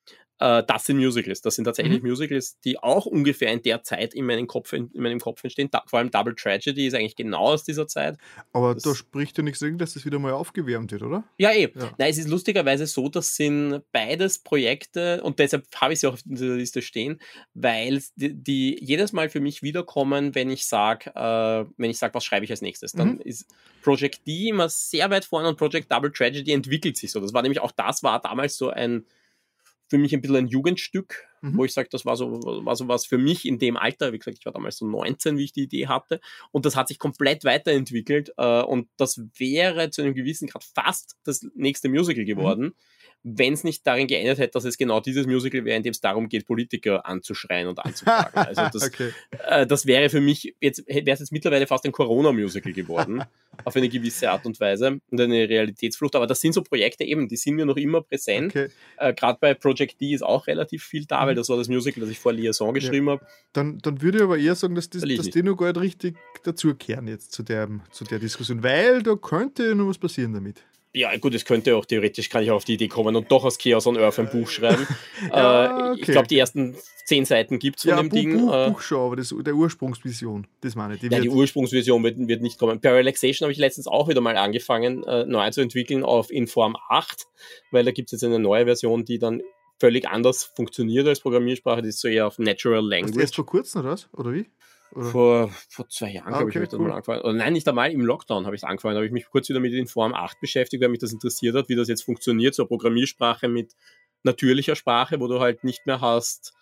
Das sind Musicals. Das sind tatsächlich Musicals, die auch ungefähr in der Zeit in meinem Kopf entstehen. Vor allem Double Tragedy ist eigentlich genau aus dieser Zeit. Aber da spricht ja nichts dagegen, dass das wieder mal aufgewärmt wird, oder? Ja, eben. Ja. Nein, es ist lustigerweise so, das sind beides Projekte und deshalb habe ich sie auch auf dieser Liste stehen, weil die jedes Mal für mich wiederkommen, wenn ich sage, was schreibe ich als nächstes. Dann ist Project D immer sehr weit vorne und Project Double Tragedy entwickelt sich so. Das war nämlich auch damals so für mich ein bisschen ein Jugendstück, wo ich sage, das war so was für mich in dem Alter. Wie gesagt, ich war damals so 19, wie ich die Idee hatte. Und das hat sich komplett weiterentwickelt. Und das wäre zu einem gewissen Grad fast das nächste Musical geworden, wenn es nicht darin geändert hätte, dass es genau dieses Musical wäre, in dem es darum geht, Politiker anzuschreien und anzuklagen. Also das wäre für mich, wäre es jetzt mittlerweile fast ein Corona-Musical geworden, auf eine gewisse Art und Weise und eine Realitätsflucht. Aber das sind so Projekte eben, die sind mir noch immer präsent. Okay. Gerade bei Project D ist auch relativ viel da, weil das war das Musical, das ich vor Liaison geschrieben habe. Dann würde ich aber eher sagen, dass die noch gar nicht richtig dazukehren jetzt zu der Diskussion, weil da könnte noch was passieren damit. Ja, gut, es könnte auch, theoretisch kann ich auch auf die Idee kommen und doch aus Chaos on Earth ein Buch schreiben. Okay. Ich glaube, die ersten 10 Seiten gibt es von dem Ding. Buch schon, aber der Ursprungsvision, das meine ich. Die Ursprungsvision wird nicht kommen. Parallaxation habe ich letztens auch wieder mal angefangen, neu zu entwickeln auf Inform 8, weil da gibt es jetzt eine neue Version, die dann völlig anders funktioniert als Programmiersprache, die ist so eher auf Natural Language. Erst vor kurzem, oder wie? Vor 2 Jahren, glaube ich, habe ich das mal angefangen. Oder nein, nicht einmal, im Lockdown habe ich es angefangen. Da habe ich mich kurz wieder mit Inform 8 beschäftigt, weil mich das interessiert hat, wie das jetzt funktioniert, so eine Programmiersprache mit natürlicher Sprache, wo du halt nicht mehr hast,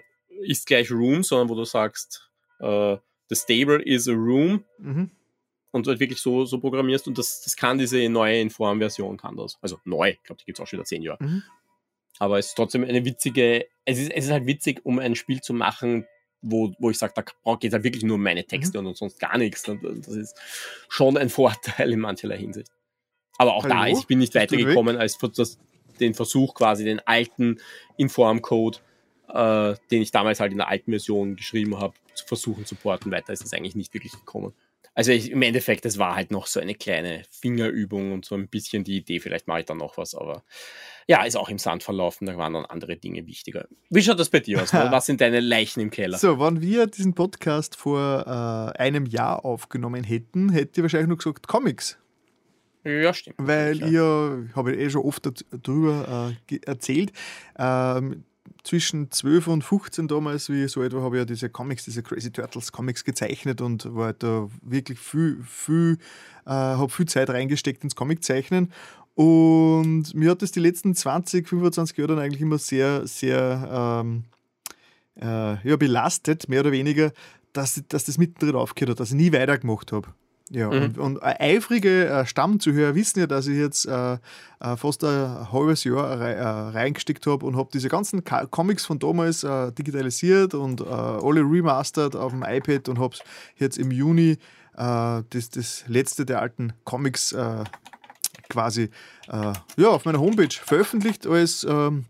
ist gleich Room, sondern wo du sagst, the stable is a room. und halt wirklich so programmierst und das kann diese neue Inform-Version, kann das. Also neu, ich glaube, die gibt es auch schon wieder 10 Jahre. Mhm. Aber es ist trotzdem eine witzige, es ist halt witzig, um ein Spiel zu machen, wo ich sage, da geht es halt wirklich nur um meine Texte und sonst gar nichts. Und das ist schon ein Vorteil in mancherlei Hinsicht. Aber auch Hallo? ich bin nicht weitergekommen als den Versuch, quasi den alten Inform-Code, den ich damals halt in der alten Version geschrieben habe, zu versuchen zu porten. Weiter ist das eigentlich nicht wirklich gekommen. Also im Endeffekt, das war halt noch so eine kleine Fingerübung und so ein bisschen die Idee, vielleicht mache ich dann noch was, aber ja, ist auch im Sand verlaufen, da waren dann andere Dinge wichtiger. Wie schaut das bei dir aus? Was sind deine Leichen im Keller? So, wenn wir diesen Podcast vor einem Jahr aufgenommen hätten, hätte ich wahrscheinlich nur gesagt Comics. Ja, stimmt. Weil ich habe eh schon oft darüber erzählt, zwischen 12 und 15 damals, wie so etwa, habe ich ja diese Crazy Turtles Comics gezeichnet und war halt da wirklich habe viel Zeit reingesteckt ins Comiczeichnen. Und mir hat das die letzten 20, 25 Jahre dann eigentlich immer sehr, sehr belastet, mehr oder weniger, dass das mittendrin aufgehört hat, dass ich nie weitergemacht habe. Ja, und eifrige Stammzuhörer wissen ja, dass ich jetzt fast ein halbes Jahr reingesteckt habe und habe diese ganzen Comics von damals digitalisiert und alle remastered auf dem iPad und habe jetzt im Juni das letzte der alten Comics quasi auf meiner Homepage veröffentlicht als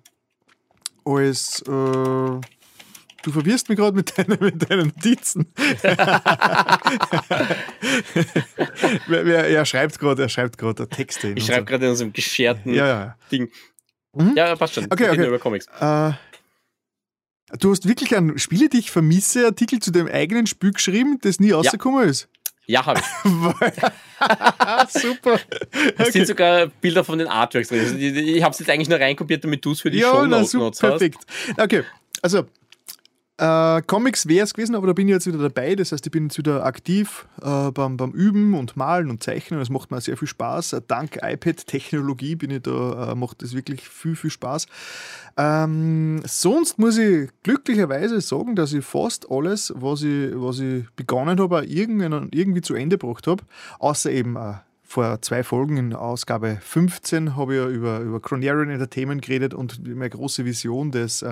du verwirrst mich gerade mit deinen Notizen. Er schreibt gerade Texte hin. Ich schreibe gerade in unserem gescherten Ding. Mhm. Ja, passt schon. Okay. Über Comics. Du hast wirklich einen Spiele, die ich vermisse, Artikel zu deinem eigenen Spiel geschrieben, das nie rausgekommen ist. Ja, habe ich. Super. Es sind sogar Bilder von den Artworks drin. Also ich habe es jetzt eigentlich nur reinkopiert, damit du es für die Shownotes hast. Perfekt. Okay, also Comics wäre es gewesen, aber da bin ich jetzt wieder dabei. Das heißt, ich bin jetzt wieder aktiv beim Üben und Malen und Zeichnen. Das macht mir sehr viel Spaß. Dank iPad-Technologie bin ich da, macht das wirklich viel, viel Spaß. Sonst muss ich glücklicherweise sagen, dass ich fast alles, was ich begonnen habe, auch irgendwie zu Ende gebracht habe. Außer eben vor 2 Folgen in Ausgabe 15 habe ich ja über Chronarian Entertainment geredet und meine große Vision des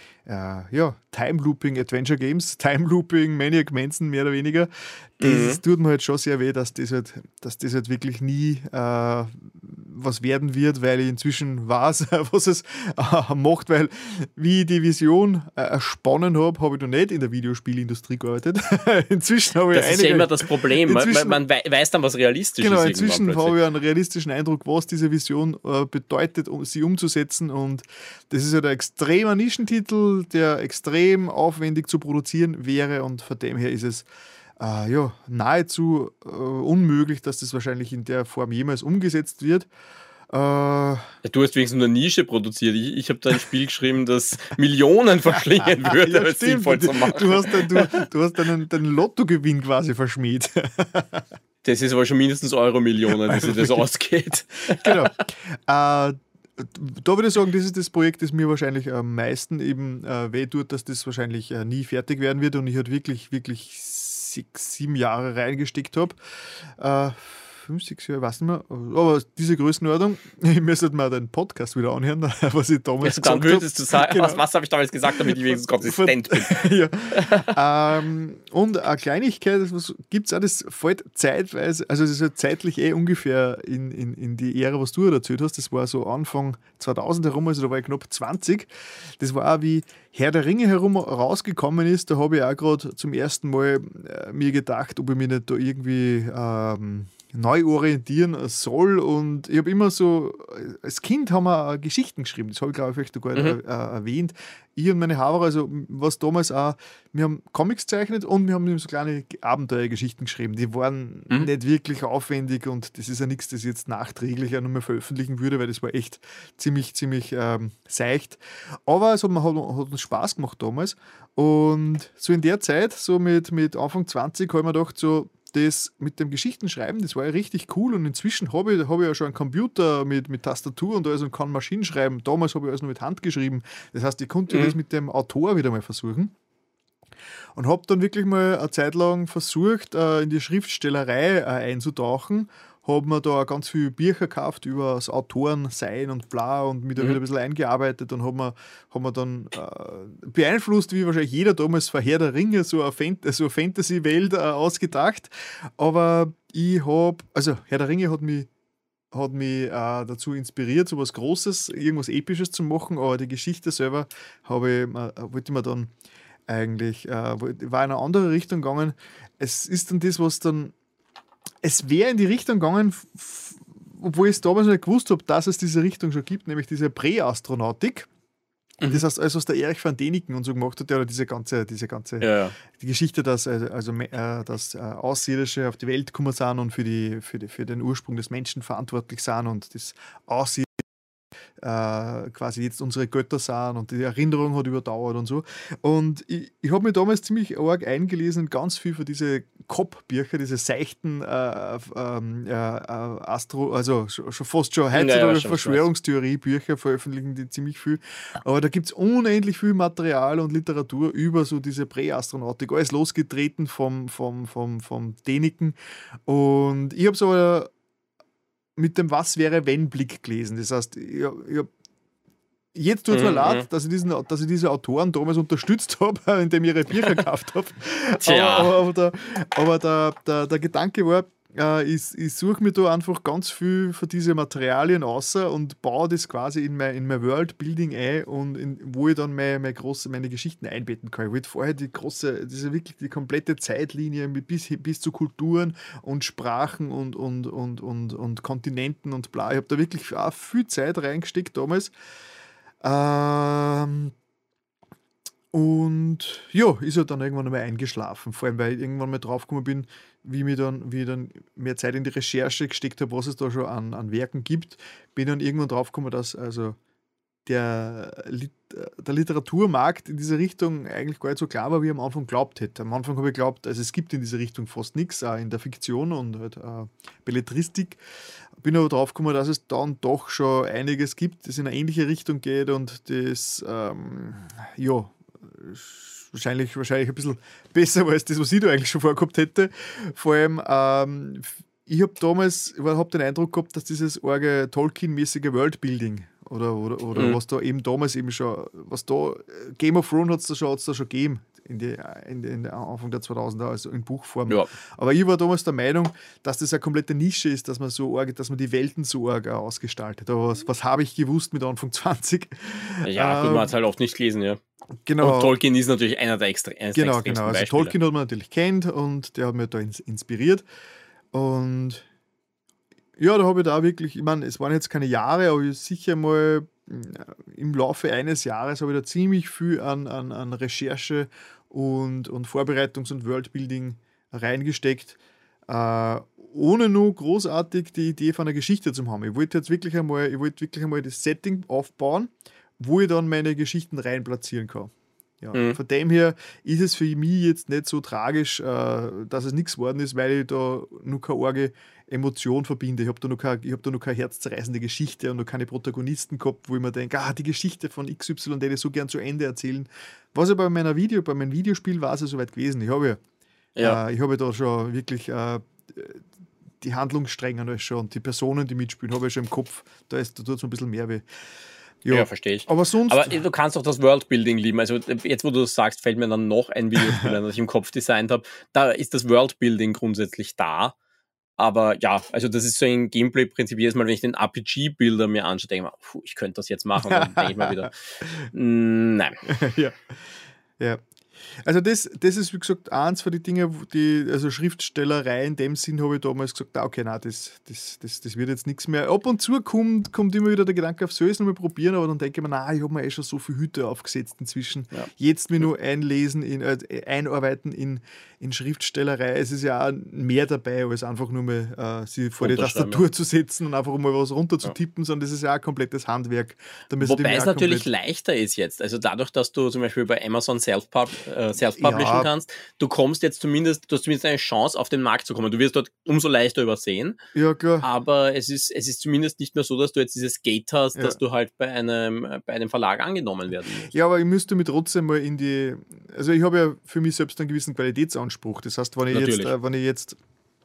Time Looping Adventure Games, Time Looping Maniac Mansion mehr oder weniger. Das tut mir halt schon sehr weh, dass das halt wirklich nie was werden wird, weil ich inzwischen weiß, was es macht, weil wie ich die Vision ersponnen habe ich noch nicht in der Videospielindustrie gearbeitet. Inzwischen habe ich das ist ja immer das Problem, man weiß dann, was realistisch ist. Genau, inzwischen habe ich einen realistischen Eindruck, was diese Vision bedeutet, um sie umzusetzen, und das ist halt ein extremer Nischentitel, der extrem aufwendig zu produzieren wäre, und von dem her ist es nahezu unmöglich, dass das wahrscheinlich in der Form jemals umgesetzt wird. Du hast wenigstens eine Nische produziert. Ich habe da ein Spiel geschrieben, das Millionen verschlingen würde, ja, es sinnvoll zu machen. Du hast deinen Lottogewinn quasi verschmäht. Das ist aber schon mindestens Euro-Millionen, dass sich das ausgeht. Genau. Da würde ich sagen, das ist das Projekt, das mir wahrscheinlich am meisten eben weh tut, dass das wahrscheinlich nie fertig werden wird, und ich halt wirklich, wirklich 6, 7 Jahre reingesteckt habe. 5, 6 Jahre, ich weiß nicht mehr. Aber diese Größenordnung, ich müsste mal den Podcast wieder anhören, was ich damals gesagt habe. Dann würdest du sagen, genau. Was habe ich damals gesagt, damit ich wenigstens konsistent bin. Ja. Und eine Kleinigkeit, gibt es auch, das fällt zeitweise, also es ist halt zeitlich ungefähr in die Ära, was du erzählt hast. Das war so Anfang 2000 herum, also da war ich knapp 20. Das war auch, wie Herr der Ringe herum rausgekommen ist. Da habe ich auch gerade zum ersten Mal mir gedacht, ob ich mich nicht da irgendwie neu orientieren soll, und ich habe immer so, als Kind haben wir Geschichten geschrieben, das habe ich glaube ich vielleicht sogar erwähnt, ich und meine Haver, also was damals auch, wir haben Comics gezeichnet und wir haben so kleine Abenteuergeschichten geschrieben, die waren nicht wirklich aufwendig, und das ist ja nichts, das ich jetzt nachträglich auch nochmal veröffentlichen würde, weil das war echt ziemlich seicht, aber es hat uns Spaß gemacht damals, und so in der Zeit, so mit Anfang 20 habe ich mir gedacht, so das mit dem Geschichtenschreiben, das war ja richtig cool, und inzwischen habe ich ja schon einen Computer mit Tastatur und alles und kann Maschinen schreiben. Damals habe ich alles nur mit Hand geschrieben. Das heißt, ich konnte das mit dem Autor wieder mal versuchen. und habe dann wirklich mal eine Zeit lang versucht, in die Schriftstellerei einzutauchen. Habe mir da ganz viele Bücher gekauft über das Autorensein und bla und mich da wieder ein bisschen eingearbeitet und hab mir dann beeinflusst, wie wahrscheinlich jeder damals von Herr der Ringe, so eine Fantasy-Welt ausgedacht. Aber Herr der Ringe hat mich dazu inspiriert, so was Großes, irgendwas Episches zu machen, aber die Geschichte selber wollte ich mir dann eigentlich, war in eine andere Richtung gegangen. Es ist dann das, was dann, es wäre in die Richtung gegangen, obwohl ich es damals nicht gewusst habe, dass es diese Richtung schon gibt, nämlich diese Präastronautik. Das heißt, alles, was der Erich van Däniken und so gemacht hat, oder diese ganze die Geschichte, dass Außerirdische auf die Welt gekommen sind und für den Ursprung des Menschen verantwortlich sind und das Außerirdische quasi jetzt unsere Götter sind und die Erinnerung hat überdauert und so. Und ich habe mich damals ziemlich arg eingelesen, ganz viel für diese Cop-Bücher, diese seichten also schon fast schon heutzutage Verschwörungstheorie-Bücher veröffentlichen die ziemlich viel. Aber da gibt es unendlich viel Material und Literatur über so diese Präastronautik, alles losgetreten vom Däniken. Und ich habe es aber mit dem Was-wäre-wenn-Blick gelesen. Das heißt, jetzt tut es mir leid, dass ich diese Autoren damals unterstützt habe, indem ich ihre Bücher gekauft habe. Aber der Gedanke war, ich suche mir da einfach ganz viel von diese Materialien außer und baue das quasi in mein Worldbuilding ein und wo ich dann meine Geschichten einbetten kann. Ich wollte vorher die komplette Zeitlinie bis zu Kulturen und Sprachen und Kontinenten und bla. Ich habe da wirklich auch viel Zeit reingesteckt damals. Und ja, ist halt dann irgendwann mal eingeschlafen. Vor allem, weil ich irgendwann mal draufgekommen bin, wie ich dann mehr Zeit in die Recherche gesteckt habe, was es da schon an Werken gibt, bin dann irgendwann draufgekommen, dass also der Literaturmarkt in diese Richtung eigentlich gar nicht so klar war, wie ich am Anfang geglaubt hätte. Am Anfang habe ich geglaubt, also es gibt in diese Richtung fast nichts, auch in der Fiktion und halt Belletristik. Bin aber drauf gekommen, dass es dann doch schon einiges gibt, das in eine ähnliche Richtung geht und das, wahrscheinlich ein bisschen besser war als das, was ich da eigentlich schon vorgehabt hätte. Vor allem, ich habe damals den Eindruck gehabt, dass dieses arge Tolkien-mäßige Worldbuilding oder was da eben damals eben schon, was da Game of Thrones hat es da schon gegeben in der Anfang der 2000er, also in Buchform. Ja. Aber ich war damals der Meinung, dass das eine komplette Nische ist, dass man die Welten so arg ausgestaltet. Aber was habe ich gewusst mit Anfang 20? Ja, gut, man hat es halt oft nicht gelesen, ja. Genau. Und Tolkien ist natürlich einer der extremsten Genau. Also Tolkien hat man natürlich kennt und der hat mich da inspiriert. Und ja, da habe ich da wirklich, ich meine, es waren jetzt keine Jahre, aber sicher mal im Laufe eines Jahres habe ich da ziemlich viel an Recherche und Vorbereitungs- und Worldbuilding reingesteckt, ohne nur großartig die Idee von einer Geschichte zu haben. Ich wollte wirklich einmal das Setting aufbauen, wo ich dann meine Geschichten reinplatzieren kann. Ja, Von dem her ist es für mich jetzt nicht so tragisch, dass es nichts geworden ist, weil ich da nur keine arge Emotion verbinde. Ich habe da noch keine herzzerreißende Geschichte und noch keine Protagonisten gehabt, wo ich mir denke, die Geschichte von XY, die ich so gern zu Ende erzählen. Was aber bei meinem Videospiel war es ja soweit gewesen. Ich habe da schon wirklich die Handlungsstränge und die Personen, die mitspielen, habe ich schon im Kopf. Da tut es ein bisschen mehr weh. Ja, verstehe ich. Aber du kannst auch das Worldbuilding lieben. Also jetzt, wo du das sagst, fällt mir dann noch ein Videospiel ein, das ich im Kopf designt habe. Da ist das Worldbuilding grundsätzlich da. Aber ja, also das ist so ein Gameplay-Prinzip. Jedes Mal, wenn ich den RPG-Bilder mir anschaue, denke ich mir, ich könnte das jetzt machen. Und dann denke ich mal wieder, nein. Ja. Also das ist, wie gesagt, eins von den Dingen, also Schriftstellerei in dem Sinn habe ich damals gesagt, okay, nein, das wird jetzt nichts mehr. Ab und zu kommt immer wieder der Gedanke, auf soll ich es nochmal probieren, aber dann denke ich mir, ich habe mir schon so viele Hüte aufgesetzt inzwischen. Ja. Jetzt mir nur einarbeiten in Schriftstellerei. Es ist ja auch mehr dabei, als einfach nur mal sie vor die Tastatur zu setzen und einfach mal was runter zu tippen, sondern das ist ja auch ein komplettes Handwerk. Wobei es natürlich leichter ist jetzt. Also dadurch, dass du zum Beispiel bei Amazon Self-Publishing self-publishen kannst. Du hast zumindest eine Chance, auf den Markt zu kommen. Du wirst dort umso leichter übersehen. Ja, klar. Aber es ist zumindest nicht mehr so, dass du jetzt dieses Gate hast, dass du halt bei einem Verlag angenommen werden musst. Ja, aber ich müsste mich trotzdem mal also ich habe ja für mich selbst einen gewissen Qualitätsanspruch. Das heißt, wenn ich jetzt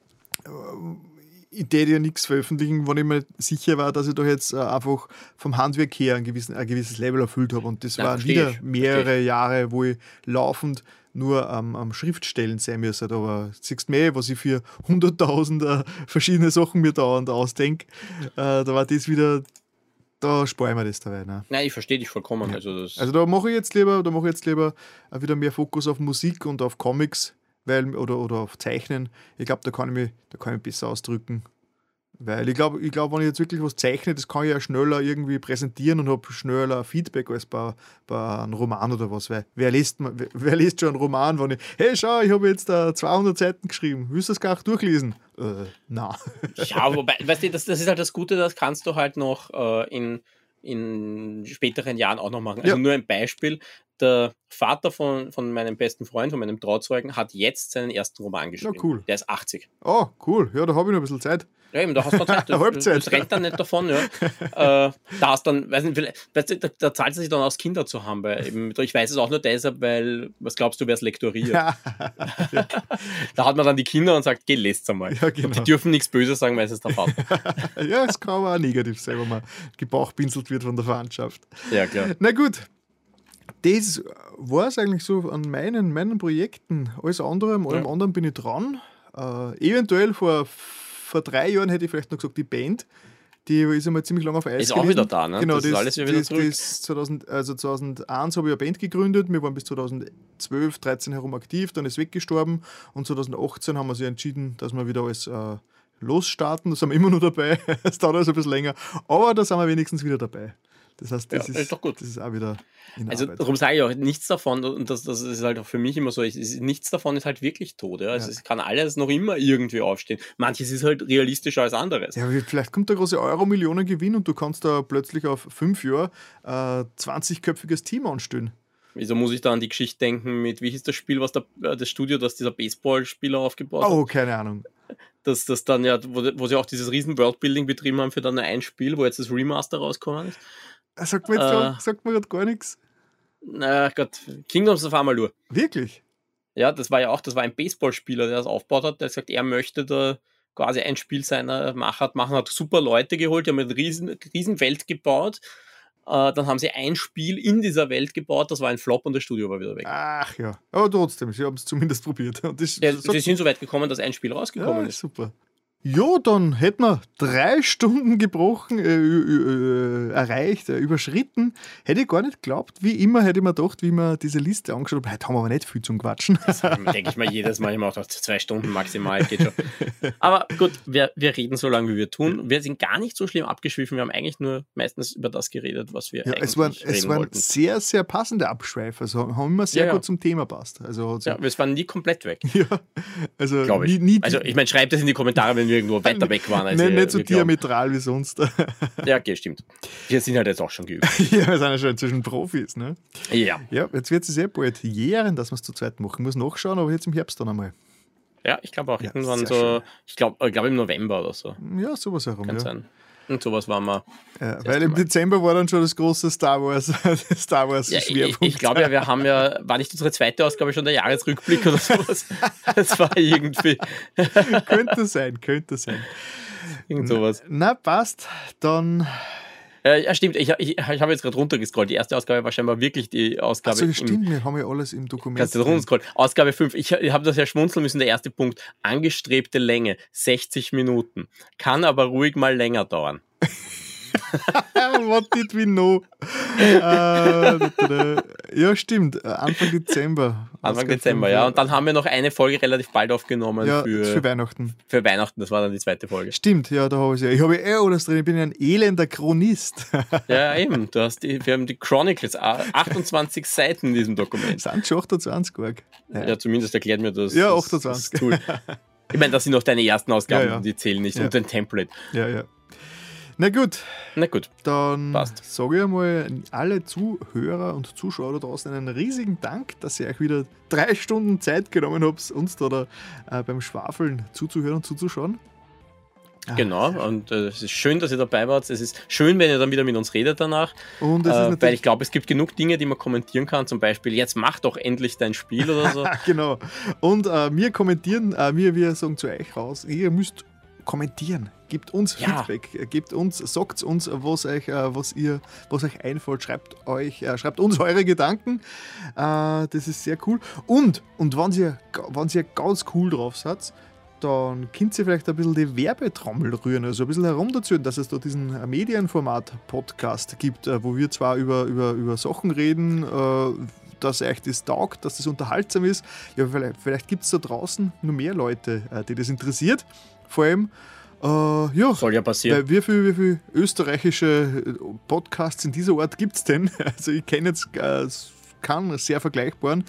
ich täte ja nichts veröffentlichen, wenn ich mir sicher war, dass ich doch jetzt einfach vom Handwerk her ein gewisses Level erfüllt habe. Und das waren wieder mehrere Jahre, wo ich laufend nur am Schriftstellen sein müsste. Aber siehst du mehr, was ich für 100.000 verschiedene Sachen mir dauernd ausdenke. Da war das wieder, da spare ich mir das dabei. Ne? Nein, ich verstehe dich vollkommen. Ja. Also da mache ich jetzt lieber wieder mehr Fokus auf Musik und auf Comics. Oder auf Zeichnen. Ich glaube, da kann ich mich besser ausdrücken. Weil ich glaube, wenn ich jetzt wirklich was zeichne, das kann ich ja schneller irgendwie präsentieren und habe schneller Feedback als bei einem Roman oder was. Weil wer liest schon einen Roman, wenn hey, schau, ich habe jetzt 200 Seiten geschrieben. Willst du das gar nicht durchlesen? Nein. Ja, wobei, weißt du, das ist halt das Gute, das kannst du halt noch in späteren Jahren auch noch machen. Also nur ein Beispiel. Der Vater von meinem besten Freund, von meinem Trauzeugen, hat jetzt seinen ersten Roman geschrieben. Ja, cool. Der ist 80. Oh, cool. Ja, da habe ich noch ein bisschen Zeit. Ja, eben, da hast du noch Zeit. Das rennt dann nicht davon, ja. Da hast dann, weiß nicht, da zahlt es sich dann aus, Kinder zu haben. Weil eben, ich weiß es auch nur deshalb, weil, was glaubst du, wer es lektoriert? Ja. Da hat man dann die Kinder und sagt, geh, lest einmal. Ja, genau. Und die dürfen nichts Böses sagen, weil es ist der Vater. Ja, es kann aber auch negativ sein, wenn man gebauchpinselt wird von der Verwandtschaft. Ja, klar. Na gut. Das war es eigentlich so an meinen Projekten. Alles andere, an allem anderen bin ich dran. Eventuell vor 3 Jahren hätte ich vielleicht noch gesagt, die Band, die ist einmal ziemlich lange auf Eis ist gewesen. Auch wieder da, ne? Genau, das ist alles wieder zurück. 2001 habe ich eine Band gegründet, wir waren bis 2012, 13 herum aktiv, dann ist weggestorben und 2018 haben wir sich entschieden, dass wir wieder alles losstarten. Da sind wir immer noch dabei, es dauert also ein bisschen länger, aber da sind wir wenigstens wieder dabei. Das heißt, das ist doch gut. Das ist auch wieder in Also Arbeit. Darum sage ich auch, nichts davon, und das ist halt auch für mich immer so, nichts davon ist halt wirklich tot. Ja? Also es kann alles noch immer irgendwie aufstehen. Manches ist halt realistischer als anderes. Ja, vielleicht kommt der große Euro-Millionen-Gewinn und du kannst da plötzlich auf 5 Jahre 20-köpfiges Team anstellen. Wieso muss ich da an die Geschichte denken mit, wie hieß das Spiel, was das Studio, das dieser Baseballspieler aufgebaut hat? Oh, keine Ahnung. Das dann ja, wo sie auch dieses riesen Worldbuilding betrieben haben für dann ein Spiel, wo jetzt das Remaster rausgekommen ist. Sagt mir gerade gar nichts. Na Gott, Kingdoms of Amalur. Wirklich? Ja, das war ein Baseballspieler, der das aufgebaut hat, der hat gesagt, er möchte da quasi ein Spiel seiner Machart machen, hat super Leute geholt, die haben eine riesen Welt gebaut. Dann haben sie ein Spiel in dieser Welt gebaut, das war ein Flop und das Studio war wieder weg. Ach ja, aber trotzdem, sie haben es zumindest probiert. Sie sind so weit gekommen, dass ein Spiel rausgekommen ist. Super. Ja, dann hätten wir 3 Stunden gebrochen, erreicht, überschritten. Hätte ich gar nicht geglaubt. Wie immer hätte ich mir gedacht, wie wir diese Liste angeschaut haben, heute haben wir aber nicht viel zum Quatschen. Das denke ich mir jedes Mal, ich mache 2 Stunden maximal, geht schon. Aber gut, wir reden so lange, wie wir tun. Wir sind gar nicht so schlimm abgeschwiffen, wir haben eigentlich nur meistens über das geredet, was wir eigentlich reden wollten. Es waren sehr, sehr passende Abschweife, also haben immer sehr gut zum Thema passt. Also es waren nie komplett weg. Ja, also glaube ich. Also ich meine, schreibt das in die Kommentare, wenn wir irgendwo weiter weg waren. Als nicht so diametral wie sonst. Ja, okay, stimmt. Wir sind halt jetzt auch schon geübt. Ja, wir sind ja schon inzwischen Profis, ne? Ja. Ja, jetzt wird es sehr bald jähren, dass wir es zu zweit machen. Ich muss nachschauen, aber jetzt im Herbst dann einmal. Ja, ich glaube auch. Irgendwann so, ich glaube im November oder so. Ja, sowas herum. Kann sein. Und sowas waren wir. Weil im Dezember war dann schon das große Star Wars Schwerpunkt. Ich glaube wir haben war nicht unsere zweite Ausgabe schon der Jahresrückblick oder sowas? Das war irgendwie. Könnte sein. Irgend sowas. Na, passt. Dann. Ja, stimmt. Ich habe jetzt gerade runtergescrollt. Die erste Ausgabe war scheinbar wirklich die Ausgabe. Also stimmt, wir haben ja alles im Dokument. Kannst du runterscrollen. Ausgabe 5. Ich habe das ja schmunzeln müssen. Der erste Punkt. Angestrebte Länge. 60 Minuten. Kann aber ruhig mal länger dauern. What did we know? Ja, stimmt. Anfang Dezember. Anfang Dezember, ja. Und dann haben wir noch eine Folge relativ bald aufgenommen für Weihnachten. Für Weihnachten, das war dann die zweite Folge. Stimmt, ja, da habe ich es ja. Ich habe alles drin, ich bin ein elender Chronist. Ja, eben. Wir haben die Chronicles, 28 Seiten in diesem Dokument. Sind schon 28, Gorg. Ja, zumindest erklärt mir das. Ja, 28. Das ich meine, das sind noch deine ersten Ausgaben, die zählen nicht. Und dein Template. Ja. Na gut, dann passt. sage ich einmal alle Zuhörer und Zuschauer da draußen einen riesigen Dank, dass ihr euch wieder 3 Stunden Zeit genommen habt, uns da beim Schwafeln zuzuhören und zuzuschauen. Genau, und es ist schön, dass ihr dabei wart. Es ist schön, wenn ihr dann wieder mit uns redet danach. Und weil ich glaube, es gibt genug Dinge, die man kommentieren kann. Zum Beispiel, jetzt mach doch endlich dein Spiel oder so. Genau. Und wir kommentieren, wir sagen zu euch raus, ihr müsst kommentieren. Gebt uns Feedback, sagt uns, was euch einfällt. Schreibt uns eure Gedanken. Das ist sehr cool. Und wenn ihr ganz cool drauf seid, dann könnt ihr vielleicht ein bisschen die Werbetrommel rühren, also ein bisschen herumdazünden, dass es da diesen Medienformat-Podcast gibt, wo wir zwar über Sachen reden, dass euch das taugt, dass das unterhaltsam ist. Ja, vielleicht gibt es da draußen noch mehr Leute, die das interessiert. Vor allem, soll ja passieren. Wie viel österreichische Podcasts in dieser Art gibt es denn? Also ich kenne jetzt keinen sehr vergleichbaren.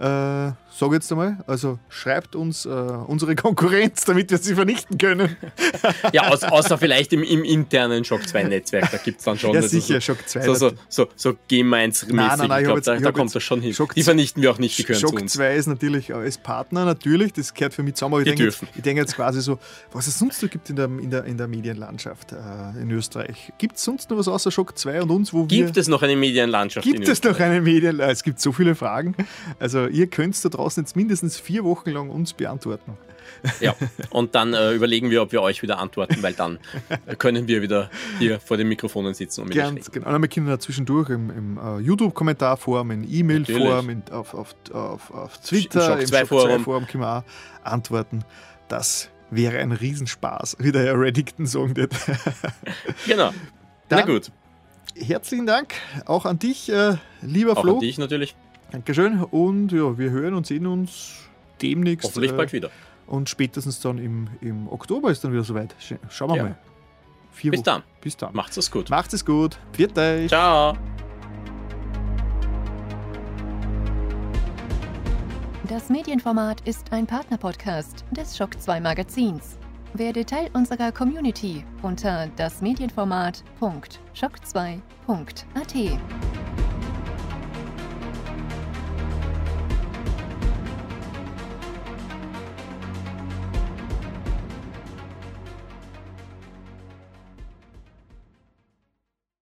Sag jetzt einmal, also schreibt uns unsere Konkurrenz, damit wir sie vernichten können. Ja, außer vielleicht im internen Shock 2-Netzwerk, da gibt es dann schon. Ja, sicher, Shock 2. So G-Mainz-mäßig, nein, ich glaube, da kommt das schon hin. Die vernichten wir auch nicht, die gehören zu uns. Shock 2 ist natürlich als Partner, natürlich, das gehört für mich zusammen, aber ich denke jetzt quasi so, was es sonst noch gibt in der Medienlandschaft in Österreich. Gibt es sonst noch was außer Shock 2 und uns, Gibt es noch eine Medienlandschaft in Österreich? Gibt es noch eine Medienlandschaft? Es gibt so viele Fragen. Also ihr könnt da draußen jetzt mindestens 4 Wochen lang uns beantworten. Ja, und dann überlegen wir, ob wir euch wieder antworten, weil dann können wir wieder hier vor den Mikrofonen sitzen und mit euch reden. Genau, und wir können da zwischendurch im YouTube-Kommentarform, in E-Mail-Form, auf Twitter, im Shock2-Forum können wir auch antworten. Das wäre ein Riesenspaß, wie der Herr Reddington sagen wird. Genau, na gut. Herzlichen Dank auch an dich, lieber Flo. Auch an dich natürlich. Dankeschön und ja, wir hören und sehen uns demnächst. Hoffentlich bald wieder. Und spätestens dann im Oktober ist dann wieder soweit. Schauen wir mal. 4 Bis Wochen. dann. Bis dann. Macht's es gut. Macht es gut. Pfiat euch. Ciao. Das Medienformat ist ein Partnerpodcast des Shock 2 Magazins. Werde Teil unserer Community unter dasmedienformat.shock2.at.